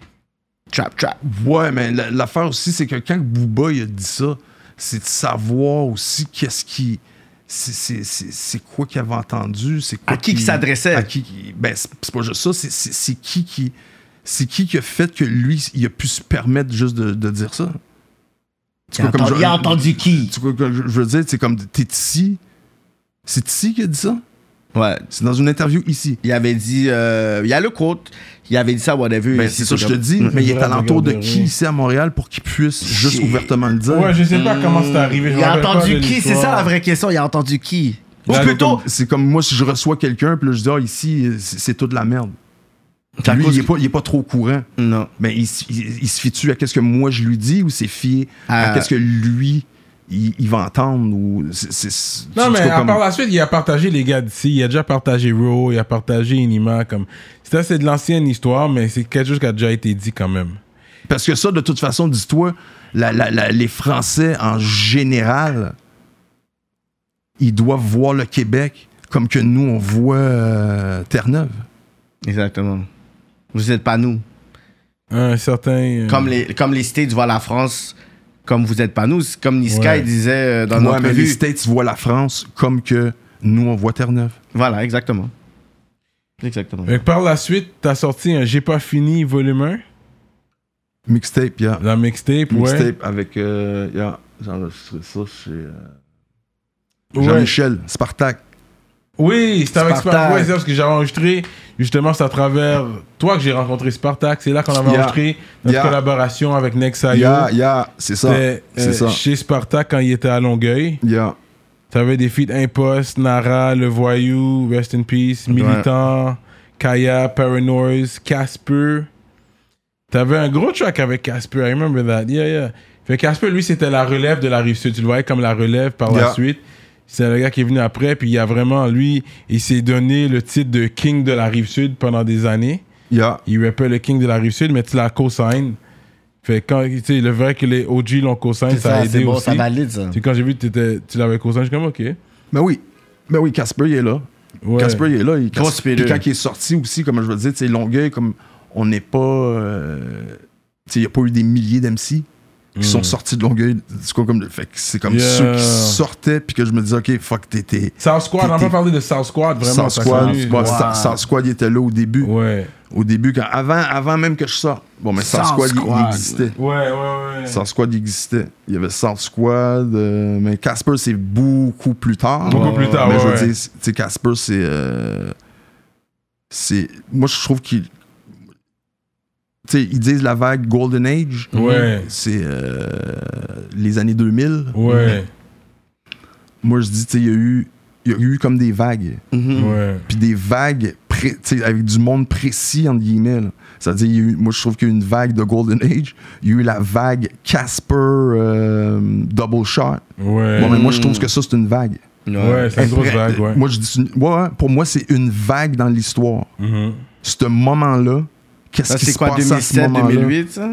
trap. Ouais, mais l'affaire aussi, c'est que quand Booba il a dit ça, c'est de savoir aussi qu'est-ce qui... C'est quoi qu'il avait entendu, c'est quoi à qui s'adressait. À qui... Ben, c'est pas juste ça, c'est qui a fait que lui, il a pu se permettre juste de dire ça. Il a entendu qui? Tu vois, je veux dire, c'est comme, t'es ici... C'est ici qu'il a dit ça? Ouais. C'est dans une interview ici. Il avait dit... il y a le quote. Il avait dit ça, whatever. Ben, c'est ça que je te dis. Mais il est alentour de qui ici à Montréal pour qu'il puisse juste ouvertement le dire? Ouais, je sais pas comment c'est arrivé. Il a entendu qui? C'est ça la vraie question. Il a entendu qui? Ou plutôt... C'est comme moi, si je reçois quelqu'un, puis là, je dis, ici, c'est toute la merde. Lui, il est pas trop au courant. Non. Mais il se fie-tu à qu'est-ce que moi je lui dis ou c'est fié à qu'est-ce que lui... Il va entendre ou... Non, mais par la suite, il a partagé les gars d'ici. Il a déjà partagé Raw, il a partagé Inima. Ça, c'est de l'ancienne histoire, mais c'est quelque chose qui a déjà été dit quand même. Parce que ça, de toute façon, dis-toi, les Français, en général, ils doivent voir le Québec comme que nous, on voit Terre-Neuve. Exactement. Vous n'êtes pas nous. Un certain... Comme les States voient la France... Comme vous n'êtes pas nous, comme Niska disait dans notre mais les States voient la France comme que nous, on voit Terre-Neuve. Voilà, exactement. Et par la suite, t'as sorti un J'ai pas fini volume 1. Mixtape, La mixtape, Mixtape avec... j'ai enregistré ça chez... Jean-Michel, Spartak. Oui, c'était avec Spartak. Ouais, c'est parce que j'ai enregistré, justement, c'est à travers toi que j'ai rencontré Spartak. C'est là qu'on avait enregistré notre collaboration avec Nexayo. C'est ça. C'est ça. Chez Spartak quand il était à Longueuil. T'avais des feats Impost, Nara, Le Voyou, Rest in Peace, Militant, Kaya, Paranoise, Casper. T'avais un gros track avec Casper, I remember that. Fait Casper, lui, c'était la relève de la Rive-Sud. Tu le voyais comme la relève par la suite. C'est le gars qui est venu après, puis il a vraiment, lui, il s'est donné le titre de King de la Rive-Sud pendant des années. Il rappelle le King de la Rive-Sud, mais tu l'as co-sign. Fait quand, tu sais, le vrai que les OG l'ont co-sign, ça a aidé aussi. Ça valide, ça. Quand j'ai vu que tu l'avais co-sign, je suis comme, OK. Ben oui, Casper, il est là. Ouais. Casper, il est là. Puis quand il est sorti aussi, comme je veux dire, tu sais, Longueuil, comme on n'est pas... tu sais, il n'y a pas eu des milliers d'MC qui sont sortis de Longueuil. C'est comme ceux qui sortaient, puis que je me disais, OK, fuck, t'étais... South Squad, on n'a pas parlé de South Squad, vraiment. South Squad, il était là au début. Ouais. Au début, avant même que je sorte. Bon, mais South Squad, il existait. Ouais. South Squad, il existait. Il y avait South Squad, mais Casper, c'est beaucoup plus tard. Mais je veux dire, tu sais, Casper, c'est... Moi, je trouve qu'il... Tu sais, ils disent la vague Golden Age. Ouais. C'est les années 2000. Ouais. Moi, je dis, tu sais, il y a eu comme des vagues. Ouais. Puis des vagues avec du monde précis, entre guillemets. Là. C'est-à-dire, moi, je trouve qu'il y a eu une vague de Golden Age. Il y a eu la vague Casper Double Shot. Ouais. Bon, mais moi, je trouve que ça, c'est une vague. Ouais, c'est une grosse vague, ouais. Moi, je dis, pour moi, c'est une vague dans l'histoire. Ce moment-là, qu'est-ce qui se passe à ce moment-là? 2007, 2008, ça?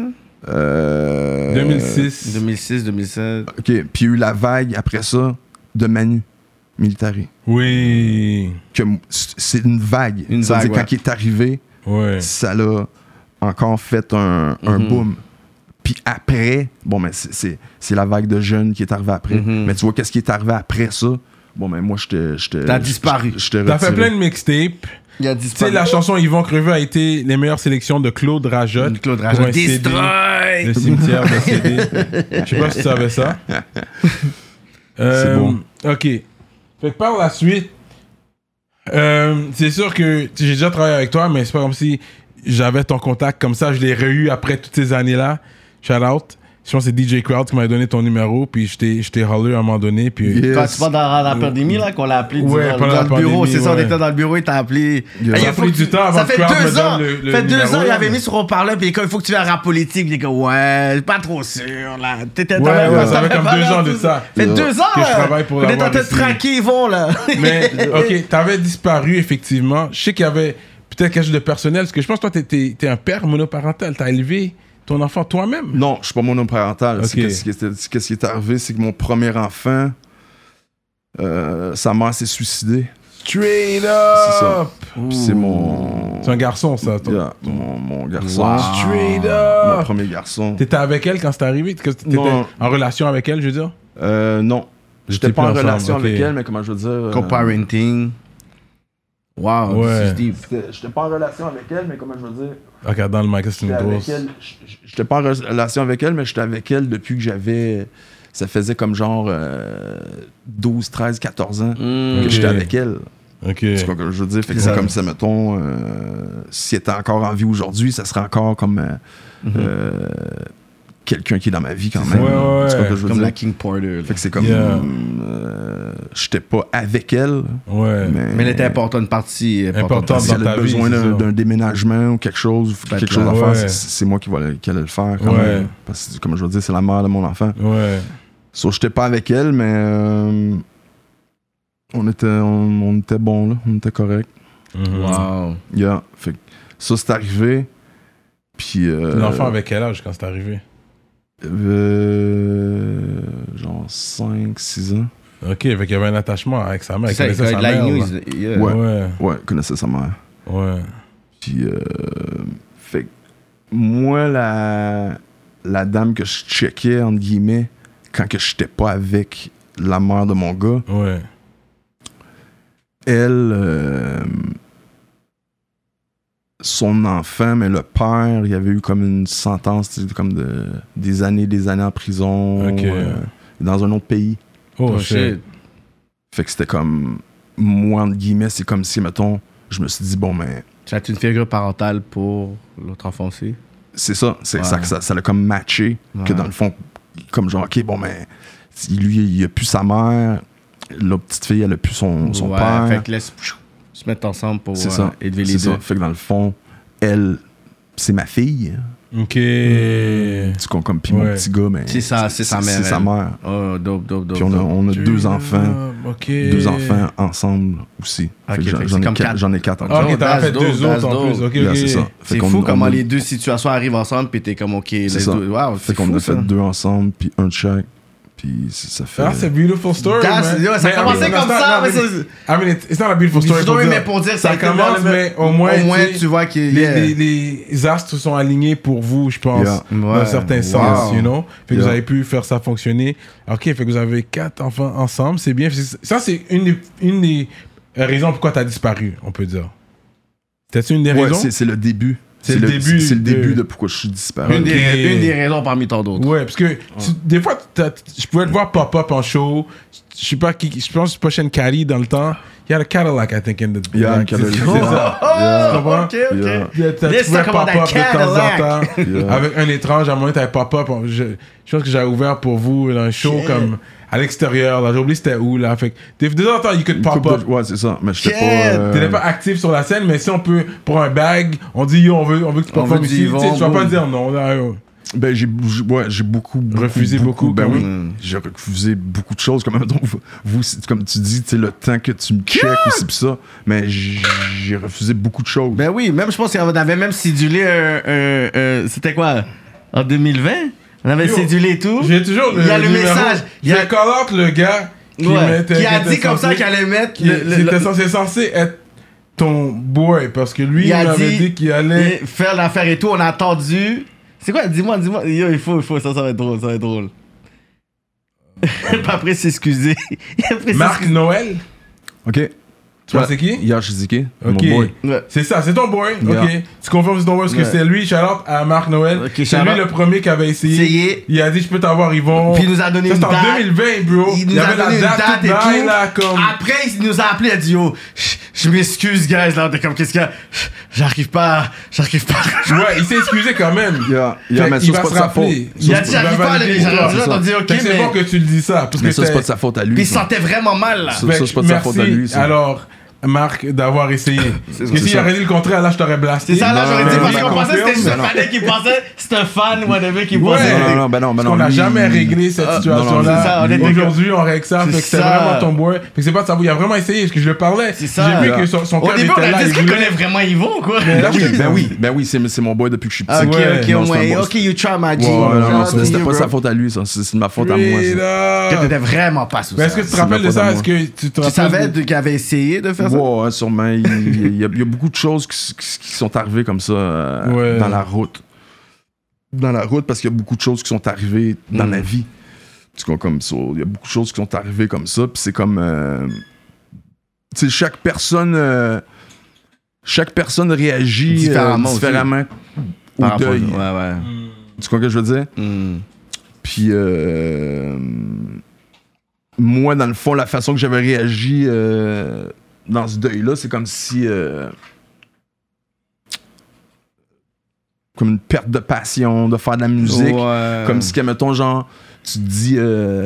2006. 2006, 2007. OK, puis il y a eu la vague, après ça, de Manu Militari. Oui. Que c'est une vague. Une Ça veut vague, dire, quand il est arrivé, ça l'a encore fait un boom. Puis après, bon, mais c'est la vague de jeunes qui est arrivée après. Mais tu vois, qu'est-ce qui est arrivé après ça? Bon, mais moi, T'as disparu. T'as fait plein de mixtapes. Il a Tu sais, disparu. la chanson Yvon Creveux a été les meilleures sélections de Claude Rajotte. Claude pour Rajotte. un CD, Destroy! le cimetière de CD. Je sais pas si tu savais ça. C'est bon. OK. Fait que par la suite, c'est sûr que j'ai déjà travaillé avec toi, mais c'est pas comme si j'avais ton contact comme ça. Je l'ai re-eu après toutes ces années-là. Shout out. Je pense que c'est DJ Crowd qui m'avait donné ton numéro, puis je t'ai holler à un moment donné. Puis Quand tu vas dans la pandémie, là, qu'on l'a appelé pendant la dans le bureau, pandémie, c'est ça, on ouais. était dans le bureau, il t'a appelé. Ça a pris du temps avant Ça que fait Crowd me 2 ans. donne le Ça fait 2 numéro, ans, il là, avait mais- mis sur haut-parleur, puis il faut que tu fasses rap politique. Il dit que ouais, pas trop sûr, là. Ouais, ça fait comme 2 ans de ça. Ça fait 2 ans, que je là. travaille pour On est l'avoir en train de décidé. traquer Yvon, là. Mais, OK, t'avais disparu, effectivement. Je sais qu'il y avait peut-être quelque chose de personnel, parce que je pense que toi, t'es un père monoparental. T'as élevé ton enfant toi-même. Non, je suis pas monoparental. Ok. Qu'est-ce qui est arrivé, c'est que mon premier enfant, sa mère s'est suicidée. Straight C'est up! ça. Puis c'est mon... C'est un garçon, ça. Toi. Yeah, mon garçon. Wow. Straight Mon up! premier garçon. T'étais avec elle quand c'est arrivé? T'étais Non. en relation avec elle, je veux dire? Non. J'étais J'étais pas en plus relation ensemble, avec ok. elle, mais comment je veux dire... Co-parenting. Wow, Ouais. this is deep. J'étais pas en relation avec elle, mais comment je veux dire... Regarde dans le mic, c'est une J'étais avec grosse. elle. J'étais pas en relation avec elle, mais j'étais avec elle depuis que j'avais... Ça faisait comme genre 12, 13, 14 ans que Ok. j'étais avec elle. OK. C'est quoi que je veux dire? Fait que c'est comme ça, mettons, s'il était encore en vie aujourd'hui, ça serait encore comme quelqu'un qui est dans ma vie quand même. Ouais, C'est quoi ouais. que je veux Comme dire? la King Porter. Fait que c'est comme... Yeah. j'étais pas avec elle, Ouais. Mais elle était importante, une partie Importante si dans elle ta a vie, besoin c'est ça. d'un déménagement ou quelque chose, ou quelque chose à Ouais. faire, c'est moi qui allait le faire quand Ouais. même. Parce que, comme je veux dire, c'est la mère de mon enfant. Ouais. So, j'étais pas avec elle, mais on était bon, là. On était correct. Wow. Yeah. Fait que ça, c'est arrivé. Puis... L'enfant avait quel âge quand c'est arrivé? genre 5, 6 ans. OK, fait qu'il y avait un attachement avec sa mère. Il C'est connaissait ça, sa la mère. news. là. Yeah. Ouais. Ouais. Ouais, connaissait sa mère. Ouais. Puis, fait que moi, la dame que je checkais, entre guillemets, quand que j'étais pas avec la mère de mon gars, Ouais. elle, son enfant, mais le père, il y avait eu comme une sentence, tu sais, comme des années en prison, Ok. dans un autre pays. Oh, shit. Fait que c'était comme, moi, entre guillemets, c'est comme si, mettons, je me suis dit, bon, mais Tu as une figure parentale pour l'autre enfant aussi? c'est ça, Ouais. ça l'a comme matché, que Ouais. dans le fond, comme genre, ok, bon, mais lui, il a plus sa mère, la petite fille, elle a plus son Ouais, père. fait que laisse se mettre ensemble pour C'est ça, élever c'est les ça. deux. Fait que dans le fond, elle, c'est ma fille. OK. Tu comprends, comme, puis mon Ouais. petit gars, mais C'est sa mère, C'est sa elle. mère. Oh, dope, dope, dope. Puis on a deux enfants. OK. Deux enfants ensemble aussi. Fait Ok, que fait que j'en c'est ai comme quatre, quatre. j'en ai 4 en Ah, tout. OK, t'en as fait That's deux dope, autres en that's plus. dope. OK, Yeah, OK. c'est ça. C'est qu'on- fou on comment a- les deux situations arrivent ensemble, puis t'es comme, OK, les C'est ça. deux. Wow, Fait c'est qu'on fou, a fait ça. 2 ensemble, puis un de chaque. Puis ça fait... Ah, c'est a beautiful story, That's- man. yo, ça a Mais, commencé I mean, comme it's ça, not- mais I mean, it's not a beautiful story. Story, pour mais pour dire que ça a ça été commence, dans le- mais au moins tu vois qu'il les astres sont alignés pour vous, je pense, Yeah. dans un Ouais. certain sens, Wow. you know. Fait que vous Yeah. avez pu faire ça fonctionner. OK, fait que vous avez 4 enfants ensemble, c'est bien. Ça, c'est une des raisons pourquoi tu as disparu, on peut dire. C'était une des Ouais, raisons? c'est le début. C'est le début C'est le de- début de pourquoi je suis disparu. Une Ok. des raisons parmi tant d'autres. Ouais, parce que des fois, je pouvais te voir pop-up en show. Je sais pas qui, je pense prochaine Cali dans le temps. had a Cadillac, I think, in the... Yeah, like, Cadillac. c'est ça. Tu comprends? OK, OK. Yeah. Tu Yes, pouvais talk about pop-up that de temps en Cadillac. temps. Yeah. Avec un étrange, à un moment, t'avais pop-up. Je pense que j'avais ouvert pour vous dans un show comme à l'extérieur. Là. J'ai oublié c'était où, là. Fait que de temps en temps, you could pop-up. Ouais, c'est ça. Mais j'étais pas. T'étais pas actif sur la scène, mais si on peut, pour un bag, on dit yo, on veut que tu performes veut ici. du Tu sais, tu vas Yvon, pas dire non, là, yo. Ben, j'ai beaucoup Refusé beaucoup, Ben comme- oui, j'ai refusé beaucoup de choses. Comme, mettons, vous, comme tu dis, tu sais, le temps que tu me check aussi, pis ça. Mais j'ai refusé beaucoup de choses. Ben oui, même je pense qu'on avait même cédulé c'était quoi? En 2020? On avait Yo, cédulé et tout. J'ai toujours Il y a le numéro. message. Il y a J'ai call out le gars qui Ouais, mettait... qui a était dit comme ça censé- qu'il allait mettre C'est censé être ton boy, parce que lui, il il a m'avait dit qu'il allait... faire l'affaire et tout. On a attendu. C'est quoi? Dis-moi. Yo, il faut. Ça va être drôle. Puis après, s'excuser. Marc Noël, OK. tu vois c'est qui? Yash Ziki, Ok. mon boy. Ouais. C'est ça, c'est ton boy. Yeah. Ok. Tu confirmes que c'est ton boy parce que Ouais. c'est lui, shout out à Marc Noël. Ok, c'est shout lui out. le premier qui avait essayé. Essayé. Il a dit je peux t'avoir Yvon. Puis il nous a donné Ça, une c'était en date. 2020, bro. Il nous y a avait donné une date toute et bail, tout. là, comme... Après, il nous a appelé, il a dit yo, je m'excuse, guys. Là, on était comme, qu'est-ce qu'il y a? J'arrive pas. Ouais, il s'est excusé quand même. Yeah, Fait mais qu'il ça, va c'est pas se de sa faute. rappeler. Il a dit, j'arrive pas à aller. valider J'arrive pour toi. on dit, ok, Fait que c'est mais. bon que tu le dis ça. Parce Mais que ça, c'est c'est- pas de sa faute à lui. Puis il se ça. sentait vraiment mal, là. Ça, Fait c'est pas de sa faute à lui, ça. Alors, Marc, d'avoir essayé. Parce que c'est s'il ça. aurait dit le contraire, là, je t'aurais blasté. C'est ça, là, j'aurais dit, Mais parce lui, qu'on il pensait que c'était confirme. juste un fanat qui pensait, c'était un fan, whatever, qui Ouais. pensait. Non, ben non. Parce qu'on n'a lui, jamais réglé cette non, c'est situation-là. ça, on était Aujourd'hui, on règle ça. C'est Fait que c'est ça. vraiment ton boy. Fait que c'est pas de sa faute. Il a vraiment essayé. Parce que je le parlais. C'est ça. J'ai vu que son Au cœur début, on était là. a dit il est-ce qu'il voulait- connaît vraiment Yvon, quoi. Ben oui, c'est mon boy depuis que je suis petit. Ok, Ouais. ok, Non, au c'est un moins. bon- Ok, you try my G. Ouais, non, Shout out to c'était you, pas bro. sa faute à lui, ça. C'est de ma faute à moi, Straight ça. Que up. t'étais vraiment pas sous Mais ça. est-ce que tu te C'est rappelles ma de faute à ça? moi. Est-ce que tu te Tu rappelles savais de- qu'il avait essayé de faire ça? Ouais, sûrement. Il y a beaucoup de choses qui sont arrivées comme ça Ouais. dans la route. Dans la route, parce qu'il y a beaucoup de choses qui sont arrivées dans la vie. Tu vois, comme ça. Il y a beaucoup de choses qui sont arrivées comme ça. Puis c'est comme. Tu sais, chaque personne réagit Différemment aussi. différemment au Par rapport- deuil. Ouais. Tu comprends ce que je veux dire? Hmm. Puis moi, dans le fond, la façon que j'avais réagi dans ce deuil-là, c'est comme si... comme une perte de passion, de faire de la musique. Ouais. Comme si, mettons, genre, tu te dis...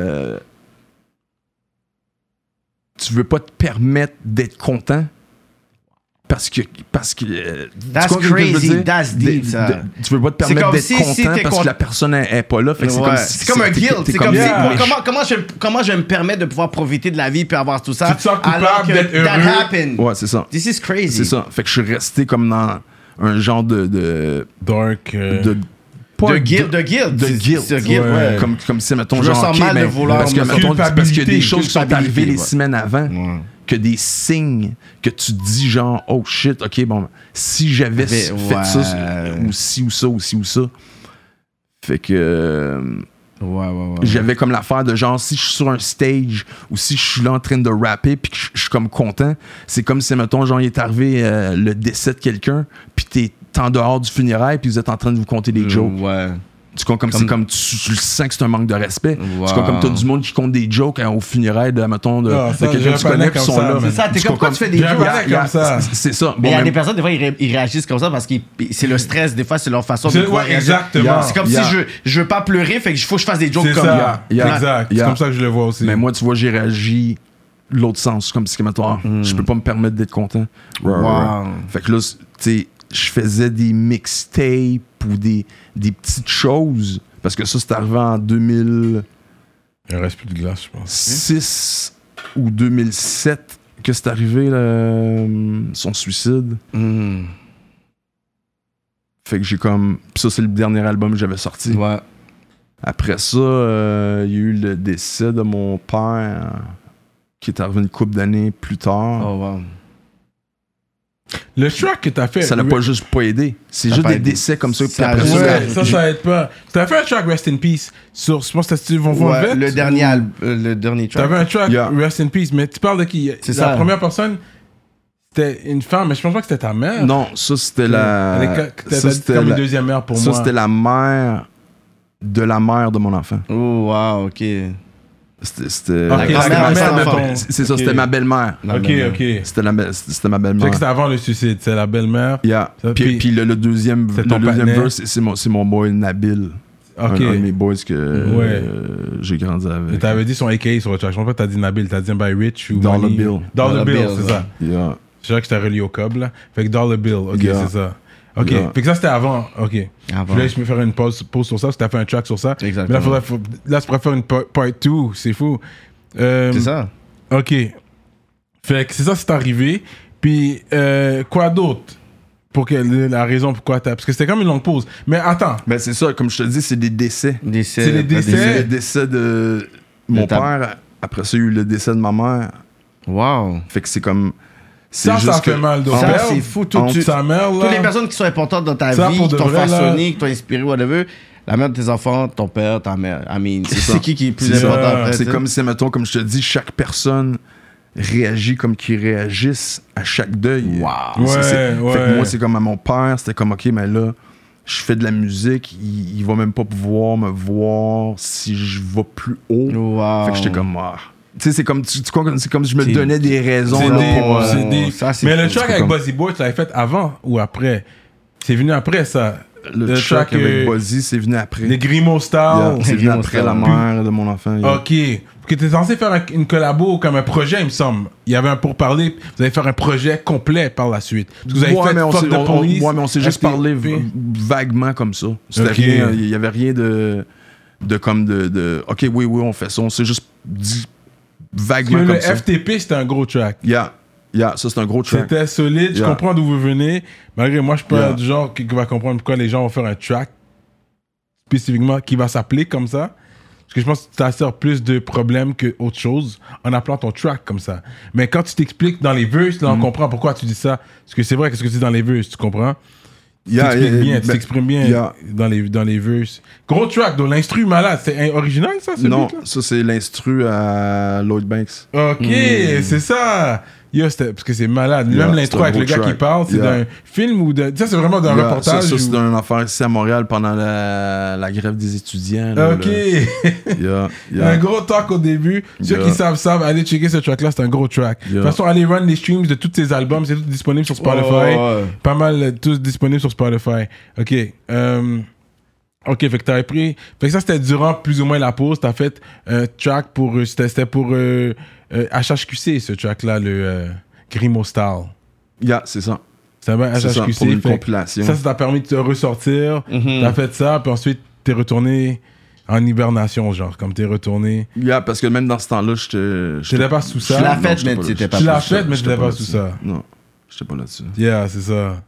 tu veux pas te permettre d'être content parce que That's tu comprends ce que je veux crazy, dire? that's deep, ça. Tu veux pas te C'est permettre comme d'être si content t'es parce con- que la personne est pas là. Fait que c'est Ouais. comme si C'est comme un t'es- guilt. t'es C'est comme si, Yeah. comment je vais me permettre de pouvoir profiter de la vie puis avoir tout ça Tu te sens coupable alors que d'être that heureux. happened. Ouais, c'est ça. This is crazy. C'est ça. Fait que je suis resté comme dans un genre de Dark. pas De guilt. De guilt. de guilt. C'est guilt, ouais. Comme si, mettons, Je me genre, sens ok, mal de mais vouloir parce que, me- mettons, parce qu'il y a des Culpabilité, choses qui sont culpabilité, arrivées les ouais. semaines avant, Ouais. que des signes que tu te dis genre, oh shit, ok, bon, si j'avais fait Ouais. ça, ou ci ou ça, ou ci ou ça. Fait que Ouais. j'avais comme l'affaire de genre, si je suis sur un stage ou si je suis là en train de rapper puis que je suis comme content, c'est comme si, mettons, genre, il est arrivé le décès de quelqu'un puis t'es en dehors du funérail puis vous êtes en train de vous compter des jokes. Ouais. Tu comprends, c'est comme tu le sens que c'est un manque de respect. Wow. Tu comprends, comme t'as du monde qui compte des jokes au funérailles de, mettons, de Ah, ça, quelqu'un j'ai que tu un connais panneau qui comme sont ça, là. man. C'est ça, t'es Tu comme comprends, pourquoi tu fais des J'ai un jokes? panneau comme ça. C'est ça. Mais il y a Bon, des personnes, des fois, ils réagissent comme ça parce que c'est le stress, des fois, c'est leur façon de C'est- pouvoir ouais, réagir. exactement. C'est comme Yeah. si je veux pas pleurer, fait que faut que je fasse des jokes C'est comme ça. Yeah. Exact. Yeah. C'est comme ça que je le vois aussi. Mais moi, tu vois, j'ai réagi l'autre sens, comme si, mettons, je peux pas me permettre d'être content. Wow. Fait que là, tu sais, je faisais des mixtapes ou des petites choses, parce que ça, c'est arrivé en 2006 Il reste plus de glace, je pense. ou 2007 que c'est arrivé, son suicide. Hmm. Fait que j'ai comme... Puis ça, c'est le dernier album que j'avais sorti. Ouais. Après ça, il y a eu le décès de mon père, qui est arrivé une couple d'années plus tard. Oh, wow. Le track que t'as fait. Ça n'a pas juste pas aidé. C'est Ça juste pas des aidé. décès comme ça. Puis Ça après a ça, juste- Ouais, ça aide pas. T'as fait un track Rest in Peace sur, je pense que c'était Von Von Ouais, Vett, le dernier track. T'avais un track Yeah. Rest in Peace, mais tu parles de qui? C'est La ça. première personne, c'était une femme, mais je pense pas que c'était ta mère. non, ça c'était la... Elle est ça, c'était comme la- une deuxième mère pour ça, moi. c'était la mère de mon enfant. Oh, wow, ok. C'était Ok, la grand-mère de ton- c'est ça, Ok. c'était ma belle-mère. Ok. C'était ma Fait belle-mère. que c'était avant le suicide, c'est la belle-mère. Yeah. Ça, Puis le deuxième c'est ton partenaire. verse, c'est mon boy Nabil. Ok. Un de mes boys que Ouais. j'ai grandi avec. Et t'avais dit son AKA sur le track. Je pense pas que t'as dit Nabil, t'as dit by Rich ou Dollar Money. Bill. Dollar Bill, Bill, c'est ouais. ça. Yeah. C'est vrai que j'étais relié au cob, là. Fait que Dollar Bill, ok, Yeah. c'est ça. Ok, Yeah. fait que ça c'était avant, ok. Avant. Je voulais juste me faire une pause sur ça, parce que t'as fait un track sur ça. Exactement. Mais là, tu pourrais faire une part 2, c'est fou. C'est ça. Ok. Fait que c'est ça, c'est arrivé. Puis, quoi d'autre? La raison pourquoi t'as... Parce que c'était comme une longue pause. Mais attends, Ben c'est ça, comme je te dis, c'est des décès. C'est les décès. C'est le décès de mon père. Après ça, il y a eu le décès de ma mère. Wow. Fait que c'est comme... ça juste fait mal de Ça, perdre. c'est fou. Sa mère, là. Toutes les personnes qui sont importantes dans ta Ça, vie, pour qui de t'ont vrai, là. façonné, qui t'ont inspiré, whatever, la mère de tes enfants, ton père, ta mère. I mean, ça. c'est qui est plus C'est important ça. après, C'est tu sais? comme si, mettons, comme je te dis, chaque personne réagit comme qu'ils réagissent à chaque deuil. Wow. Ouais, Fait ouais. que moi, c'est comme à mon père, c'était comme, OK, mais là, je fais de la musique, il va même pas pouvoir me voir si je vais plus haut. Wow. Fait que j'étais comme, tu sais, c'est comme, c'est comme si je me C'est- donnais des raisons. C'est là, des- pour, c'est des- ça, c'est Mais le fou. track C'est avec comme- Buzzy Boy, tu l'avais fait avant ou après? C'est venu après, ça. le track avec Buzzy, c'est venu après. Les Grimo Style. Yeah, c'est venu Grimo après Style. la mère de mon enfant. Yeah. Ok. Que t'es censé faire une collabo comme un projet, il me semble. Il y avait un pourparler. Vous allez faire un projet complet par la suite. Parce que vous avez Ouais, fait mais Fuck the Police. mais on s'est juste FTP. parlé vaguement comme ça. C'était Ok. rien, il y avait rien de OK, oui, on fait ça. On s'est juste dit Parce vaguement que comme le ça. FTP, c'était un gros track. Yeah, ça c'est un gros track. C'était solide. Je Yeah. comprends d'où vous venez. Malgré moi, je suis pas Yeah. du genre qui va comprendre pourquoi les gens vont faire un track spécifiquement qui va s'appeler comme ça. Parce que je pense que ça sert plus de problèmes que autre chose en appelant ton track comme ça. Mais quand tu t'expliques dans les verses, là, on comprend pourquoi tu dis ça. Parce que c'est vrai que ce que tu dis dans les verses, tu comprends? Yeah, tu t'expliques bien, yeah, tu ben, t'exprimes bien yeah. dans les verses. Gros track, donc l'instru malade. C'est original, ça, ce Non, beat-là? ça c'est l'instru à Lloyd Banks. Ok, c'est ça. Yo, parce que c'est malade. Yeah, Même c'est l'intro un avec gros le gars track. qui parle, c'est Yeah. d'un film ou de. Ça, c'est vraiment d'un Yeah, reportage. Ça, ou- c'est une affaire ici à Montréal pendant la grève des étudiants. là, Ok. là. Yeah. Un gros talk au début. Ceux Yeah. qui savent, allez checker ce track-là, c'est un gros track. De toute façon, allez run les streams de tous ces albums, c'est tout disponible sur Spotify. Ouais. Pas mal, tous disponibles sur Spotify. Ok. Ok, fait que t'avais pris. Fait que ça, c'était durant plus ou moins la pause. T'as fait un track pour. C'était pour HHQC, ce track-là, le Grimo Style. Yeah, c'est ça. C'est un C'est ça, HHQC. pour une fait que compilation. ça t'a permis de te ressortir. T'as fait ça, puis ensuite, t'es retourné en hibernation, genre, comme t'es retourné. Yeah, parce que même dans ce temps-là, T'étais pas sous ça. Tu l'as Non, fait, j'étais mais pas là. t'étais pas Tu l'as sous ça. fait, mais J'étais t'étais pas là-dessus. sous ça. Non, j'étais pas là-dessus. Yeah, c'est ça.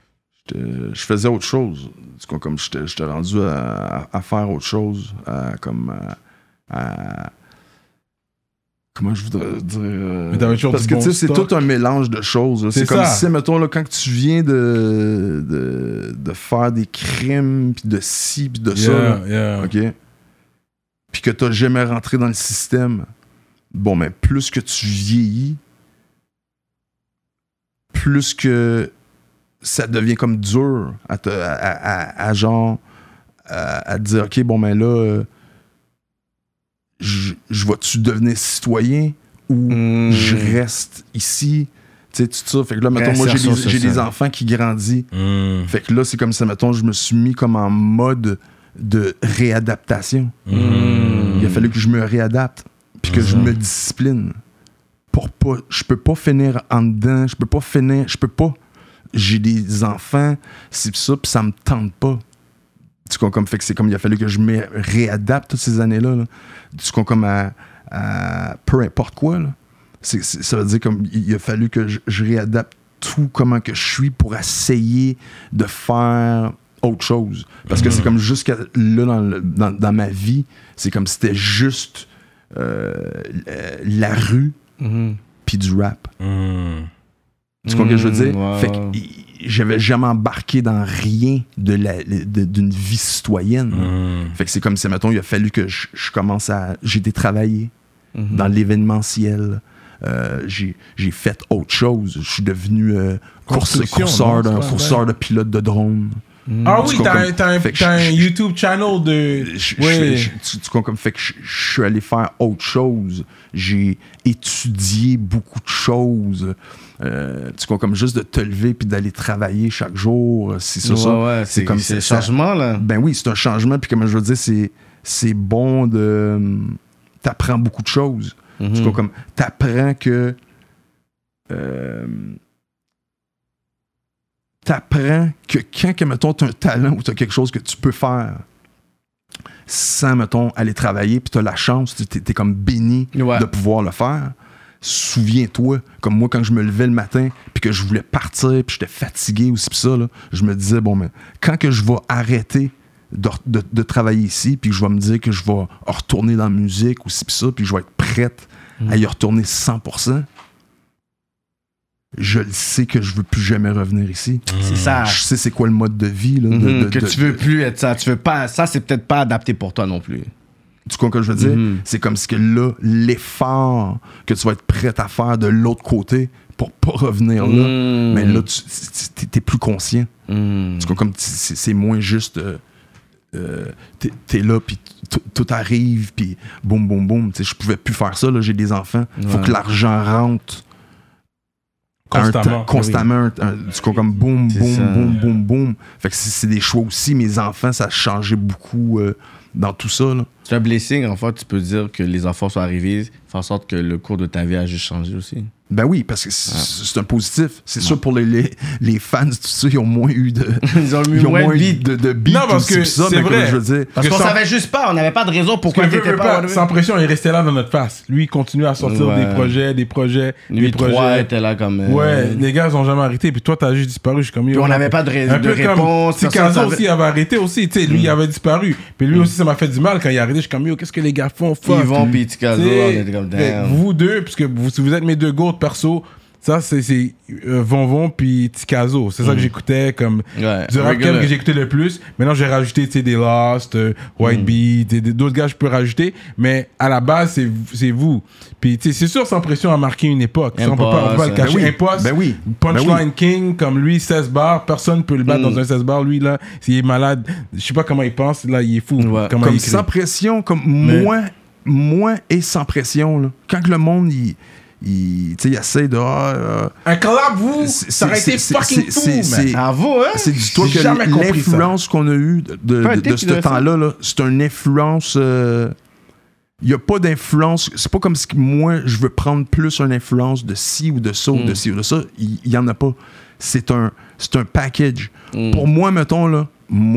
Je faisais autre chose. Du coup, comme j'étais rendu à faire autre chose, comment je voudrais dire. Mais t'avais toujours parce du que bon tu sais, c'est stock. tout un mélange de choses. là. C'est C'est comme ça. si, mettons, là, quand tu viens de faire des crimes, puis de ci, puis de ça, là, Yeah. OK? Puis que t'as jamais rentré dans le système, bon, mais plus que tu vieillis, plus que ça devient comme dur à te dire, OK, bon, mais là, je vais-tu devenir citoyen ou je reste ici? Tu sais, tout ça. Fait que là, mettons, moi, j'ai des enfants qui grandissent. Fait que là, c'est comme ça, mettons, je me suis mis comme en mode de réadaptation. Il a fallu que je me réadapte puis que je me discipline. Je peux pas finir en dedans. Je peux pas. J'ai des enfants, c'est ça, puis ça me tente pas. Tu comprends, comme fait que c'est comme il a fallu que je me réadapte toutes ces années-là. Là. Tu comprends, comme à peu importe quoi. Là. Ça veut dire comme il a fallu que je réadapte tout comment que je suis pour essayer de faire autre chose. Parce que c'est comme jusqu'à là dans ma vie, c'est comme c'était juste la rue puis du rap. Tu comprends ce que je veux dire? Wow. Fait que j'avais jamais embarqué dans rien d'une vie citoyenne. Fait que c'est comme si, mettons, il a fallu que je commence à... J'ai été travailler dans l'événementiel. J'ai fait autre chose. Je suis devenu courseur de pilote de drone. Ah oui, t'as un je- YouTube channel de... tu comprends, fait que je suis allé faire autre chose. J'ai étudié beaucoup de choses. Tu comprends, comme juste de te lever puis d'aller travailler chaque jour. C'est ça, ça. Ouais, c'est comme c'est un changement, là. Ben oui, c'est un changement. Puis comme je veux dire, c'est bon de... T'apprends beaucoup de choses. Tu comprends, comme t'apprends que... t'apprends que quand, mettons, t'as un talent ou t'as quelque chose que tu peux faire sans, mettons, aller travailler, puis t'as la chance, t'es comme béni de pouvoir le faire. Souviens-toi, comme moi, quand je me levais le matin, puis que je voulais partir, puis j'étais fatigué aussi, puis ça, là, je me disais, bon, mais quand que je vais arrêter de travailler ici, puis que je vais me dire que je vais retourner dans la musique aussi, puis ça, puis je vais être prête à y retourner 100%, je le sais que je veux plus jamais revenir ici. C'est ça. Je sais c'est quoi le mode de vie. Là, tu veux plus être ça. Tu veux pas. Ça, c'est peut-être pas adapté pour toi non plus. Tu comprends ce que je veux dire? C'est comme si que là, l'effort que tu vas être prêt à faire de l'autre côté pour pas revenir là, mais là, t'es plus conscient. Tu comprends, comme c'est moins juste... t'es là, puis tout arrive, puis boum, boum, boum. Je pouvais plus faire ça, là, j'ai des enfants. Faut que l'argent rentre. Constamment. Tu vois, comme boum, boum, boum. Fait que c'est des choix aussi. Mes enfants, ça a changé beaucoup dans tout ça. Là. C'est un blessing, en fait. Tu peux dire que les enfants sont arrivés, faire en sorte que le cours de ta vie a juste changé aussi. Ben oui, parce que c'est un positif. C'est sûr pour les fans, tout ça, ils ont moins eu de... ils ont moins de beats. Non, parce que ça, c'est vrai. Je veux dire, parce qu'on savait juste pas. On n'avait pas de raison pourquoi il était pas... Sans pression, il restait là dans notre face. Lui, il continuait à sortir des projets. Lui, 3 était là comme... Ouais, les gars, ils ont jamais arrêté. Puis toi, t'as juste disparu. Je suis comme... Puis on n'avait pas de réponse. Tikazo aussi avait arrêté aussi. Tu sais, lui, il avait disparu. Puis lui aussi, ça m'a fait du mal quand il a arrêté. Je suis comme, yo, qu'est-ce que les gars font? Ils vont, puis Tikazo, on était comme, damn. Vous deux, puisque vous êtes mes deux goats perso... Ça, c'est Von puis Tikazo. C'est ça que j'écoutais comme du rap que j'écoutais le plus. Maintenant, j'ai rajouté des Lost, White Beat, d'autres gars que je peux rajouter. Mais à la base, c'est vous. Puis, c'est sûr, Sans Pression a marqué une époque. On peut pas le cacher. Punchline King, comme lui, 16 bars. Personne ne peut le battre dans un 16 bars. Lui, là, il est malade. Je sais pas comment il pense. Là, il est fou. Comme Sans Pression, comme moi et Sans Pression. Là. Quand le monde, il essaie de... un collab, vous, ça aurait été fucking fou, man. À vous, hein? C'est du toi que l'influence qu'on a eue de ce temps-là, c'est une influence... Il n'y a pas d'influence... C'est pas comme si moi, je veux prendre plus une influence de ci ou de ça ou de ci ou de ça. Il n'y en a pas. C'est un package. Pour moi, mettons, là,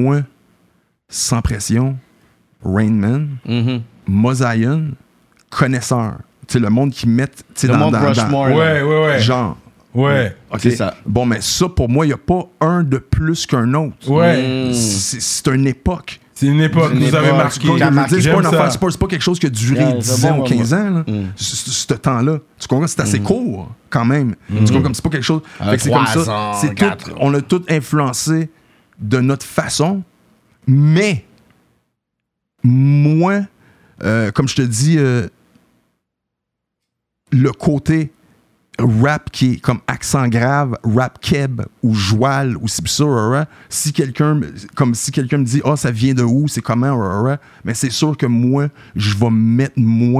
Sans Pression, Rain Man, Mosaïen, Connaisseur. C'est le monde qui met dans Rushmore. Ouais. Genre. Ouais. OK. C'est ça. Bon, mais ça, pour moi, il n'y a pas un de plus qu'un autre. Ouais. C'est une époque. C'est une époque. Vous avez marqué. C'est pas quelque chose qui a duré 10 ans ou 15 ans. Là. Ce temps-là. Tu comprends? C'est assez court, quand même. Tu comprends? Comme c'est pas quelque chose... c'est comme ça. On a tout influencé de notre façon. Mais, moi, comme je te dis... le côté rap qui est comme accent grave, rap keb ou joual ou si ça, si quelqu'un me dit ça vient de où, c'est comment, mais c'est sûr que moi, je vais me mettre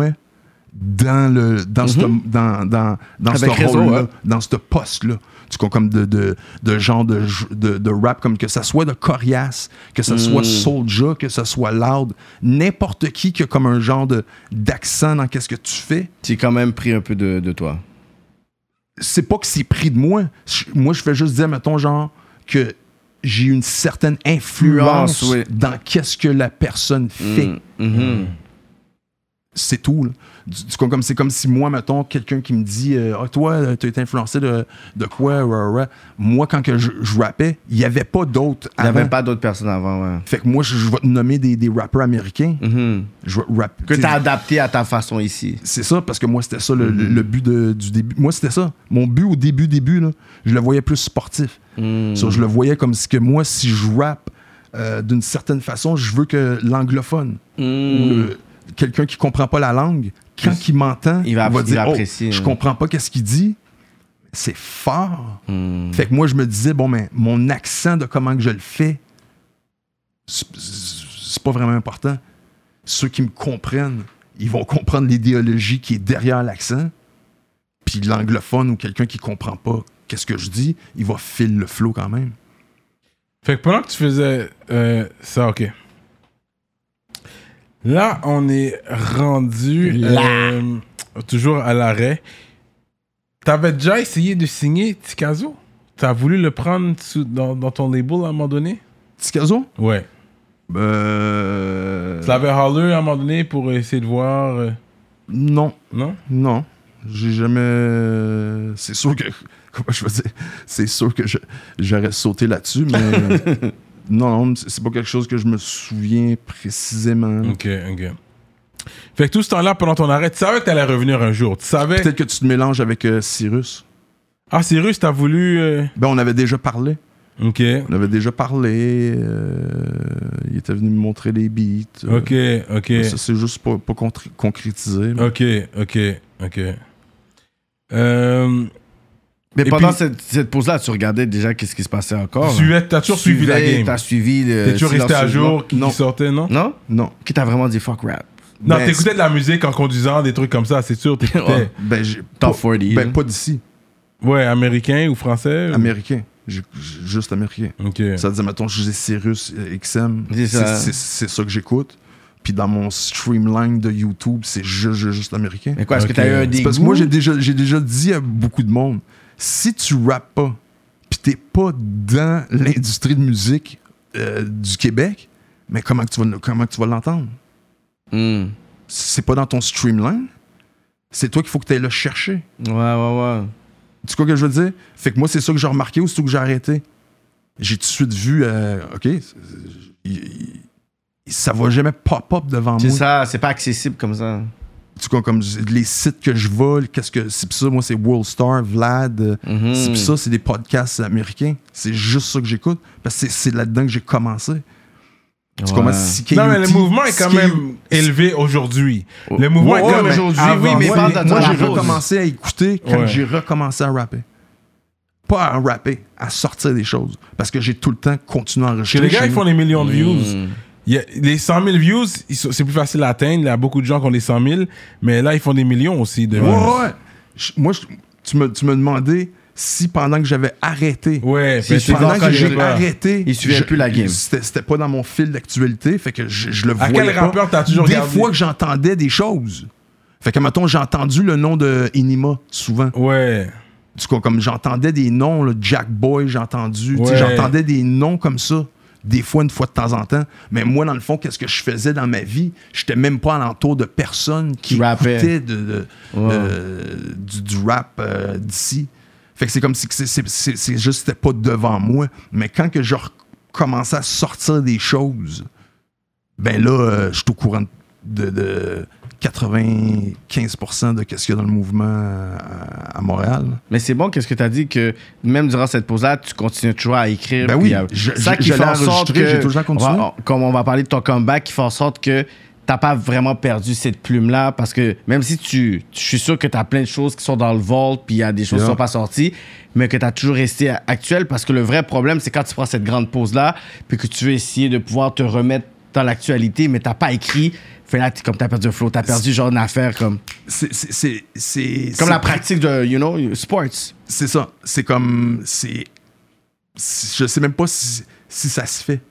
dans ce rôle-là, dans ce poste-là. Tu vois, comme de genre de rap, comme que ça soit de Coriace, que ça soit Soulja, que ça soit Loud, n'importe qui a comme un genre d'accent dans qu'est-ce que tu fais. Tu as quand même pris un peu de toi. C'est pas que c'est pris de moi. Moi, je fais juste dire, mettons, genre, que j'ai une certaine influence dans qu'est-ce que la personne fait. C'est tout, là. C'est comme si moi, mettons, quelqu'un qui me dit toi, t'as été influencé de quoi? Moi, quand que je rappais, il n'y avait pas d'autres avant. Il n'y avait pas d'autres personnes avant, ouais. Fait que moi, je vais te nommer des rappeurs américains. Que t'as adapté à ta façon ici. C'est ça, parce que moi, c'était ça le but du début. Moi, c'était ça. Mon but au début, là, je le voyais plus sportif. Je le voyais comme si que moi, si je rappe d'une certaine façon, je veux que l'anglophone ou quelqu'un qui comprend pas la langue, quand il m'entend, il va dire apprécier, je comprends pas qu'est-ce qu'il dit. C'est fort. Fait que moi, je me disais, bon, mais mon accent de comment que je le fais, c'est pas vraiment important. Ceux qui me comprennent, ils vont comprendre l'idéologie qui est derrière l'accent. Puis l'anglophone ou quelqu'un qui comprend pas qu'est-ce que je dis, il va filer le flow quand même. Fait que pendant que tu faisais ça, OK. Là, on est rendu toujours à l'arrêt. T'avais déjà essayé de signer Tikazo? T'as voulu le prendre dans ton label à un moment donné? Tikazo? Ouais. Tu l'avais holler à un moment donné pour essayer de voir... Non. Non? Non. J'ai jamais... C'est sûr que... Comment je veux dire? C'est sûr que j'aurais sauté là-dessus, mais... non, c'est pas quelque chose que je me souviens précisément. OK. Fait que tout ce temps-là, pendant ton arrêt, tu savais que t'allais revenir un jour. Tu savais... Peut-être que tu te mélanges avec Cyrus. Ah, Cyrus, t'as voulu... Ben, on avait déjà parlé. OK. On avait déjà parlé. Il était venu me montrer les beats. OK. Ça, c'est juste pas concrétisé. Mais... OK. Mais et pendant puis, cette pause-là, tu regardais déjà qu'est-ce qui se passait encore. T'as toujours suivi la game. T'as suivi le... T'es toujours resté à jour qui Non. sortait, non? Non? Non. Qui t'a vraiment dit fuck rap? Non, Ben, t'écoutais de la musique en conduisant, des trucs comme ça, c'est sûr, t'écoutais. Ben, j'ai Top pas, 40. ben, pas d'ici. Ouais, américain ou français? Américain. Juste américain. OK. Ça veut dire, mettons, je disais Cyrus XM. C'est ça. C'est ça que j'écoute. Puis dans mon streamline de YouTube, c'est juste américain. Mais quoi, est-ce Ok. que t'as eu un C'est dégoût? parce que moi, j'ai déjà dit à beaucoup de monde, si tu rappes pas, puis t'es pas dans l'industrie de musique du Québec, mais comment que tu vas l'entendre? Hmm. C'est pas dans ton streamline. C'est toi qu'il faut que tu ailles le chercher. Ouais. Tu sais quoi que je veux dire? Fait que moi, c'est ça que j'ai remarqué aussitôt que j'ai arrêté. J'ai tout de suite vu, OK, ça va jamais pop-up devant C'est moi. ça, c'est pas accessible comme ça. Tu vois, comme les sites que je vole, c'est pis ça, moi, c'est Worldstar, Vlad. C'est pis ça, c'est des podcasts américains. C'est juste ça que j'écoute. Parce que c'est là-dedans que j'ai commencé. Tu comprends? Non, mais le mouvement est quand même élevé aujourd'hui. Le mouvement est quand même aujourd'hui, avancé. oui, mais Moi, parle moi, dans j'ai la pause. recommencé à écouter quand Ouais. j'ai recommencé à rapper. Pas à rapper, à sortir des choses. Parce que j'ai tout le temps continué à Chez enregistrer. les gars, ils font des millions de views. Hmm. Les 100 000 views, c'est plus facile à atteindre. Il y a beaucoup de gens qui ont des 100 000. Mais là, ils font des millions aussi de views. Ouais. Tu me demandais si pendant que j'avais arrêté, Ouais, Si mais tu c'est pendant encore que j'ai les gars. arrêté, Il suivait plus la game. C'était pas dans mon fil d'actualité, fait que je le À voyais quel pas. rappeur t'as toujours Des regardé? fois que j'entendais des choses. Fait que, mettons, j'ai entendu le nom de Enima, souvent. Ouais. Du coup, comme j'entendais des noms, là, Jack Boy, j'ai entendu. Tu sais, Ouais. j'entendais des noms comme ça. Des fois, une fois de temps en temps. Mais moi, dans le fond, qu'est-ce que je faisais dans ma vie? J'étais même pas alentour de personnes qui Rappait. écoutaient du rap d'ici. Fait que c'est comme si c'est juste, c'était pas devant moi. Mais quand que je recommençais à sortir des choses, ben là, je suis au courant de 95% de ce qu'il y a dans le mouvement à Montréal. Mais c'est bon, qu'est-ce que tu as dit, que même durant cette pause-là, tu continues toujours à écrire. Ben puis oui, à- je- ça qui je fait l'ai en sorte enregistré, que, j'ai toujours continué. comme on va parler de ton comeback, qui fait en sorte que t'as pas vraiment perdu cette plume-là, parce que même si je suis sûr que t'as plein de choses qui sont dans le vault, puis il y a des choses qui Yeah. sont pas sorties, mais que t'as toujours resté actuel, parce que le vrai problème, c'est quand tu prends cette grande pause-là, puis que tu veux essayer de pouvoir te remettre dans l'actualité, mais t'as pas écrit, fait là, comme t'as perdu le flow, t'as perdu genre une affaire comme C'est la pratique de, sports. C'est ça. C'est comme. Je sais même pas si ça se fait.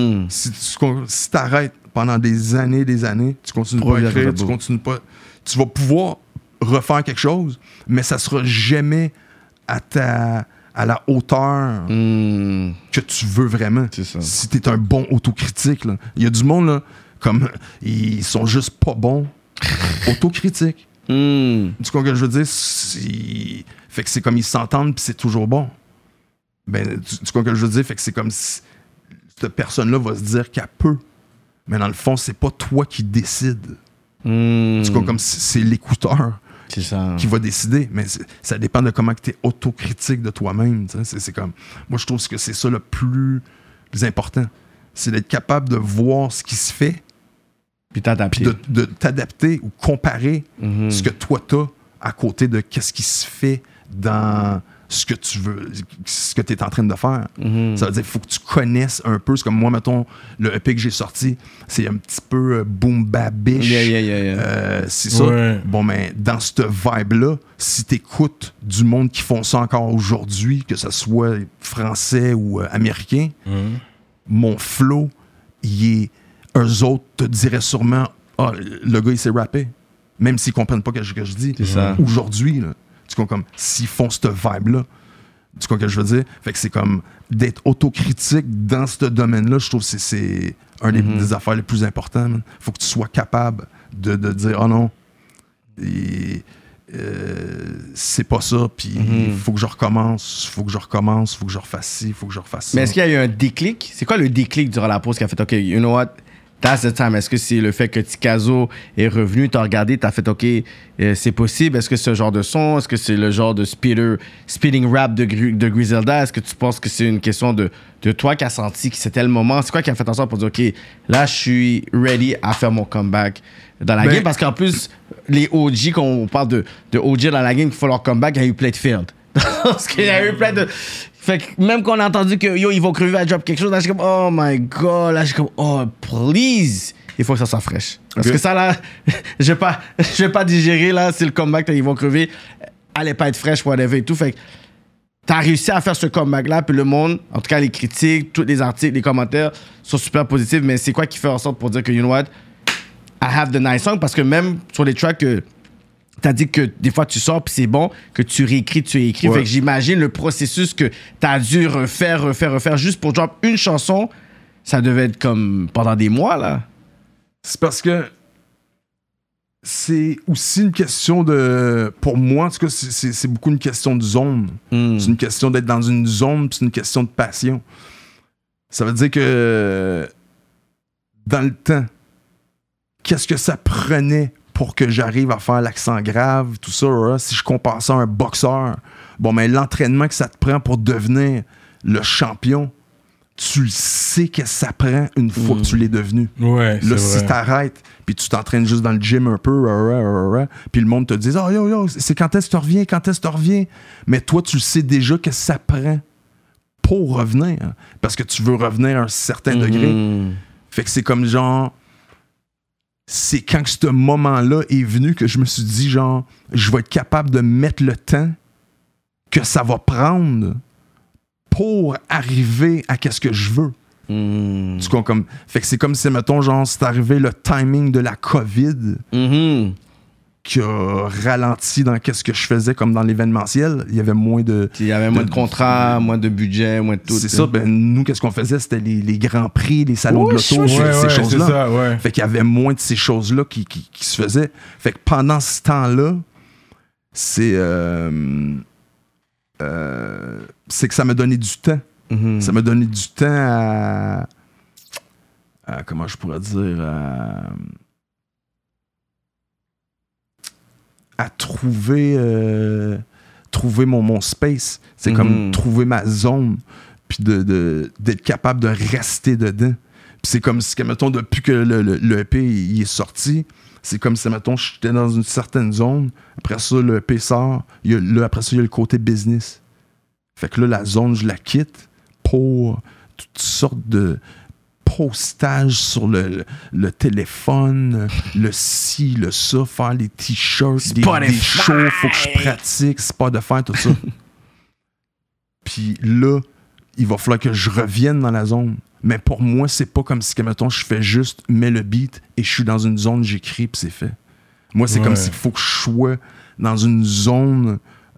Si t'arrêtes pendant des années, tu continues pas à écrire, tu continues pas. Tu vas pouvoir refaire quelque chose, mais ça sera jamais à la hauteur que tu veux vraiment. C'est ça. Si t'es un bon autocritique, là. Il y a du monde, là, comme ils sont juste pas bons autocritiques. Tu comprends ce que je veux dire? Fait que c'est comme ils s'entendent puis c'est toujours bon. Ben, tu comprends ce que je veux dire? Fait que c'est comme si cette personne-là va se dire qu'elle peut. Mais dans le fond, c'est pas toi qui décide. Tu comprends comme si c'est l'écouteur C'est ça. qui va décider. Mais ça dépend de comment tu es autocritique de toi-même. Tu sais. C'est comme... Moi, je trouve que c'est ça le plus important. C'est d'être capable de voir ce qui se fait Puis t'adapter. puis de t'adapter ou comparer ce que toi t'as à côté de qu'est-ce qui se fait dans ce que tu veux, ce que tu es en train de faire. Ça veut dire qu'il faut que tu connaisses un peu. C'est comme moi, mettons, le EP que j'ai sorti, c'est un petit peu boom bap-ish. C'est ça. Ouais. Bon, mais dans cette vibe-là, si tu écoutes du monde qui font ça encore aujourd'hui, que ce soit français ou américain, mon flow, eux autres te diraient sûrement le gars, il sait rapper. Même s'ils comprennent pas ce que je dis. C'est ça. Aujourd'hui, là, tu comprends, comme s'ils font cette vibe-là, tu comprends ce que je veux dire? Fait que c'est comme d'être autocritique dans ce domaine-là, je trouve que c'est un des affaires les plus importantes. Man. Faut que tu sois capable de dire « Oh non, c'est pas ça, puis faut que je recommence, faut que je refasse ci, faut que je refasse ça. » Mais est-ce qu'il y a eu un déclic? C'est quoi le déclic durant la pause qui a fait « OK, you know what? That's the time. » Est-ce que c'est le fait que Tikazo est revenu, t'as regardé, t'as fait OK, c'est possible? Est-ce que c'est ce genre de son? Est-ce que c'est le genre de speeding rap de Griselda? Est-ce que tu penses que c'est une question de toi qui a senti que c'était le moment? C'est quoi qui a fait en sorte pour dire OK, là, je suis ready à faire mon comeback dans la game? Parce qu'en plus, les OG, quand on parle de OG dans la game qui font leur comeback, il y a eu plein de field. Parce qu'il y a eu plein de. Fait que même qu'on a entendu que ils vont crever à drop quelque chose, là, je suis comme, oh my god, là, je suis comme, oh, please, il faut que ça soit fraîche. Parce que ça, là, je vais pas digérer, là, si le comeback, là, ils vont crever, allez pas être fraîche, whatever et tout. Fait que t'as réussi à faire ce comeback-là, puis le monde, en tout cas, les critiques, tous les articles, les commentaires sont super positifs, mais c'est quoi qui fait en sorte pour dire que, you know what, I have the nice song, parce que même sur les tracks que t'as dit que des fois tu sors puis c'est bon, que tu réécris. Ouais. Fait que j'imagine le processus que t'as dû refaire juste pour drop une chanson, ça devait être comme pendant des mois, là. C'est parce que c'est aussi une question de... Pour moi, en tout cas, c'est beaucoup une question de zone. C'est une question d'être dans une zone, puis c'est une question de passion. Ça veut dire que dans le temps, qu'est-ce que ça prenait pour que j'arrive à faire l'accent grave, tout ça, si je compare ça à un boxeur, bon, mais l'entraînement que ça te prend pour devenir le champion, tu le sais que ça prend une fois que tu l'es devenu. Ouais, là, si t'arrêtes, puis tu t'entraînes juste dans le gym un peu, puis le monde te dit « Oh, yo, c'est quand est-ce que tu reviens? » Mais toi, tu le sais déjà que ça prend pour revenir, hein, parce que tu veux revenir à un certain degré. Fait que c'est comme genre... C'est quand ce moment-là est venu que je me suis dit, genre, je vais être capable de mettre le temps que ça va prendre pour arriver à qu'est-ce que je veux. Tu comprends, comme... Fait que c'est comme si, mettons, genre, c'est arrivé le timing de la COVID qui a ralenti dans qu'est-ce que je faisais, comme dans l'événementiel. Il y avait moins de... Il y avait moins de contrats, moins de budget, moins de tout. C'est ça. Ben, nous, qu'est-ce qu'on faisait? C'était les grands prix, les salons de l'auto, ces choses-là. Ça, ouais. Fait qu'il y avait moins de ces choses-là qui se faisaient. Fait que pendant ce temps-là, c'est que ça m'a donné du temps. Ça m'a donné du temps à comment je pourrais dire... à trouver mon space. C'est comme trouver ma zone, puis d'être capable de rester dedans. Puis c'est comme si, mettons, depuis que le EP il est sorti, c'est comme si, mettons, j'étais dans une certaine zone, après ça, le EP sort, après ça, il y a le côté business. Fait que là, la zone, je la quitte pour toutes sortes de postage sur le téléphone, le ci, le ça, faire les t-shirts, des shows, faut que je pratique, Spotify, tout ça. Puis là, il va falloir que je revienne dans la zone. Mais pour moi, c'est pas comme si, mettons, je fais juste mets le beat et je suis dans une zone, j'écris puis c'est fait. Moi, c'est comme s'il faut que je sois dans une zone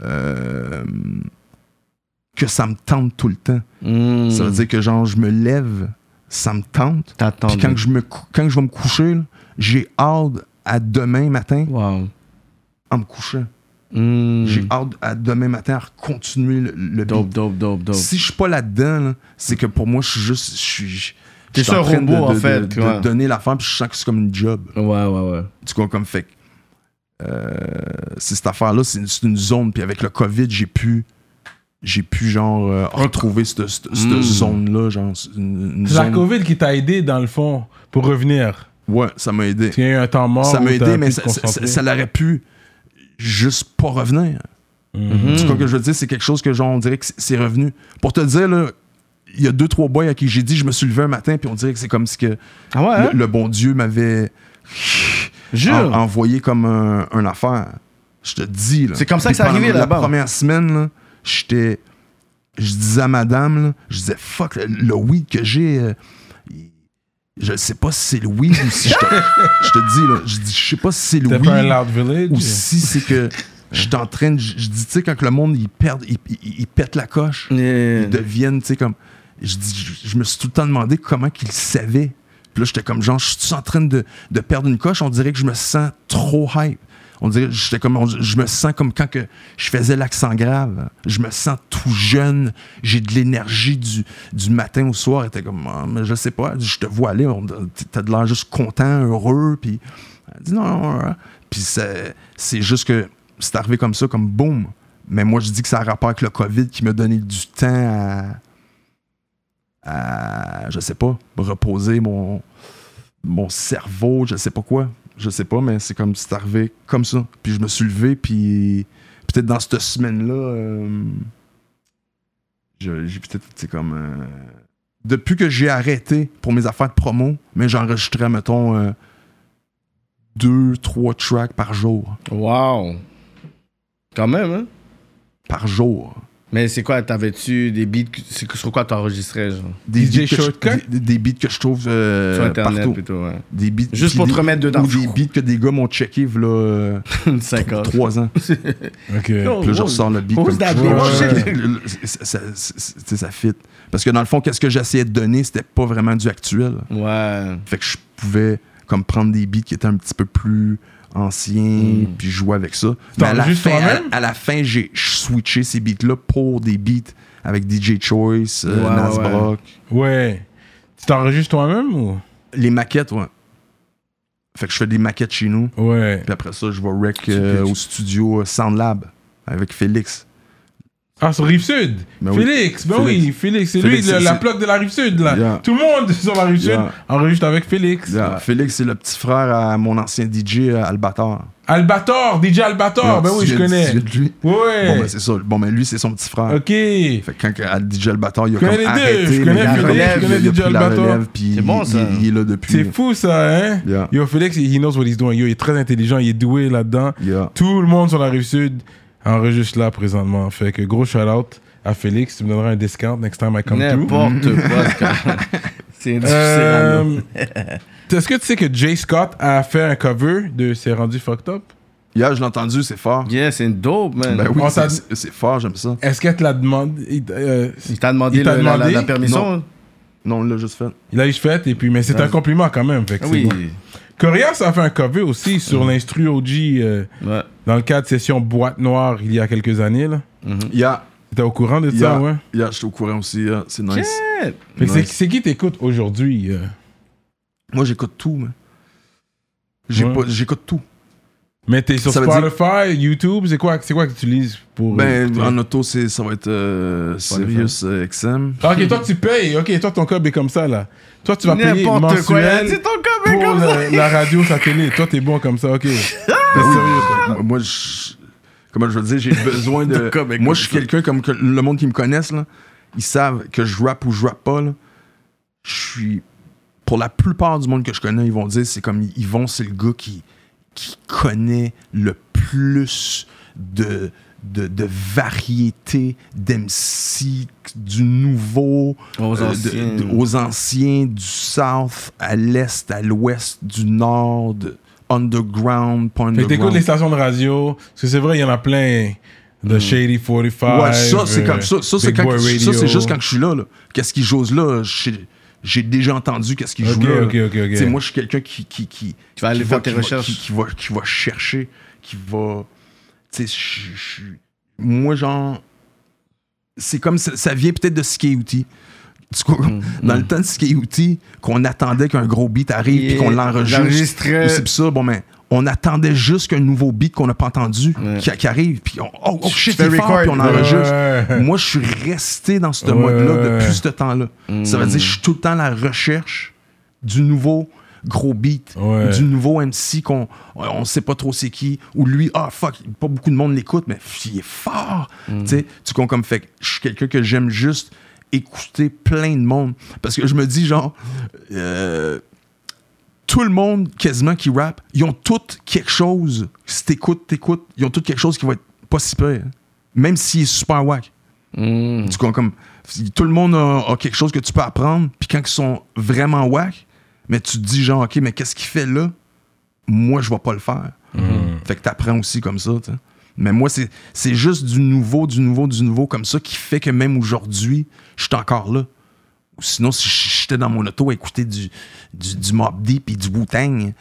que ça me tente tout le temps. Ça veut dire que genre, je me lève, ça me tente. Puis quand je vais me coucher, là, j'ai hâte à demain matin en me couchant. J'ai hâte à demain matin à continuer le beat. Dope. Si je suis pas là-dedans, là, c'est que pour moi, je suis un robot, en fait. De donner l'affaire, puis je sens que c'est comme une job. Ouais. Tu vois, comme fait. C'est cette affaire-là, c'est une zone. Puis avec le COVID, j'ai pu genre retrouver cette zone-là. Genre, une c'est zone... la COVID qui t'a aidé, dans le fond, pour revenir. Ouais, ça m'a aidé. Il y a eu un temps mort. Ça m'a aidé, mais ça l'aurait pu juste pas revenir. Tu sais quoi que je veux dire? C'est quelque chose que genre, on dirait que c'est revenu. Pour te dire, là, il y a 2-3 boys à qui j'ai dit, je me suis levé un matin, puis on dirait que c'est comme si que le bon Dieu m'avait envoyé comme un affaire. Je te dis, là. C'est comme ça que c'est arrivé là-bas. La première semaine, là, je disais à madame, là, je disais, fuck, le weed que j'ai, je sais pas si c'est le weed ou si je te dis, là, je sais pas si c'est le weed pas un Loud Village ou si c'est que je suis en train de, je dis, tu sais, quand le monde, il pète la coche, ils deviennent, tu sais, comme, je me suis tout le temps demandé comment qu'ils savaient. Puis là, j'étais comme, genre, je suis en train de perdre une coche, on dirait que je me sens trop hype. On dirait, je me sens comme quand que je faisais l'accent grave. Je me sens tout jeune. J'ai de l'énergie du matin au soir. Elle était comme, mais je sais pas. Je te vois aller. T'as de l'air juste content, heureux. Puis elle dit non. Puis c'est juste que c'est arrivé comme ça, comme boum. Mais moi, je dis que ça a rapport avec le COVID qui m'a donné du temps à je sais pas, reposer mon cerveau, je sais pas quoi. Je sais pas, mais c'est comme c'est arrivé comme ça. Puis je me suis levé, puis peut-être dans cette semaine-là, j'ai peut-être, c'est comme... depuis que j'ai arrêté pour mes affaires de promo, mais j'enregistrais, mettons, 2-3 tracks par jour. Wow! Quand même, hein? Par jour. Mais c'est quoi, t'avais-tu des beats, sur quoi t'enregistrais, genre? Des DJ Shortcut? Des beats que je trouve sur Internet, partout. plutôt, ouais. Des beats, juste pour te remettre dedans. Ou des beats que des gars m'ont checké, là, 3 ans. OK. Puis là, je ressors le beat comme ça fit. Parce que dans le fond, qu'est-ce que j'essayais de donner, c'était pas vraiment du actuel. Ouais. Fait que je pouvais comme prendre des beats qui étaient un petit peu plus anciens, puis jouer avec ça. Mais à la fin, j'ai switché ces beats-là pour des beats avec DJ Choice, Nas Brock. Ouais. Tu t'enregistres toi-même ou? Les maquettes, ouais. Fait que je fais des maquettes chez nous. Ouais. Puis après ça, je vais rec au studio Soundlab avec Félix. Ah, sur Rive-Sud. Ben Félix, ben Félix. oui, Félix. C'est Félix, lui, la plaque de la Rive-Sud, là. Yeah. Tout le monde sur la Rive-Sud enregistre avec Félix. Yeah. Félix, c'est le petit frère à mon ancien DJ Albator. Albator, DJ Albator, ben oui, je connais. Lui. Ouais. Bon, ben c'est ça. Bon, ben lui, c'est son petit frère. OK. Fait que quand DJ Albator, il a comme les deux. arrêté. Je connais Félix, je connais DJ Albator. C'est bon, ça. Il est là depuis. C'est fou, ça, hein? Yeah. Yo, Félix, he knows what he's doing. Yo, il est très intelligent, il est doué là-dedans. Yeah. Tout le monde sur la Rive-Sud enregistre là présentement. Fait que gros shout-out à Félix. Tu me donneras un discount next time I come through. N'importe quoi. C'est difficile. Est-ce que tu sais que Jay Scott a fait un cover de C'est rendu fucked up? Yeah, je l'ai entendu, c'est fort. Yeah, c'est une dope, man. Ben oui, c'est fort, j'aime ça. Est-ce qu'elle te l'a demandé? Il t'a demandé la permission? Non, on l'a juste fait. Il l'a juste fait, et puis, mais c'est un compliment quand même. Fait que oui. bon. Corias a fait un cover aussi sur l'instru OG dans le cadre de session Boîte Noire il y a quelques années. Là. Yeah. T'es au courant de ça, ouais? Yeah, je suis au courant aussi. Yeah. C'est nice. Fait que c'est qui t'écoutes aujourd'hui? Moi, j'écoute tout, man. J'écoute tout. Mais t'es sur Spotify, YouTube, c'est quoi que tu utilises pour... en auto, ça va être Sirius XM. Ok, toi tu payes. Ok, toi ton cob est comme ça, là. Toi tu vas payer mensuel quoi, ton cob est pour comme ça. la radio, sa télé. Toi t'es bon comme ça, ok. T'es sérieux, quoi. Moi, comment je veux dire, j'ai besoin de... Moi, je suis quelqu'un comme que le monde qui me connaisse, là, ils savent que je rappe ou je rappe pas, là. Je suis... Pour la plupart du monde que je connais, ils vont dire, c'est comme... c'est le gars qui connaît le plus de variété d'MC, du nouveau, aux anciens, du South, à l'Est, à l'Ouest, du Nord, underground, pas underground. Fait que t'écoutes les stations de radio, parce que c'est vrai, il y en a plein... The Shady 45. Ouais, ça, c'est comme ça. Ça, c'est juste quand je suis là. Qu'est-ce qu'ils j'ose là? J'ai déjà entendu qu'est-ce qu'ils jouent là. Ok. Moi, je suis quelqu'un qui va aller faire tes recherches. Qui va chercher, qui va... Tu sais, moi, genre... C'est comme... Ça vient peut-être de Skauti. Dans le temps de Skauti, qu'on attendait qu'un gros beat arrive puis qu'on l'enregistre. C'est ça, bon, mais... On attendait juste qu'un nouveau beat qu'on n'a pas entendu qui arrive, puis oh shit, c'est fort, puis on enregistre. Moi, je suis resté dans ce mode-là depuis ce temps-là. Ça veut dire que je suis tout le temps à la recherche du nouveau, gros beat, du nouveau MC qu'on on sait pas trop c'est qui, ou lui, fuck, pas beaucoup de monde l'écoute, mais il est fort. Tu sais, comme fait, je suis quelqu'un que j'aime juste écouter plein de monde. Parce que je me dis, genre, tout le monde quasiment qui rappe, ils ont tous quelque chose, si t'écoutes, ils ont tous quelque chose qui va être pas si pire, même s'il est super wack. Tu comprends, comme tout le monde a quelque chose que tu peux apprendre, puis quand ils sont vraiment wack, mais tu te dis genre, ok, mais qu'est-ce qu'il fait là? Moi, je vais pas le faire. Fait que t'apprends aussi comme ça, t'sais. Mais moi, c'est juste du nouveau comme ça qui fait que même aujourd'hui, je suis encore là. Ou sinon, si j'étais dans mon auto à écouter du Mobb Deep et du Wu-Tang,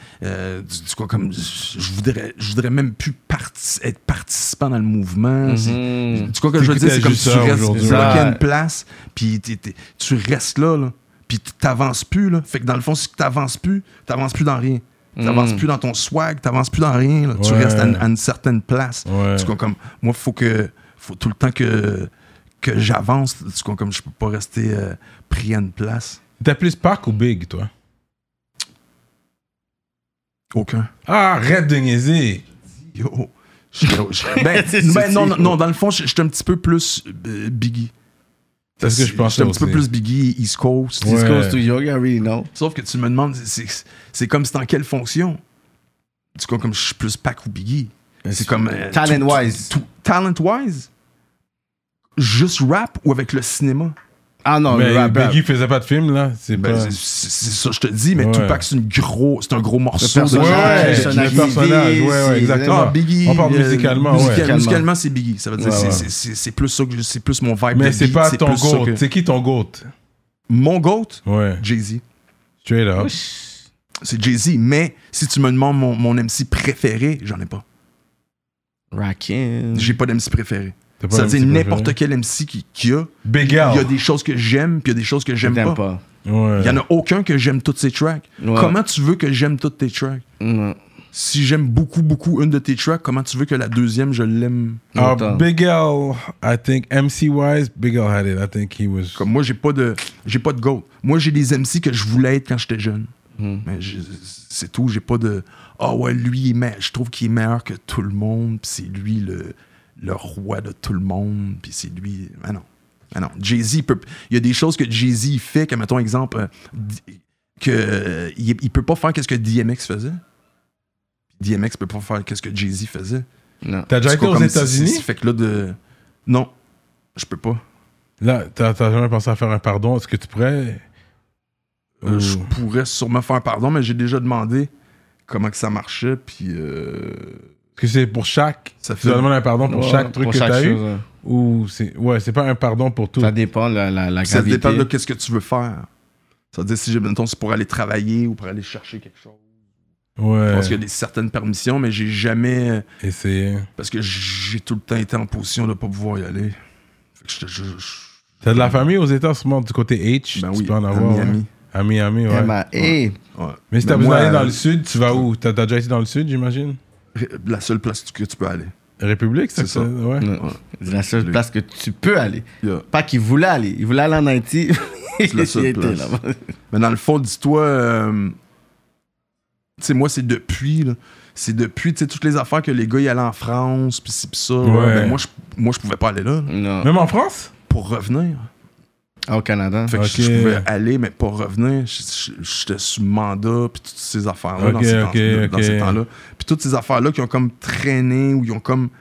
je voudrais même plus être participant dans le mouvement. Tu vois que je veux dire, c'est comme si tu restes bloqué à une place, puis tu restes là, puis t'avances plus, là. Fait que dans le fond, si t'avances plus dans rien. T'avances plus dans ton swag, t'avances plus dans rien, là. Tu restes à une certaine place. Tu vois, comme moi, faut tout le temps que j'avance, tu vois, comme je peux pas rester pris à une place. T'es plus Pac ou Big, toi? Aucun. Ah, arrête de niaiser. Yo. Non, dans le fond, j'étais un petit peu plus Biggie. C'est ce que je pensais. J'étais un petit peu plus Biggie, East Coast. East Coast to Yoga, I really know. Sauf que tu me demandes, c'est comme c'est en quelle fonction? Tu vois, comme je suis plus Pac ou Biggie. C'est comme... Talent-wise. Talent-wise? Juste rap ou avec le cinéma? Ah non, mais Biggie faisait pas de film, là. C'est ça, je te dis, mais Tupac, c'est un gros morceau de personnage. Ouais, exactement. Biggie, on parle musicalement, musicalement, c'est Biggie. Ça veut dire, c'est plus ça que c'est plus mon vibe. Mais c'est pas ton GOAT. C'est qui ton GOAT? Mon GOAT? Ouais. Jay-Z. Straight up. C'est Jay-Z, mais si tu me demandes mon MC préféré, j'en ai pas. Rakim. J'ai pas d'MC préféré. Ça veut dire n'importe quel MC qui a. Big L. Il y a des choses que j'aime, puis il y a des choses que j'aime pas. Ouais. Il y en a aucun que j'aime toutes ces tracks. Ouais. Comment tu veux que j'aime toutes tes tracks? Si j'aime beaucoup une de tes tracks, comment tu veux que la deuxième, je l'aime? Big L, I think, MC-wise, Big L had it. I think he was... Comme moi, j'ai pas de GOAT. Moi, j'ai des MC que je voulais être quand j'étais jeune. Mais c'est tout. J'ai pas de... lui, je trouve qu'il est meilleur que tout le monde, puis c'est lui le roi de tout le monde, puis c'est lui... Mais non. Jay-Z, il y a des choses que Jay-Z fait, comme mettons exemple, il peut pas faire ce que DMX faisait. DMX peut pas faire ce que Jay-Z faisait. Non. T'as déjà été aux États-Unis? Fait que là, non, je peux pas. Là, t'as jamais pensé à faire un pardon? Est-ce que tu pourrais... Je pourrais sûrement faire un pardon, mais j'ai déjà demandé comment que ça marchait, puis... Est-ce que c'est pour chaque... Tu dois demander un pardon pour chaque truc que t'as eu? Ou c'est pas un pardon pour tout? Ça dépend de la gravité. Ça dépend de qu'est-ce que tu veux faire. Ça veut dire si mettons, c'est pour aller travailler ou pour aller chercher quelque chose. Ouais. Je pense qu'il y a certaines permissions, mais j'ai jamais essayé. Parce que j'ai tout le temps été en position de pas pouvoir y aller. T'as de la famille aux États, sûrement du côté H? Ben tu oui, peux en avoir. À Miami, ouais. Ouais. Mais si t'as besoin d'aller dans le sud, tu vas où? T'as déjà été dans le sud, j'imagine? La seule place que tu peux aller. République, c'est ça? Ouais. C'est la seule place que tu peux aller. Pas qu'il voulait aller. Il voulait aller en Haïti. C'est la seule place. Là-bas. Mais dans le fond, dis-toi... tu sais, moi, c'est depuis, tu sais, toutes les affaires que les gars, ils allaient en France, pis ci, pis ça. Ouais. Ben, moi, je pouvais pas aller là. Non. Même en France? Pour revenir. Au Canada. Fait que je pouvais aller, mais pas revenir. J'étais sous mandat, puis toutes ces affaires-là dans ces temps-là. Puis toutes ces affaires-là qui ont comme traîné, ou ils ont comme...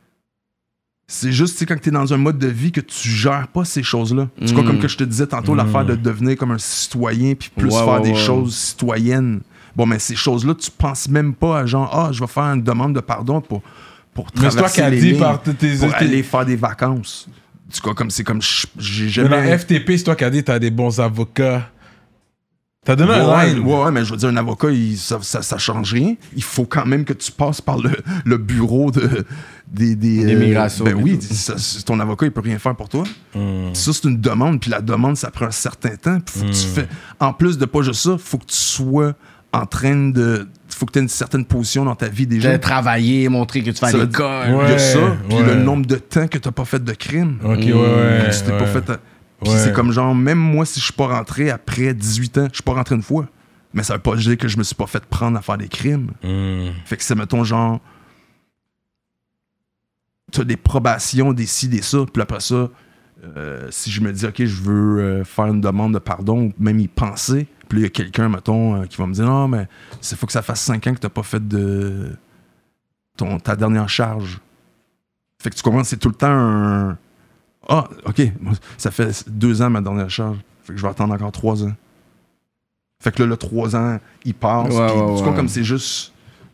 C'est juste, tu sais, quand t'es dans un mode de vie que tu gères pas ces choses-là. Tu vois, comme que je te disais tantôt, l'affaire de devenir comme un citoyen, puis plus faire des choses citoyennes. Bon, mais ces choses-là, tu penses même pas à genre, je vais faire une demande de pardon pour traverser les lignes, pour aller faire des vacances. Tu vois, comme c'est comme j'ai jamais... Mais dans la FTP, c'est toi qui as dit t'as des bons avocats. T'as donné un line. Ouais, mais je veux dire, un avocat, ça change rien. Il faut quand même que tu passes par le bureau des migrations. Ben oui, ton avocat, il peut rien faire pour toi. Ça, c'est une demande, puis la demande, ça prend un certain temps. Faut que tu fais... En plus de pas juste ça, faut que tu sois en train de... Faut que tu aies une certaine position dans ta vie déjà. Travailler, montrer que tu fais l'école. Il y a ça, puis le nombre de temps que t'as pas fait de crime. Ok, tu t'es pas fait... Puis c'est comme genre, même moi, si je suis pas rentré après 18 ans, je suis pas rentré une fois. Mais ça veut pas dire que je me suis pas fait prendre à faire des crimes. Fait que c'est, mettons, genre... T'as des probations, des ci, des ça, puis après ça, si je me dis, OK, je veux faire une demande de pardon, ou même y penser, puis il y a quelqu'un, mettons, qui va me dire, non, mais il faut que ça fasse 5 ans que t'as pas fait de ta dernière charge. Fait que tu comprends, c'est tout le temps un... Ah, OK, ça fait 2 ans ma dernière charge. Fait que je vais attendre encore 3 ans. Fait que là, le 3 ans, il passe. Tu vois, comme c'est juste...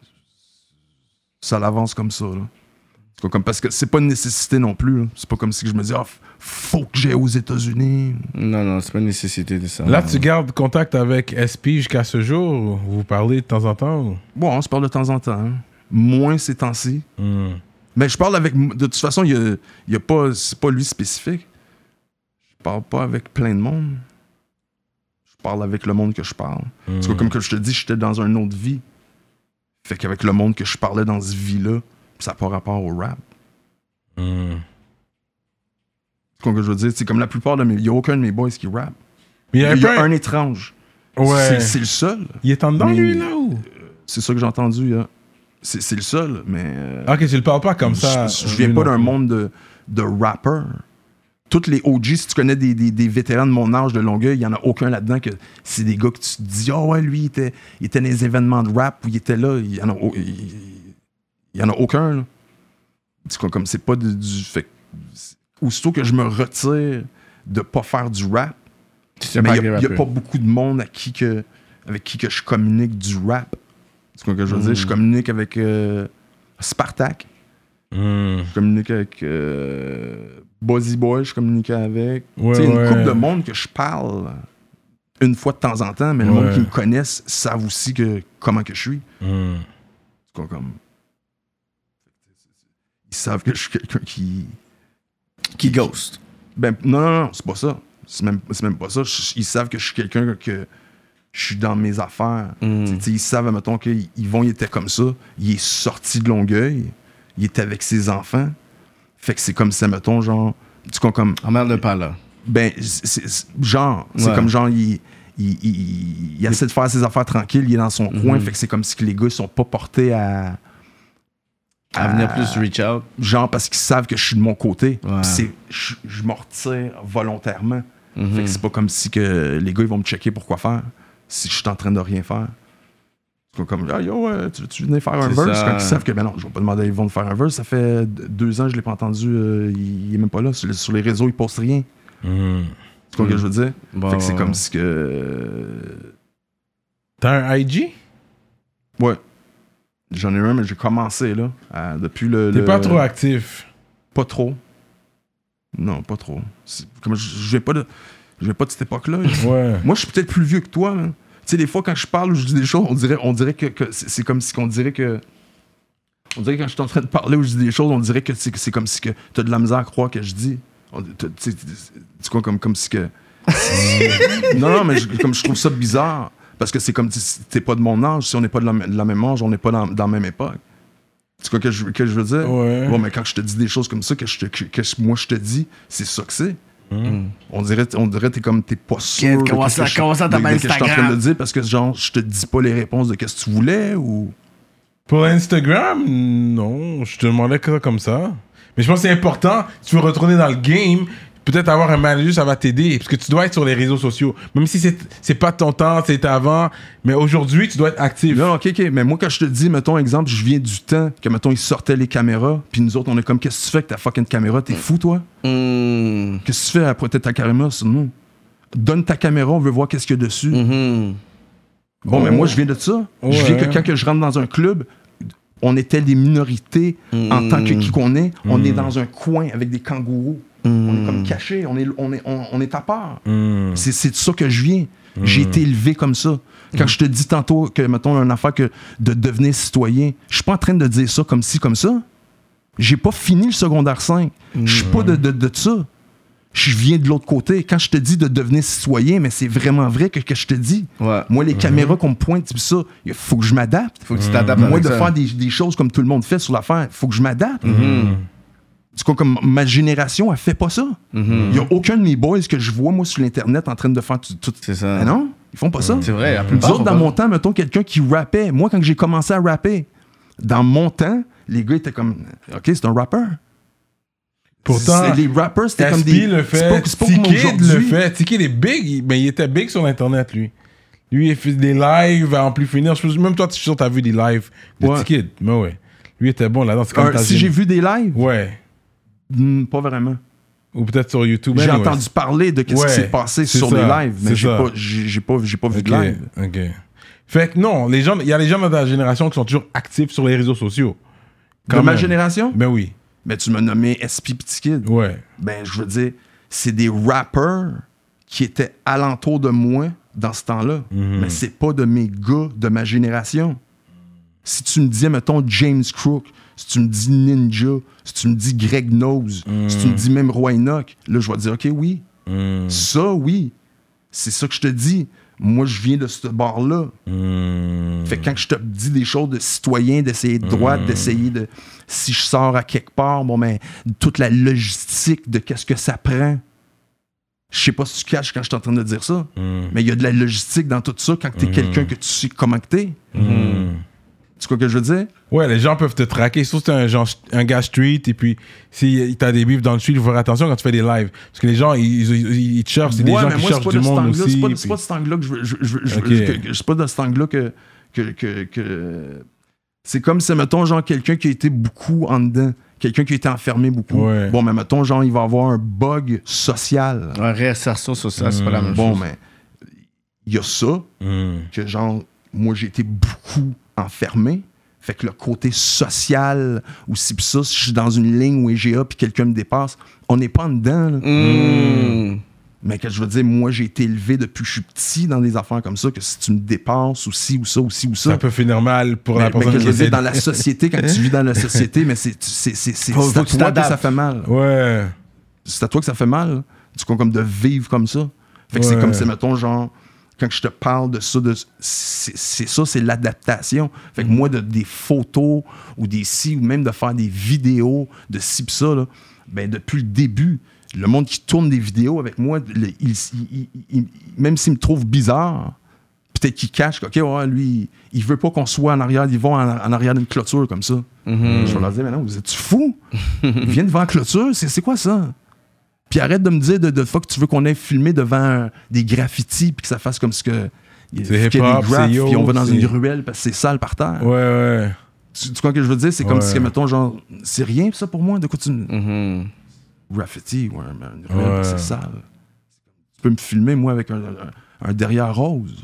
Ça l'avance comme ça, là. Tu vois, comme, parce que c'est pas une nécessité non plus, là. C'est pas comme si je me dis, faut que j'aille aux États-Unis. Non, c'est pas une nécessité de ça. Là, tu gardes contact avec SP jusqu'à ce jour? Vous parlez de temps en temps? Ou? Bon, on se parle de temps en temps. Hein. Moins ces temps-ci. Mais je parle avec... De toute façon, il y a pas... C'est pas lui spécifique. Je parle pas avec plein de monde. Je parle avec le monde que je parle. Tu vois, comme que je te dis, j'étais dans une autre vie. Fait qu'avec le monde que je parlais dans cette vie-là, ça n'a pas rapport au rap. C'est comme que je veux dire. C'est comme la plupart de mes... Il n'y a aucun de mes boys qui rappe. Il y a un étrange. Ouais. C'est le seul. Il est en dedans, lui, là, ou? C'est ça que j'ai entendu, là. C'est le seul, mais... Ok, tu le parles pas comme ça. Je viens pas d'un monde de rappers. Toutes les OG, si tu connais des vétérans de mon âge de Longueuil, il y en a aucun là-dedans que c'est des gars que tu te dis, ouais, lui, il était dans les événements de rap où il était là. Il y en a aucun, là. C'est comme c'est pas du... Fait aussitôt que je me retire de pas faire du rap, mais il y a pas beaucoup de monde avec qui que je communique du rap. C'est quoi que je veux dire? Je communique avec Spartak. Je communique avec Buzzy Boy, je communique avec... Ouais, une couple de monde que je parle une fois de temps en temps, mais le monde qui me connaissent savent aussi comment que je suis. C'est quoi comme... Ils savent que je suis quelqu'un qui ghost. Ben, non, c'est pas ça. C'est même pas ça. Ils savent que je suis quelqu'un que... Je suis dans mes affaires. Ils savent, mettons, qu'Yvon, il était comme ça. Il est sorti de Longueuil. Il était avec ses enfants. Fait que c'est comme ça, mettons, genre... Tu comprends comme... En merde de pas là. Ben, c'est comme genre, il essaie de faire ses affaires tranquilles. Il est dans son coin. Fait que c'est comme si les gars, ils sont pas portés à venir plus reach out. Genre, parce qu'ils savent que je suis de mon côté. Je me retire volontairement. Fait que c'est pas comme si que les gars, ils vont me checker pour quoi faire. Si je suis en train de rien faire. C'est comme, tu venais faire un verse? Quand ils savent que, ben non, je vais pas demander à Yvon de faire un verse. Ça fait 2 ans, je l'ai pas entendu. Il est même pas là. Sur les réseaux, il poste rien. C'est quoi que je veux dire? Fait que c'est comme si que... T'as un IG? Ouais. J'en ai un, mais j'ai commencé, là. Depuis le... T'es pas trop actif? Pas trop. Non, pas trop. Comme je viens pas de cette époque-là. Ouais. Moi, je suis peut-être plus vieux que toi. Tu sais, des fois, quand je parle ou je dis des choses, on dirait que c'est comme si qu'on dirait que... On dirait que quand je suis en train de parler ou je dis des choses, on dirait que c'est comme si que t'as de la misère à croire que je dis. Tu vois, comme si que... non, mais comme je trouve ça bizarre. Parce que c'est comme si t'es pas de mon âge. Si on n'est pas de la même âge, on n'est pas dans la même époque. Tu vois que je veux dire? Ouais. Bon, mais quand je te dis des choses comme ça, que moi je te dis, c'est ça que c'est. On dirait t'es pas sûr comment ça que je suis en train de dire parce que genre je te dis pas les réponses de qu'est-ce que tu voulais ou... Pour Instagram, non, je te demandais que ça comme ça. Mais je pense que c'est important, si tu veux retourner dans le game, peut-être avoir un manager, ça va t'aider. Parce que tu dois être sur les réseaux sociaux. Même si c'est pas ton temps, c'était avant. Mais aujourd'hui, tu dois être actif. Non, ok. Mais moi, quand je te dis, mettons, exemple, je viens du temps que, mettons, ils sortaient les caméras. Puis nous autres, on est comme, qu'est-ce que tu fais avec ta fucking caméra? T'es fou, toi? Qu'est-ce que tu fais à prêter ta caméra sur nous? Donne ta caméra, on veut voir qu'est-ce qu'il y a dessus. Bon, mais moi, je viens de ça. Je viens que quand je rentre dans un club, on était des minorités en tant qu'on est. On est dans un coin avec des kangourous. On est comme caché, on est à part. C'est de ça que je viens. J'ai été élevé comme ça. Quand je te dis tantôt que, mettons, une affaire que de devenir citoyen, je suis pas en train de dire ça comme ci, comme ça. J'ai pas fini le secondaire 5. Je suis pas de ça. Je viens de l'autre côté. Quand je te dis de devenir citoyen, mais c'est vraiment vrai que je te dis. Ouais. Moi, les caméras qu'on me pointe, c'est ça. Il faut que je m'adapte. Faut que tu t'adaptes. Moi, de faire des choses comme tout le monde fait sur l'affaire, il faut que je m'adapte. C'est quoi, comme ma génération, elle fait pas ça. Il y a aucun de mes boys que je vois, moi, sur l'Internet en train de faire tout. C'est ça. Ah non? Ils font pas ça. C'est vrai, la Nous plupart autres, dans mon temps, mettons quelqu'un qui rappait. Moi, quand j'ai commencé à rapper, dans mon temps, les gars étaient comme, OK, c'est un rappeur. Pourtant, les rappers, c'était comme SP des... le fait, T-Kid le fait. T-Kid est big, mais il était big sur Internet, lui. Lui, il fait des lives à en plus finir. Même toi, je suis sûr que t'as vu des lives de T-Kid. Mais ouais. Lui était bon là-dedans. Si j'ai vu des lives? Ouais. Pas vraiment. Ou peut-être sur YouTube. J'ai entendu parler de ce qui s'est passé sur des lives, mais j'ai pas vu de live. OK. Fait que non, il y a les gens de ta génération qui sont toujours actifs sur les réseaux sociaux. De ma génération? Ben oui. Ben tu m'as nommé SP Petit Kid. Ouais. Ben je veux dire, c'est des rappers qui étaient alentour de moi dans ce temps-là. Mais c'est pas de mes gars de ma génération. Si tu me dis, mettons, James Crook, si tu me dis Ninja, si tu me dis Greg Nose, si tu me dis même Roy Enoch, là, je vais te dire, OK, oui. Ça, oui. C'est ça que je te dis. Moi, je viens de ce bord-là. Fait que quand je te dis des choses de citoyen, d'essayer de droite, d'essayer de... Si je sors à quelque part, bon, ben, toute la logistique de qu'est-ce que ça prend. Je sais pas si tu caches quand je suis en train de dire ça, mais il y a de la logistique dans tout ça quand t'es quelqu'un que tu sais comment que t'es. Tu vois ce que je veux dire? Ouais, les gens peuvent te traquer. Sauf si t'es un gars street et puis si t'as des bifs dans le street, il faut faire attention quand tu fais des lives. Parce que les gens, ils te cherchent. C'est des gens qui cherchent du monde aussi. C'est pas de cet angle-là que je c'est pas de cet angle-là que c'est comme si, mettons, genre, quelqu'un qui a été beaucoup en dedans. Quelqu'un qui a été enfermé beaucoup. Ouais. Bon, mais mettons, genre, il va avoir un bug social. Un réinsertion sociale, c'est pas la même chose. Bon, mais il y a ça, que genre, moi, j'ai été beaucoup enfermé. Fait que le côté social aussi, pis ça, si je suis dans une ligne ou EGA puis quelqu'un me dépasse, on n'est pas en dedans. Là. Mais que je veux dire, moi, j'ai été élevé depuis que je suis petit dans des affaires comme ça, que si tu me dépasses ou ci ou ça ou ci ou ça. Ça peut finir mal pour la personne que je veux qui dire, dans la société, quand tu vis dans la société, mais c'est à toi que ça fait mal. Ouais. C'est à toi que ça fait mal. Du coup, comme de vivre comme ça. Fait que c'est comme si, mettons, genre, quand je te parle de ça, c'est l'adaptation. Fait que moi, des photos ou des ci, ou même de faire des vidéos de ci pis ça, là, ben depuis le début, le monde qui tourne des vidéos avec moi, même s'il me trouve bizarre, peut-être qu'il cache que, OK, ouais, lui, il veut pas qu'on soit en arrière, ils vont en arrière d'une clôture comme ça. Je vais leur dire, mais non, vous êtes fous? Viens devant la clôture, c'est quoi ça? Puis arrête de me dire de fois que tu veux qu'on ait filmé devant des graffitis puis que ça fasse comme ce que... C'est hip-hop, c'est yo. Puis on va dans une ruelle parce que c'est sale par terre. Ouais. Tu vois ce que je veux dire? C'est comme si, mettons, genre, c'est rien ça pour moi, de quoi tu me... Graffiti, ouais, mais une ruelle, c'est sale. Tu peux me filmer, moi, avec un derrière rose.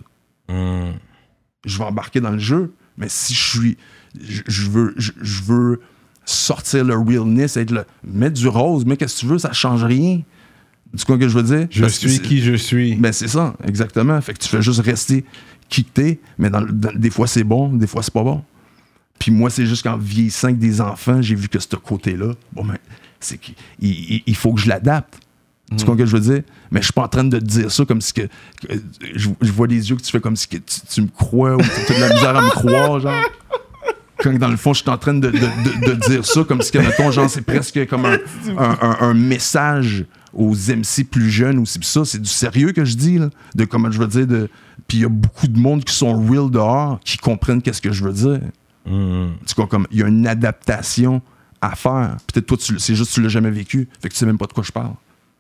Je vais embarquer dans le jeu, mais si je veux sortir le realness, mettre du rose, mais qu'est-ce que tu veux, ça change rien. Tu vois ce que je veux dire? Je suis qui je suis. Ben c'est ça, exactement. Fait que tu fais juste rester qui que t'es, mais des fois c'est bon, des fois c'est pas bon. Puis moi, c'est juste qu'en vieillissant avec des enfants, j'ai vu que ce côté-là, bon ben, c'est qu'il faut que je l'adapte. Tu vois ce que je veux dire? Mais je suis pas en train de te dire ça comme si que je vois les yeux que tu fais comme si que tu me crois ou tu as de la misère à me croire, genre. Quand dans le fond, je suis en train de dire ça comme si, mettons, genre, c'est presque comme un message aux MC plus jeunes aussi. Puis ça, c'est du sérieux que je dis, là, de comment je veux dire. Puis il y a beaucoup de monde qui sont real dehors, qui comprennent qu'est-ce que je veux dire. Tu vois, comme il y a une adaptation à faire. Peut-être toi, c'est juste que tu l'as jamais vécu, fait que tu sais même pas de quoi je parle.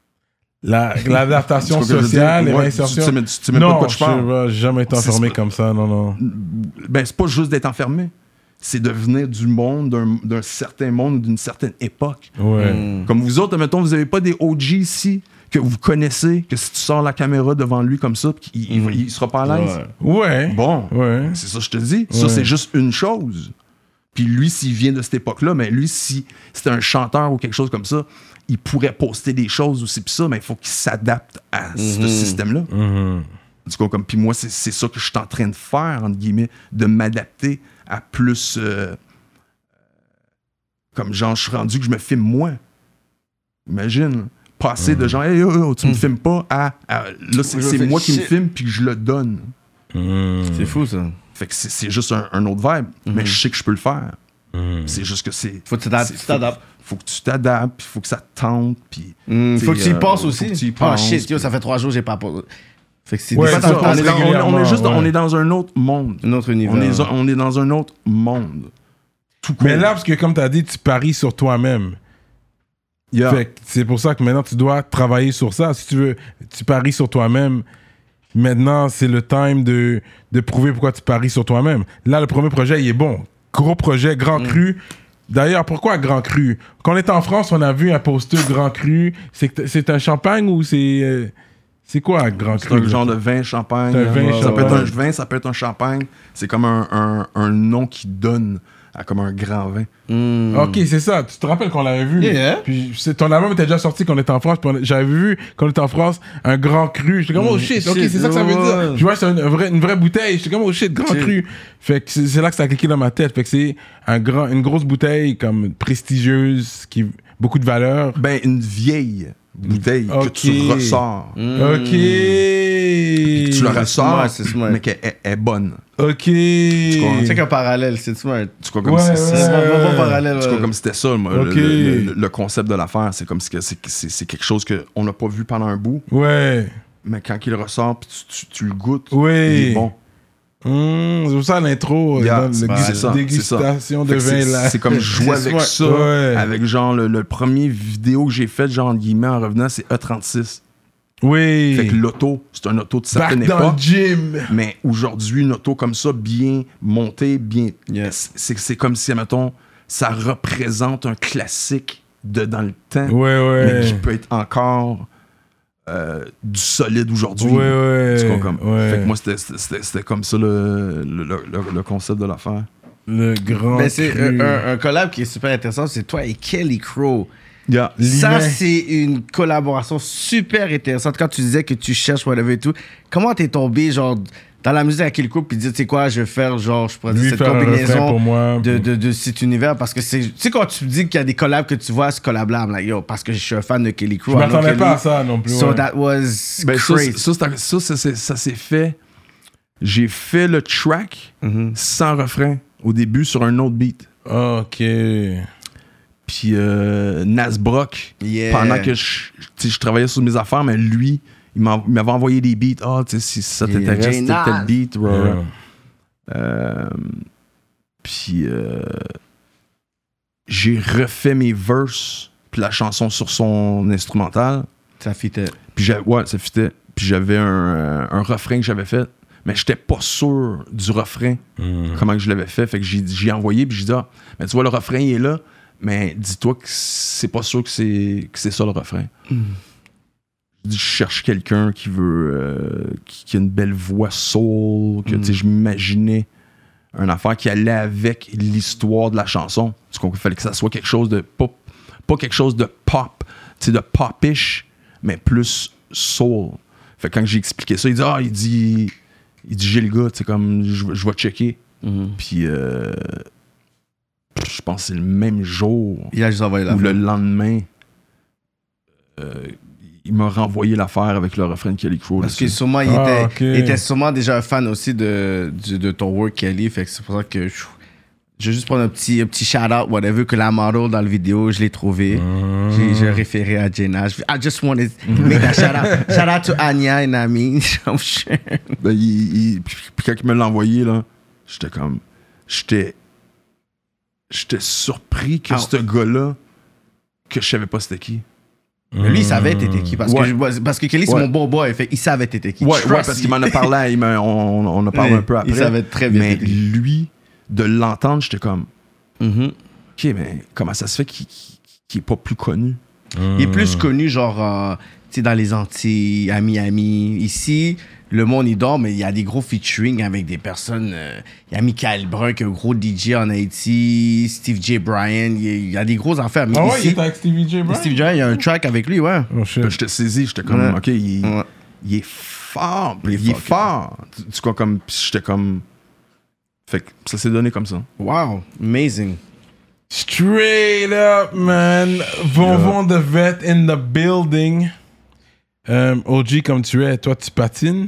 L'adaptation sociale et l'insertion. Tu sais même pas de quoi je parle. Non, j'ai jamais été enfermé comme ça, non. Ben, c'est pas juste d'être enfermé. C'est de venir du monde, d'un certain monde ou d'une certaine époque. Ouais. Comme vous autres, mettons, vous n'avez pas des OG ici que vous connaissez, que si tu sors la caméra devant lui comme ça, il sera pas à l'aise. Ouais. Bon, ouais. C'est ça que je te dis. Ça, c'est juste une chose. Puis lui, s'il vient de cette époque-là, mais lui, si c'était un chanteur ou quelque chose comme ça, il pourrait poster des choses aussi, puis ça, mais il faut qu'il s'adapte à ce système-là. Du coup, comme, puis moi, c'est ça que je suis en train de faire, entre guillemets, de m'adapter à plus comme genre je suis rendu que je me filme moi. Imagine passer de genre hey, tu me filmes pas à là c'est moi qui me filme puis que je le donne. C'est fou ça. Fait que c'est juste un autre vibe, mais je sais que je peux le faire. C'est juste que c'est faut que tu t'adaptes. Faut que tu t'adaptes, puis faut que ça te tente, puis faut que tu y penses aussi. Faut que tu y Ah penses, shit, yo, ça fait 3 jours j'ai pas posé. Fait que c'est Ouais, des ça, fois, on est dans un autre monde. un autre univers. On est dans un autre monde. Tout court. Mais là, parce que comme tu as dit, tu paries sur toi-même. Yeah. Fait que c'est pour ça que maintenant, tu dois travailler sur ça. Si tu veux, tu paries sur toi-même. Maintenant, c'est le time de prouver pourquoi tu paries sur toi-même. Là, le premier projet, il est bon. Gros projet, Grand Cru. D'ailleurs, pourquoi Grand Cru? Quand on était en France, on a vu un poster Grand Cru. C'est un champagne ou c'est... C'est quoi Grand Cru? C'est un genre de vin champagne. C'est un vin Ça peut être champagne. un vin, ça peut être un champagne. C'est comme un nom qui donne à comme un grand vin. Ok, c'est ça. Tu te rappelles qu'on l'avait vu? Yeah. Puis ton album était déjà sorti quand on était en France. J'avais vu quand on était en France un Grand Cru. J'étais comme oh shit, ok, c'est ça que ça veut dire. Je vois c'est une vraie bouteille. J'étais comme oh shit, Grand Cru. Fait que c'est là que ça a cliqué dans ma tête. Fait que c'est une grosse bouteille comme prestigieuse qui beaucoup de valeur. Ben une vieille bouteille que tu ressors. Ok. Puis que tu la ressors, c'est smart. mais qu'elle est bonne. Ok. C'est qu'un parallèle, c'est smart. Tu crois comme Ouais, c'est C'est ça. un bon parallèle. Tu crois comme c'était ça, moi, Ok. le concept de l'affaire. C'est comme si c'est quelque chose qu'on n'a pas vu pendant un bout, Ouais. mais quand il ressort, puis tu le goûtes, Oui. il est bon. C'est pour ça l'intro. Yeah, dans le c'est ça, dégustation de Fait que vin là. c'est comme jouer avec ça, Ouais. avec genre le premier vidéo que j'ai fait, genre en guillemets, en revenant, c'est E36. Oui. Fait que l'auto, c'est un auto de Back certaine dans le époque. gym. Mais aujourd'hui, une auto comme ça, bien montée, bien. Yes. C'est comme si, mettons, ça représente un classique de dans le temps, Ouais, mais qui ouais. peut être encore du solide aujourd'hui. Ouais, ouais. Tu comprends comme. Ouais. Fait que moi, c'était comme ça le concept de l'affaire. Le grand. Ben, c'est cru. un collab qui est super intéressant, c'est toi et Kelly Crow. Yeah. Ça, L'humain. c'est une collaboration super intéressante. Quand tu disais que tu cherches whatever et tout, comment t'es tombé, genre, dans la musique avec Kelly Crow, puis dire, tu sais quoi, je vais faire, genre, je pourrais dire, Lui cette faire un refrain combinaison pour moi. de cet univers, parce que c'est... Tu sais, quand tu dis qu'il y a des collabs que tu vois, ce collab-là, I'm like, yo, parce que je suis un fan de Kelly Crow. Je I know m'attendais Kelly. pas à ça non plus. So ouais. that was Ben, crazy. ça s'est fait. J'ai fait le track sans refrain au début sur un autre beat. Ok. Puis Nasbrock, Yeah. pendant que je travaillais sur mes affaires, mais lui, il m'avait envoyé des beats. Ah, tu sais, si ça t'intéresse, Jay c'est Nas. tel beat. Yeah. Puis j'ai refait mes verses, puis la chanson sur son instrumental. Ça fitait. Puis ça fitait. Puis j'avais un refrain que j'avais fait, mais j'étais pas sûr du refrain, comment que je l'avais fait. Fait que j'ai envoyé, puis j'ai dit, mais tu vois, le refrain, il est là, mais dis-toi que c'est pas sûr que c'est ça le refrain. Je dis, je cherche quelqu'un qui veut, qui a une belle voix soul, que tu sais, je m'imaginais une affaire qui allait avec l'histoire de la chanson. Parce qu'il fallait que ça soit quelque chose de pas quelque chose de pop, tu sais, de popish, mais plus soul. Fait que quand j'ai expliqué ça, il dit j'ai le gars, tu sais, comme je vais checker. Puis je pense que c'est le même jour Il a juste envoyé la ou le lendemain, il m'a renvoyé l'affaire avec le refrain de Kelly Crow. Parce que dessus. sûrement, ok. il était sûrement déjà un fan aussi de ton work, Kelly. Fait que c'est pour ça que je vais juste prendre un petit shout-out, whatever, que la model dans la vidéo, je l'ai trouvé. J'ai référé à Jenna. I just wanted to make that shout-out. Shout-out to Anya and Ami. I'm sure. Ben, puis quand il me l'a envoyé, là, j'étais comme... J'étais surpris que ce gars-là, que je savais pas c'était qui. Mais lui, il savait t'étais qui. Parce que Kelly, c'est Ouais. mon bon boy. Fait qu'il savait t'étais qui. Ouais, Trust parce qu'il m'en a parlé, on a parlé un peu après. Il savait très bien Mais t'étais qui. lui, de l'entendre, j'étais comme... Mhm. OK, mais comment ça se fait qu'il est pas plus connu? Il est plus connu, genre, tu sais, dans les Antilles, à Miami. Ici, le monde, il dort, mais il y a des gros featuring avec des personnes. Il y a Michael Brun, qui est un gros DJ en Haïti, Steve J. Bryan. Il y a des grosses affaires. Mais Ah ouais, ici, il était avec Stevie J. Brown? Steve J. Bryan, il y a un track avec lui, ouais. Oh shit. Ben, j'étais saisi, j'étais comme... Ouais. OK, il Ouais. est fort. Il est Il est fucking fort. Tu vois, comme... Puis j'étais comme... Fait que ça s'est donné comme ça. Wow, amazing. Straight up, man. Von the Vet in the building. OG, comme tu es, toi, tu patines?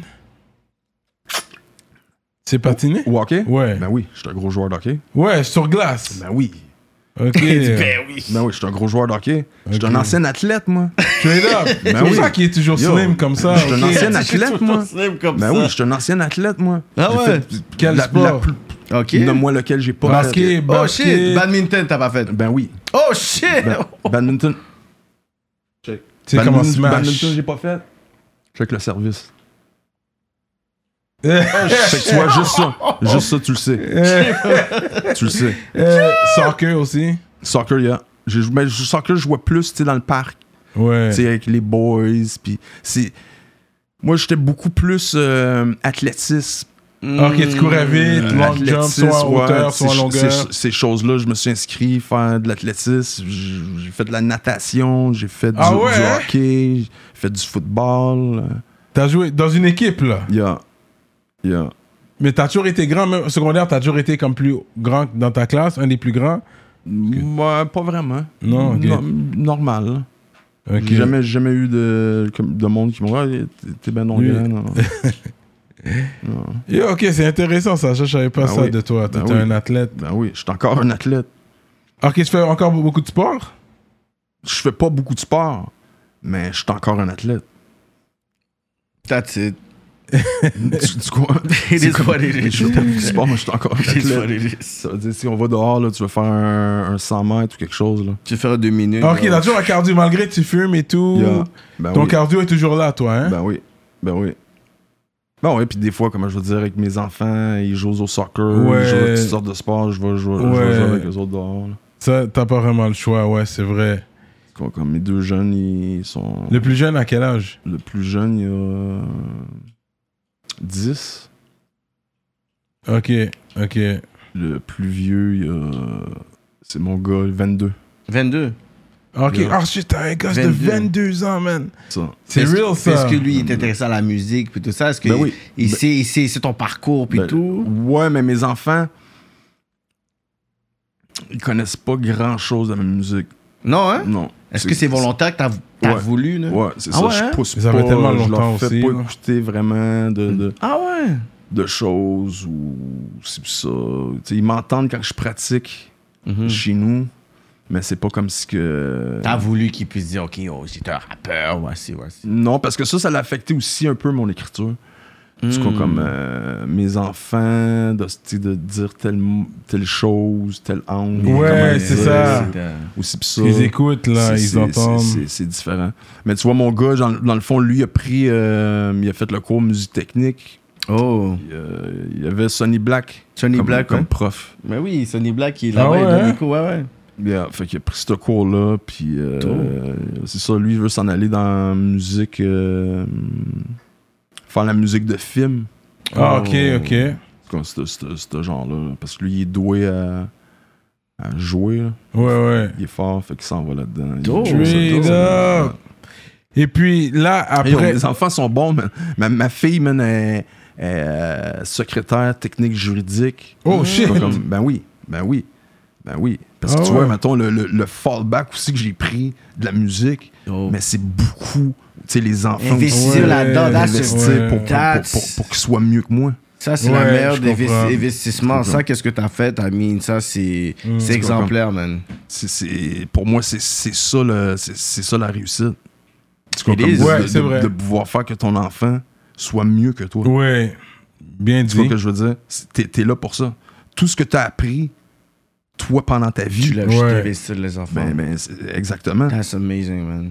Tu sais patiner? Ou hockey? Ouais. Ben oui, je suis un gros joueur de hockey. Ouais, sur glace. Ben oui. Ok. Ben oui. Ben oui, je suis un gros joueur de hockey. Je suis un ancien athlète, moi. Straight up. C'est pour ça qu'il est toujours slim comme ça. Je suis un ok. ancien athlète, moi. Comme Ben ça. oui, je suis un ancien athlète, moi. Ah J'ai ouais? fait Quel sport? Ok. Nomme-moi lequel j'ai pas fait. Basket, Oh basket. shit, badminton, t'as pas fait. Ben oui. Oh shit! Badminton. C'est comment Smash. Badminton, j'ai pas fait. Check le service. Oh, Fait que tu vois, juste ça. Juste ça, tu le sais. Tu le sais. Soccer aussi. Soccer, yeah. Soccer, je jouais plus, tu sais, dans le parc. Ouais. Tu sais, avec les boys. Puis c'est... Moi, j'étais beaucoup plus athlétisme. Ok, tu courais vite, long jump, soit en hauteur, soit en longueur. Ces choses-là, je me suis inscrit faire de l'athlétisme. J'ai fait de la natation, j'ai fait du hockey, j'ai fait du football. T'as joué dans une équipe, là. Yeah. Mais t'as toujours été grand, même au secondaire, t'as toujours été comme plus grand que dans ta classe, un des plus grands. Ouais, pas vraiment. Non, ok. Normal. Ok. J'ai jamais eu de monde qui m'ont dit t'es ben non grand. Non. Yeah, ok, c'est intéressant ça. Je savais pas Ben ça oui. de toi. Ben T'étais oui. un athlète. Ben oui, je suis encore un athlète. Ok, tu fais encore beaucoup de sport? Je fais pas beaucoup de sport, mais je suis encore un athlète. That's it. Tu quoi? It is what it is. Je fais pas beaucoup de sport, mais je suis encore un It is what athlète. it is. Ça veut dire, si on va dehors, là, tu vas faire un 100 mètres ou quelque chose. Là. Tu feras 2 minutes. Ok, t'as toujours un cardio malgré que tu fumes et tout. Yeah. Ben Ton oui. cardio est toujours là, toi, hein? Ben oui. Ben oui, puis des fois, comme je veux dire, avec mes enfants, ils jouent au soccer, Ouais. ils jouent à toutes sortes de sports, je vais jouer avec eux autres dehors. Là. Ça, t'as pas vraiment le choix, ouais, c'est vrai. Comme mes deux jeunes, ils sont... Le plus jeune, à quel âge? Le plus jeune, il a 10. Ok. Le plus vieux, c'est mon gars, 22. 22. Ok, Yeah. oh shit, t'as un gosse de 22. 22 ans, man. Ça. C'est real, ça. Est-ce que lui, il est intéressé à la musique puis tout ça? Est-ce que Ben oui. il sait c'est ton parcours puis Ben, tout? Ouais, mais mes enfants, ils connaissent pas grand-chose de ma musique. Non, hein? Non. Est-ce que c'est volontaire que t'as Ouais. voulu, là? Ouais, c'est Ah ça. ouais, hein? Je pousse Ça pas, fait tellement je longtemps leur fais aussi, pas là. écouter vraiment Ah ouais? de choses ou c'est ça. Tu sais, ils m'entendent quand je pratique chez nous, mais c'est pas comme si que... T'as voulu qu'il puisse dire, OK, oh, j'étais un rappeur, voici. Non, parce que ça l'a affecté aussi un peu mon écriture. Tu vois, comme mes enfants, de dire telle chose, tel angle. Ouais, comment c'est dire, ça. Aussi pis ça. Ils écoutent, là, ils entendent. C'est différent. Mais tu vois, mon gars, dans le fond, lui, il a pris... il a fait le cours musique technique. Oh. Il y avait Sonny Black. Sonny Black, comme ouais. prof. Mais oui, Sonny Black, il est Ah là-bas, il ouais, donne hein? des cours, ouais. Yeah, fait qu'il a pris ce cours-là, puis c'est ça, lui, il veut s'en aller dans la musique... faire la musique de film. Ah, ok. Comme ce genre-là. Parce que lui, il est doué à jouer. Là. Ouais. Il est fort, fait qu'il s'en va là-dedans. Straight up. Et puis là, après... Les enfants sont bons, man. Ma fille, man, est secrétaire technique juridique. Oh, shit. Ben oui. Parce que tu vois, mettons, le fallback aussi que j'ai pris de la musique, mais c'est beaucoup. Tu sais, les enfants Investir là-dedans, investir pour qu'ils soient mieux que moi. Ça, c'est Ouais, la meilleure je des comprends. investissements. Ça, qu'est-ce que t'as fait, Amine? Ça, c'est exemplaire, man. Pour moi, c'est ça, c'est ça la réussite. Tu vois, It is. Ouais, c'est vrai. de pouvoir faire que ton enfant soit mieux que toi. Ouais. Bien Tu vois dit. ce que je veux dire? T'es là pour ça. Tout ce que t'as appris, toi, pendant ta vie. Tu l'as juste investi les enfants. Exactement. That's amazing, man.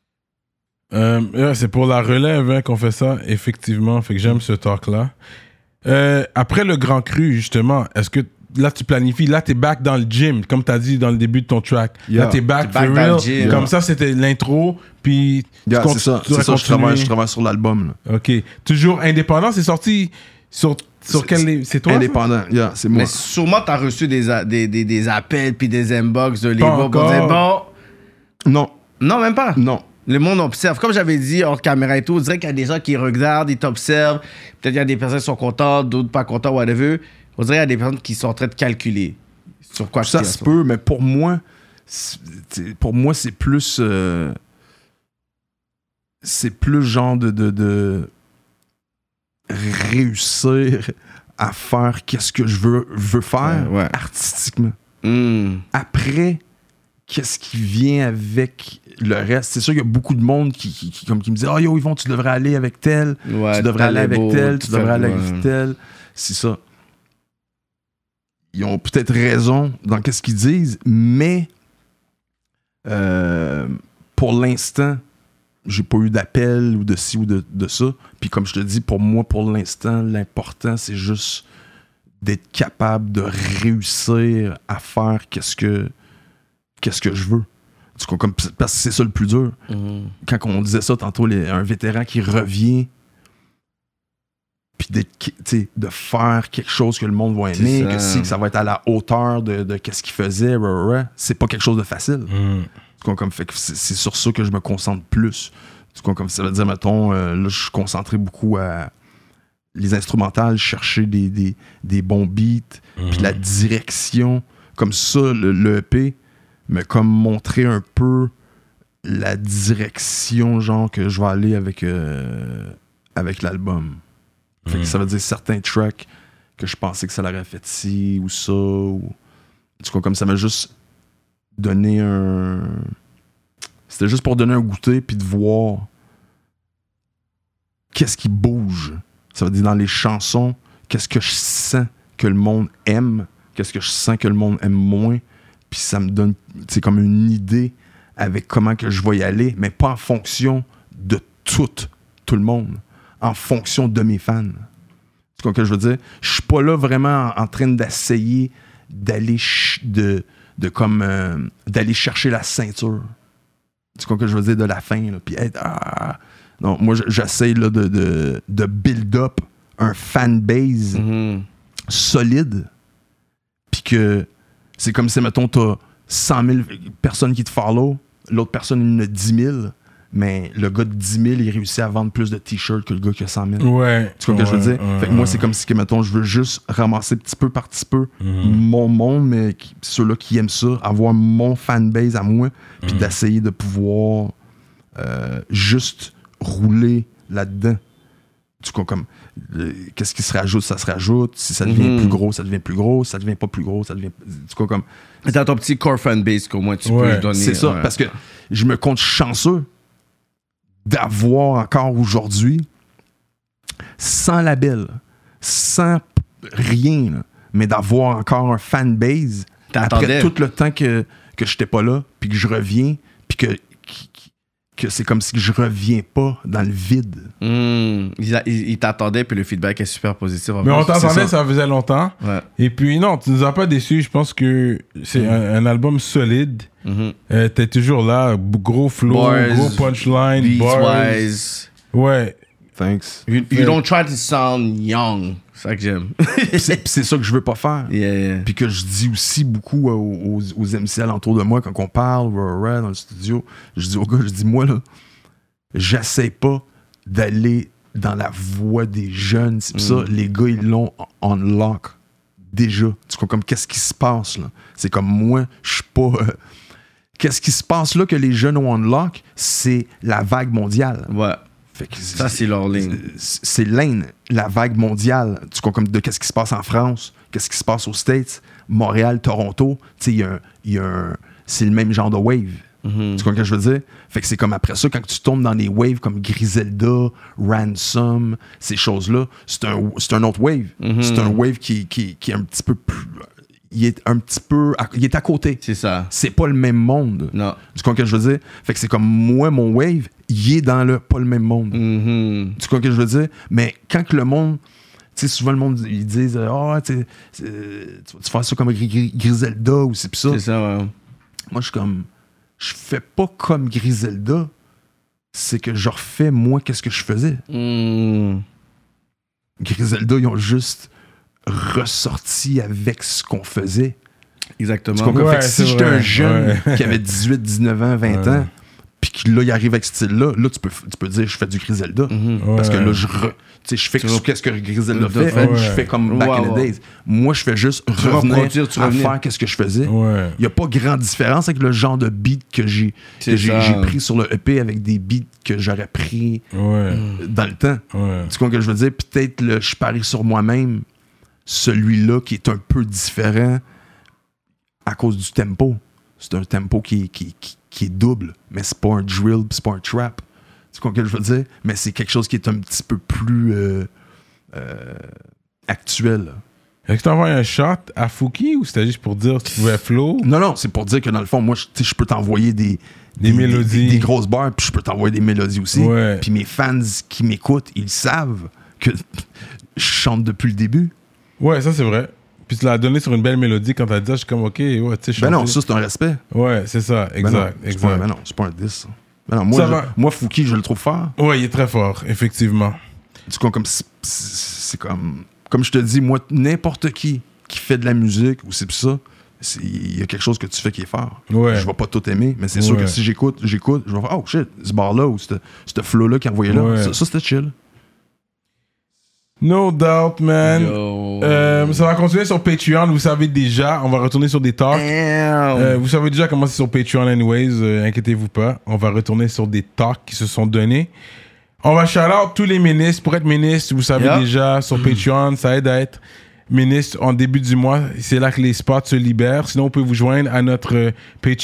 C'est pour la relève hein, qu'on fait ça, effectivement. Fait que j'aime ce talk-là. Après le Grand Cru, justement, est-ce que là, tu planifies, là, t'es back dans le gym, comme t'as dit dans le début de ton track. Yeah. Là, t'es back T'es back for dans real. le gym. Comme ça, c'était l'intro, puis Yeah, c'est ça, tu vas je continuer. travaille sur l'album. Là. OK. Toujours indépendant, c'est sorti sur quel... C'est toi, ça? Indépendant, yeah, c'est moi. Mais sûrement, t'as reçu des appels puis des inbox de les Pas gars pour dire, encore. bon... Non, Non, même pas. non. Le monde observe. Comme j'avais dit, hors caméra et tout, on dirait qu'il y a des gens qui regardent, ils t'observent. Peut-être qu'il y a des personnes qui sont contentes, d'autres pas contentes, whatever. On dirait qu'il y a des personnes qui sont en train de calculer sur quoi Ça tu se peut, mais pour moi, c'est plus... c'est plus genre de réussir à faire qu'est-ce que je veux faire Ouais. artistiquement. Après, qu'est-ce qui vient avec le reste? C'est sûr qu'il y a beaucoup de monde qui me dit « Ah, yo, Yvon, tu devrais aller avec tel, tu devrais aller avec tel, tu devrais aller avec tel. » C'est ça. Ils ont peut-être raison dans qu'est-ce qu'ils disent, mais pour l'instant, j'ai pas eu d'appel ou de ci ou de ça. Puis comme je te dis, pour moi, pour l'instant, l'important, c'est juste d'être capable de réussir à faire qu'est-ce que je veux. Parce que c'est ça le plus dur. Quand on disait ça tantôt, un vétéran qui revient, puis de faire quelque chose que le monde va aimer, que ça va être à la hauteur de qu'est-ce qu'il faisait, c'est pas quelque chose de facile. Fait que c'est sur ça que je me concentre plus. Comme ça veut dire, mettons, là, je suis concentré beaucoup à les instrumentales, chercher des bons beats, puis la direction. Comme ça, le EP me comme montrer un peu la direction, genre, que je vais aller avec l'album. Fait que ça veut dire certains tracks que je pensais que ça l'aurait fait ci ou ça. Comme ça m'a juste donné C'était juste pour donner un goûter puis de voir qu'est-ce qui bouge. Ça veut dire dans les chansons, qu'est-ce que je sens que le monde aime, qu'est-ce que je sens que le monde aime moins. Puis ça me donne comme une idée avec comment que je vais y aller, mais pas en fonction de tout le monde, en fonction de mes fans. C'est quoi que je veux dire? Je suis pas là vraiment en train d'essayer d'aller d'aller chercher la ceinture. C'est quoi que je veux dire de la fin, là, puis être non, moi j'essaie là de build up un fanbase solide, puis que c'est comme si, mettons, t'as 100 000 personnes qui te follow, l'autre personne il en a 10 000, mais le gars de 10 000 il réussit à vendre plus de t-shirts que le gars qui a 100 000. Ouais. Tu vois ce que je veux dire? Fait que moi c'est comme si, mettons, je veux juste ramasser petit peu par petit peu mon monde, mais ceux-là qui aiment ça, avoir mon fanbase à moi, puis d'essayer de pouvoir juste rouler là-dedans. Tu vois, comme qu'est-ce qui se rajoute, ça se rajoute. Si ça devient plus gros, ça devient plus gros. Si ça devient pas plus gros, ça devient. Tu vois, comme. T'as ton petit core fanbase qu'au moins tu peux donner. C'est ça, parce que je me compte chanceux d'avoir encore aujourd'hui, sans label, sans rien, là, mais d'avoir encore un fanbase après tout le temps que j'étais pas là, puis que je reviens, puis que c'est comme si je reviens pas dans le vide. Il t'attendait, puis le feedback est super positif. Mais on t'entendait, ça faisait longtemps. Ouais. Et puis non, tu nous as pas déçus. Je pense que c'est un album solide. T'es toujours là, gros flow, bars, gros punchline, bars. Wise. Ouais. Thanks. You don't try to sound young. C'est ça que j'aime. c'est ça que je veux pas faire. Puis que je dis aussi beaucoup aux MC alentour de moi quand on parle dans le studio. Je dis aux gars, moi là, j'essaie pas d'aller dans la voix des jeunes. C'est ça, les gars ils l'ont on lock déjà. Tu vois comme qu'est-ce qui se passe là. C'est comme moi, je suis pas. Qu'est-ce qui se passe là que les jeunes ont on lock, c'est la vague mondiale. Ouais. Fait que ça, c'est leur ligne. C'est lane, la vague mondiale. Tu vois, comme de qu'est-ce qui se passe en France, qu'est-ce qui se passe aux States, Montréal, Toronto. Tu sais, c'est le même genre de wave. Tu vois ce que je veux dire? Fait que c'est comme après ça, quand tu tombes dans des waves comme Griselda, Ransom, ces choses-là, c'est un autre wave. C'est un wave qui est un petit peu plus... Il est à côté. C'est ça. C'est pas le même monde. Non. Tu comprends ce que je veux dire? Fait que c'est comme moi, mon wave, il est dans pas le même monde. Tu comprends ce que je veux dire? Mais quand que le monde... Tu sais, souvent le monde, ils disent tu vas faire ça comme Griselda ou c'est pis ça. C'est ça, ouais. Moi, je suis comme... Je fais pas comme Griselda. C'est que je refais, moi, qu'est-ce que je faisais. Griselda, ils ont juste ressorti avec ce qu'on faisait. Exactement. Fait que si j'étais un jeune qui avait 18, 19 ans, 20 ans, puis que là, il arrive avec ce style-là, là, tu peux dire je fais du Griselda. Parce que là, je fais qu'est-ce que Griselda fait, ou je fais comme back in the days. Moi, je fais juste revenir à faire qu'est-ce que je faisais. Il n'y a pas grande différence avec le genre de beat que j'ai pris sur le EP avec des beats que j'aurais pris dans le temps. Tu comprends ce que je veux dire? Peut-être je parie sur moi-même, celui-là qui est un peu différent, à cause du tempo. C'est un tempo qui est double, mais c'est pas un drill, c'est pas un trap. Tu comprends ce que je veux dire? Mais c'est quelque chose qui est un petit peu plus actuel. Est-ce que tu envoies un shot à Fouki ou c'était juste pour dire que tu pouvais flow? Non, c'est pour dire que dans le fond, moi, je peux t'envoyer des mélodies. Des grosses barres, puis je peux t'envoyer des mélodies aussi. Ouais. Puis mes fans qui m'écoutent, ils savent que je chante depuis le début. Ouais, ça c'est vrai. Puis tu l'as donné sur une belle mélodie quand t'as dit ça, je suis comme ok, ouais, tu sais, Ben non, ça c'est un respect. Ouais, c'est ça, exact, exact. Ben non, c'est pas un 10. Ben non, moi Fouki, je le trouve fort. Ouais, il est très fort, effectivement. Du coup, comme c'est comme je te dis, moi, n'importe qui fait de la musique ou c'est ça, il y a quelque chose que tu fais qui est fort. Ouais. Je vais pas tout aimer, mais c'est sûr que si j'écoute, je vais faire oh shit, ce bar-là ou ce flow-là qui est envoyé là, ça c'était chill. No doubt, man. Ça va continuer sur Patreon, vous savez déjà. On va retourner sur des talks. Vous savez déjà comment c'est sur Patreon anyways, inquiétez-vous pas. On va retourner sur des talks qui se sont donnés. On va shout-out tous les ministres. Pour être ministre, vous savez déjà, sur Patreon, ça aide à être ministre en début du mois. C'est là que les spots se libèrent. Sinon, vous pouvez vous joindre à notre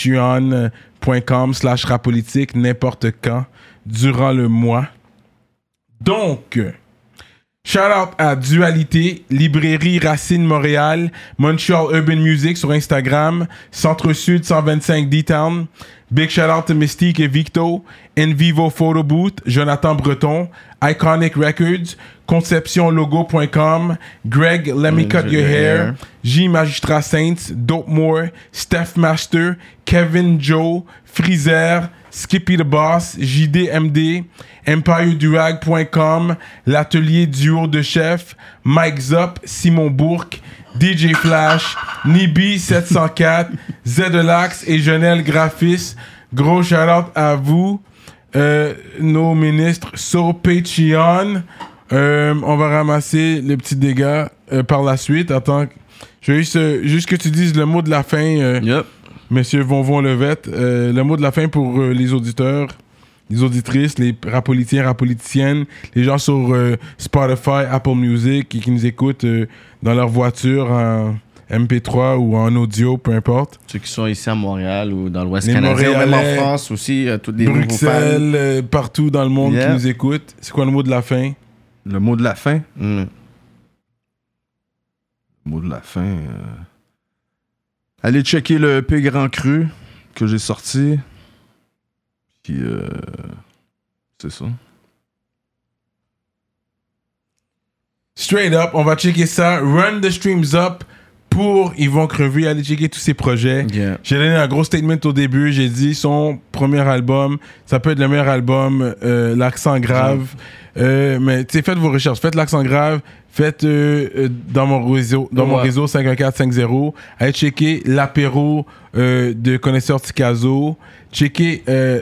patreon.com/rapolitique n'importe quand durant le mois. Donc... shout-out à Dualité, Librairie Racine Montréal, Montreal Urban Music sur Instagram, Centre-Sud 125 D-Town. Big shout-out to Mystique et Victo, Envivo Photo Booth, Jonathan Breton, Iconic Records, ConceptionLogo.com, Greg Let Me Cut Your Hair, J Magistrat Saints, Dope More, Steph Master, Kevin Joe, Freezer, Skippy the Boss, JDMD, EmpireDurag.com, l'atelier duo de chef, Mike Zop, Simon Bourque, DJ Flash, Nibi 704, Zedelax et Jonel Graphis. Gros shout-out à vous, nos ministres sur Patreon. On va ramasser les petits dégâts par la suite. Attends, je veux juste que tu dises le mot de la fin. Monsieur Vonvon Levette, le mot de la fin pour les auditeurs, les auditrices, les rapolitiens, rapoliticiennes, les gens sur Spotify, Apple Music et qui nous écoutent dans leur voiture en MP3 ou en audio, peu importe. Ceux qui sont ici à Montréal ou dans l'Ouest canadien, ou même en France aussi, toutes les Bruxelles, partout dans le monde qui nous écoutent. C'est quoi le mot de la fin? Le mot de la fin? Le mot de la fin... Allez checker le EP Grand Cru que j'ai sorti. Puis, c'est ça. Straight up, on va checker ça. Run the streams up pour Yvon Crevé. Allez checker tous ses projets. J'ai donné un gros statement au début. J'ai dit son premier album, ça peut être le meilleur album, l'accent grave. Mais tu sais, faites vos recherches. Faites l'accent grave. Faites dans mon réseau 51450. Allez checker l'apéro de Connaisseur Ticazo. Checker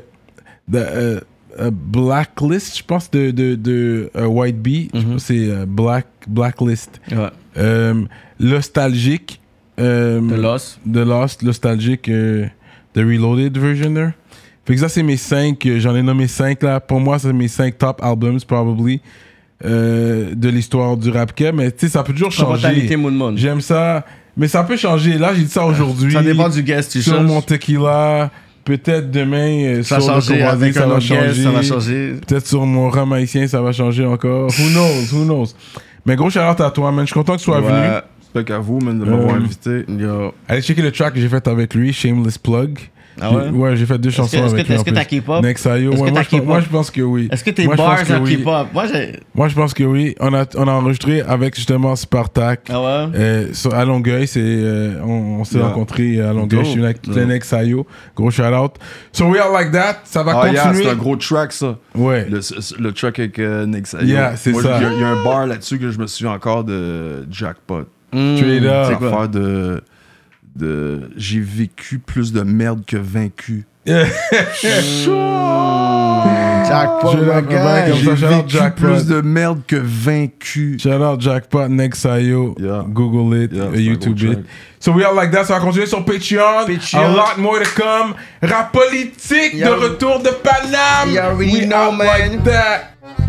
Blacklist, je pense, de White Bee. Je pense que c'est Blacklist. Nostalgique. The Lost, Nostalgique. The Reloaded version there. Fait que ça, c'est mes 5. J'en ai nommé 5 là. Pour moi, c'est mes 5 top albums, probably. De l'histoire du rap keb, mais tu sais, ça peut toujours changer. J'aime ça, mais ça peut changer. Là, j'ai dit ça aujourd'hui. Ça dépend du guest, tu sur mon tequila. Peut-être demain, ça sur le avec ça va changer. Ça va changer. Peut-être sur mon rhum haïtien, ça va changer encore. Who knows? Mais gros shout-out à toi, man. Je suis content que tu sois venu. Respect à vous, man, de m'avoir invité. Allez checker le track que j'ai fait avec lui, Shameless Plug. Ah ouais? Ouais, j'ai fait 2 chansons avec lui. Est-ce que t'as K-pop? Nexayo. Ouais, moi, je pense que oui. Est-ce que tes bars ont K-pop? Moi, je pense que oui. On a enregistré avec justement Spartak. Ah ouais? À Longueuil. On s'est rencontrés à Longueuil. Je suis venu avec plein Nexayo. Gros shout-out. So We Are Like That. Ça va continuer. C'est un gros track, ça. Ouais. Le track avec Nexayo. Yeah, c'est ça. Il y a un bar là-dessus que je me souviens encore de Jackpot. Straight up. C'est quoi? J'ai vécu plus de merde que vaincu. Jackpot, j'ai vécu plus de merde que vaincu. Shout out Jackpot, Nexayo, Google it, YouTube it. So We Are Like That, ça va continuer sur Patreon. A lot more to come. Rap politique de retour de Paname. You already know, man. Like that.